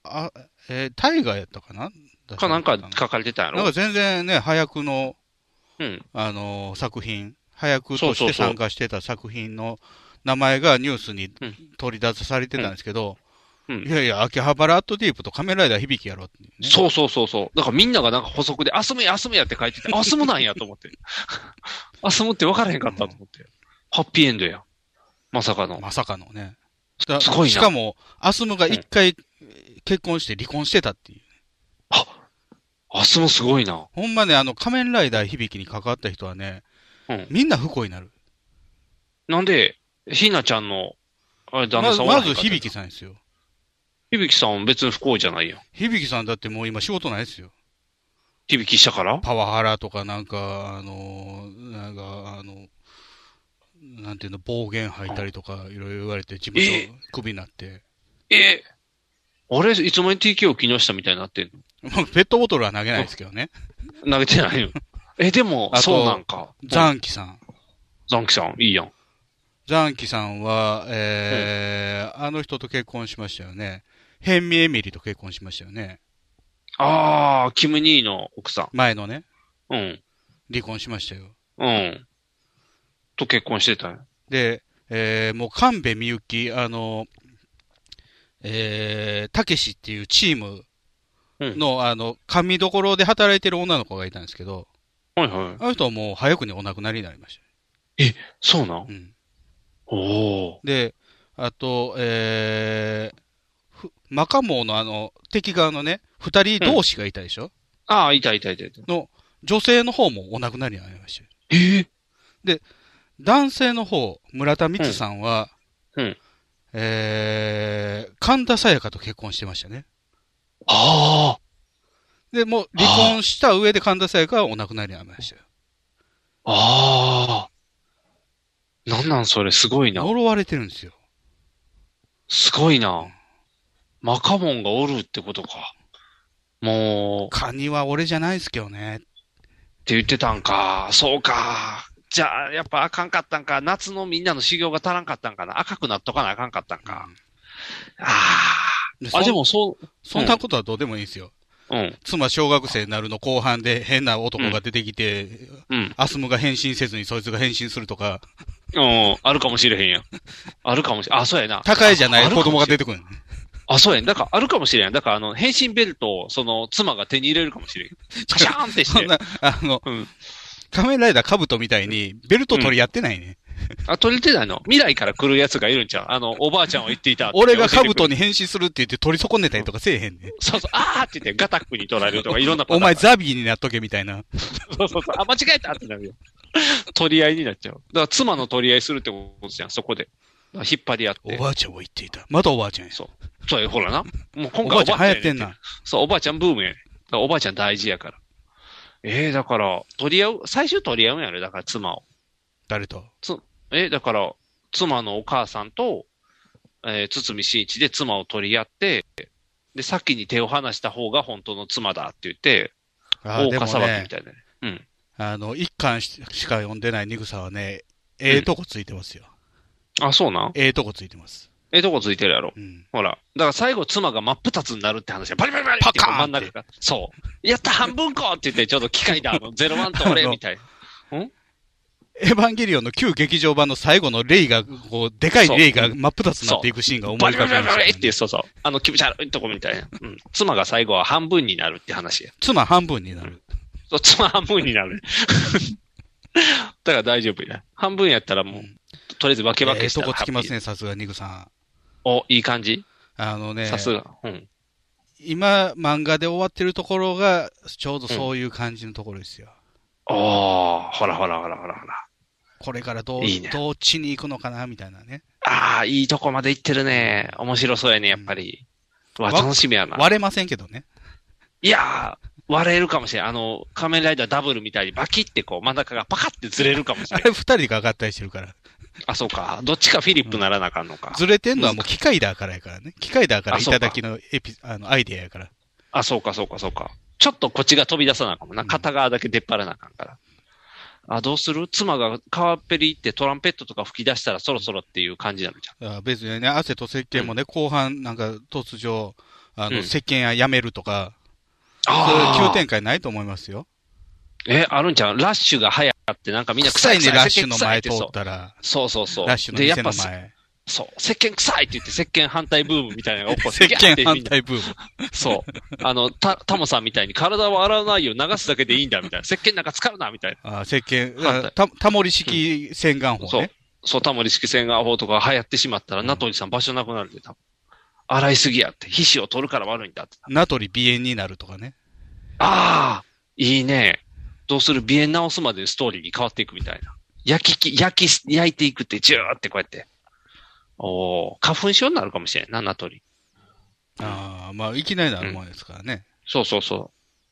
タイガーやったかななんか書かれてたんやろなんか全然ね、早くの、 うん。 作品、早くとして参加してた作品の名前がニュースに取り出されてたんですけど、いやいや、秋葉原アットディープと仮面ライダー響きやろって、ね。 そう。だからみんながなんか補足で、アスムやって書いてて、アスムなんやと思って。アスムって分からへんかったと思って。ハッピーエンドや。まさかの。 まさかのね。 すごいな。 しかも、アスムが一回結婚して離婚してたっていう。 アスムすごいな。 ほんまね、仮面ライダー響きに関わった人はね、みんな不幸になる。 なんで、ひなちゃんの、旦那さんまず響さんですよ。 響さん別に不幸じゃないやん。 響さんだってもう今仕事ないですよ。 響したからパワハラとかなんか、なんていうの、暴言吐いたりとか、いろいろ言われて、自分のクビになって。 あれ、いつもに TKO 木下みたいになってんのペットボトルは投げないですけどね。 投げてないよ。でも、そうなんか。 残機さん。 残機さん、いいやん。 残機さんは、あの人と結婚しましたよね。ヘンミエミリと結婚しましたよね。 キム・ニーの奥さん。 前のね。 うん。 離婚しましたよ。 うん。と結婚してたよ。 で、もう神戸みゆき、たけしっていうチームの、神どころで働いてる女の子がいたんですけど、 はいはい。 あの人はもう早くにお亡くなりになりました。 そうなん？うん。おー。 で、あと、マカモーの敵側のね、二人同士がいたでしょ？ いた。 の、女性の方もお亡くなりになりました。で、男性の方、村田光さんは、神田沙也加と結婚してましたね。で、もう離婚した上で神田沙也加はお亡くなりになりましたよ。 なんなんそれ、すごいな。 呪われてるんですよ。 すごいな。マカモンがおるってことか。もう。 カニは俺じゃないですけどね。 って言ってたんか。そうか。じゃあ、やっぱあかんかったんか。夏のみんなの修行が足らんかったんかな。赤くなっとかなあかんかったんか。でもそんなことはどうでもいいんですよ。妻小学生になるの後半で変な男が出てきて、アスムが変身せずにそいつが変身するとか。 あるかもしれへんやん。あるかもしれん。そうやな。 高いじゃない子供が出てくる。 そうやん。だからあるかもしれん。だから変身ベルトを妻が手に入れるかもしれん。カシャーンってして。 そんな、仮面ライダーカブトみたいにベルト取りやってないね。 取れてないの？未来から来るやつがいるんちゃう？おばあちゃんは言っていた。 俺がカブトに変身するって言って取り損ねたりとかせえへんね。 そう、って言ってガタックに取られるとかいろんなパターン。 お前ザビーになっとけみたいな。 そう。間違えたってなるよ。取り合いになっちゃう。だから妻の取り合いするってことじゃん、そこで。引っ張り合って。 おばあちゃんは言っていた。またおばあちゃんや。 そう、ほらな。もう今回おばあちゃん流行ってんな。 そう、おばあちゃんブームやね。だからおばあちゃん大事やから。だから、最終取り合うんやろ、だから妻を。 誰と？ だから、妻のお母さんと、堤真一で妻を取り合って、で、先に手を離した方が本当の妻だって言って、大岡裁きみたいなね。 一巻しか読んでないニグサはね、とこついてますよ。 そうなん？ とこついてます。 とこついてるやろ。ほら。だから最後妻が真っ二つになるって話がバリバリバリって真ん中が。そう。やった半分こって言って、ちょっと機械だ、01と俺みたいな。 エヴァンゲリオンの旧劇場版の最後のレイが、でかいレイが真っ二つになっていくシーンが思い浮かびました、ね。バリバリバリっていう、そう。気持ち悪いとこみたいな。妻が最後は半分になるって話や。 妻半分になる。 妻半分になる。だから大丈夫や。半分やったらもう、とりあえず分け分けしたら。 とこつきますね、さすがニグさん。 いい感じ？さすが。 今、漫画で終わってるところが、ちょうどそういう感じのところですよ。 ほら。 これからどっちに行くのかな、みたいなね。 いいとこまで行ってるね。面白そうやね、やっぱり。楽しみやな。 割れませんけどね。 いやー、割れるかもしれん。仮面ライダーダブルみたいにバキって真ん中がパカってずれるかもしれん。 あれ二人が合体してるから。 そうか。どっちかフィリップならなあかんのか。 ずれてんのはもう機械だからやからね。機械だからいただきのアイディアやから。 そうか。ちょっとこっちが飛び出さなあかんもんな。片側だけ出っ張らなあかんから。どうする？妻が川っぺり行ってトランペットとか吹き出したらそろそろっていう感じなのじゃん。 別にね、汗と石鹸もね、後半なんか突如、 石鹸屋辞めるとか、そういう急展開ないと思いますよ。 あるんちゃう？ラッシュが流行ってなんかみんな臭いね、ラッシュの前通ったら。 そうそうそう。 ラッシュの店の前。 そう。石鹸臭いって言って石鹸反対ブームみたいなのが起こって。石鹸反対ブーム。 そう。タモさんみたいに体を洗わないよ、流すだけでいいんだみたいな。石鹸なんか使うなみたいな。 石鹸、タモリ式洗顔法ね。 そう、タモリ式洗顔法とか流行ってしまったら、名取さん場所なくなるで、多分。洗いすぎやって。皮脂を取るから悪いんだって。 名取鼻炎になるとかね。 ああ、いいね。どうする？鼻炎治すまでストーリーに変わっていくみたいな。焼いていくって、ジューってこうやって。花粉症になるかもしれんな、名取。 まあ、いきなりなるもんですからね。 そうそうそう。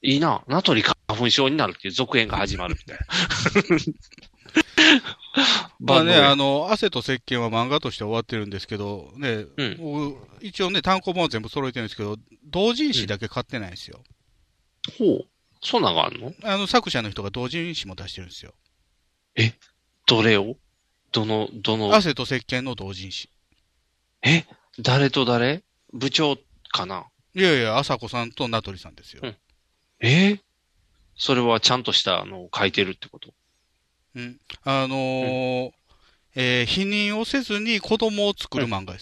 いいな。名取花粉症になるっていう続編が始まるみたいな。 まあね、汗と石鹸は漫画として終わってるんですけど、ね、一応ね、単行本は全部揃えてるんですけど、同人誌だけ買ってないんですよ。 ほう。そんなんがあるの？ 作者の人が同人誌も出してるんですよ。 どれを？どの汗と石鹸の同人誌。 誰と誰？部長かな？ いやいや、朝子さんと名取さんですよ。 それはちゃんとしたのを書いてるってこと？ 否認をせずに子供を作る漫画です。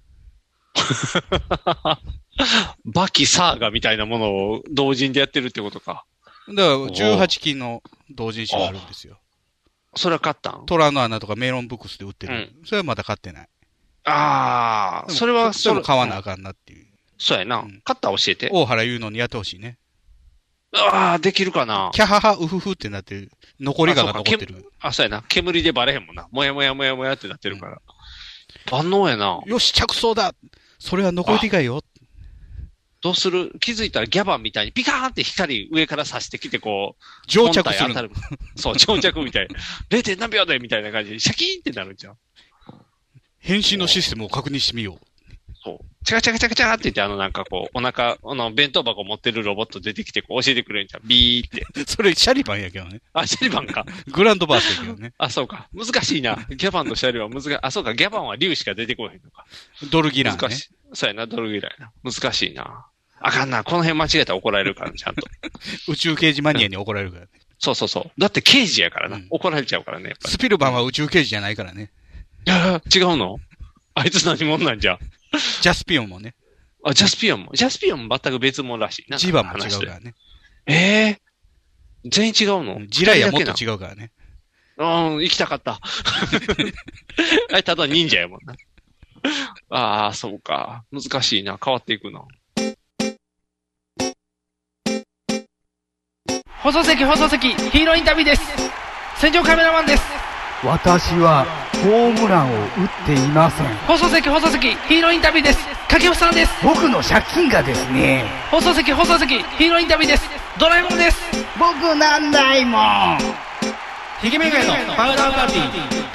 バキサーガみたいなものを同人でやってるってことか。 だから、18金の同人誌があるんですよ。 それは買ったん？ 虎の穴とかメロンブックスで売ってる。それはまだ買ってない。 それは、 それも買わなあかんなっていう。 そうやな。買ったら教えて。 大原言うのにやってほしいね。 できるかな？ キャハハウフフってなってる。残りが残ってる。 そうやな。煙でバレへんもんな。もやもやもやもやってなってるから。万能やな。 よし、着想だ！それは残りがよ。 どうする？気づいたらギャバンみたいにピカーンって光上から差してきてこう。 蒸着する。 そう、蒸着みたいな。0. 何秒でみたいな感じでシャキーンってなるんじゃん。 変身のシステムを確認してみよう。 そう。チャカチャカチャカチャって言ってなんかこう、お腹、弁当箱持ってるロボット出てきてこう教えてくれるんじゃん。ビーって。 それシャリバンやけどね。 シャリバンか。 グランドバースやけどね。 そうか。難しいな。ギャバンとシャリバン難しい。そうか。ギャバンは竜しか出てこへんのか。 ドルギランね。 難しい。そうやな、ドルギランやな。難しいな。あかんな。この辺間違えたら怒られるから、ちゃんと。 宇宙刑事マニアに怒られるからね。 そうそうそう。だって刑事やからな。怒られちゃうからね。 スピルバンは宇宙刑事じゃないからね。 違うの？あいつ何者なんじゃ。 ジャスピオンもね。 ジャスピオンも全く別物らしいな。 ジバンも違うからね。 全員違うの？ ジライはもっと違うからね。 行きたかった。ただ忍者やもんな。そうか。難しいな。変わっていくな。 放送席、ヒーローインタビューです。戦場カメラマンです。 私はホームランを打っていません。 放送席、ヒーローインタビューです。掛布さんです。 僕の借金がですね。 放送席、ヒーローインタビューです。ドラえもんです。 僕なんないもん。 ひげめがいのパウダーパーティー。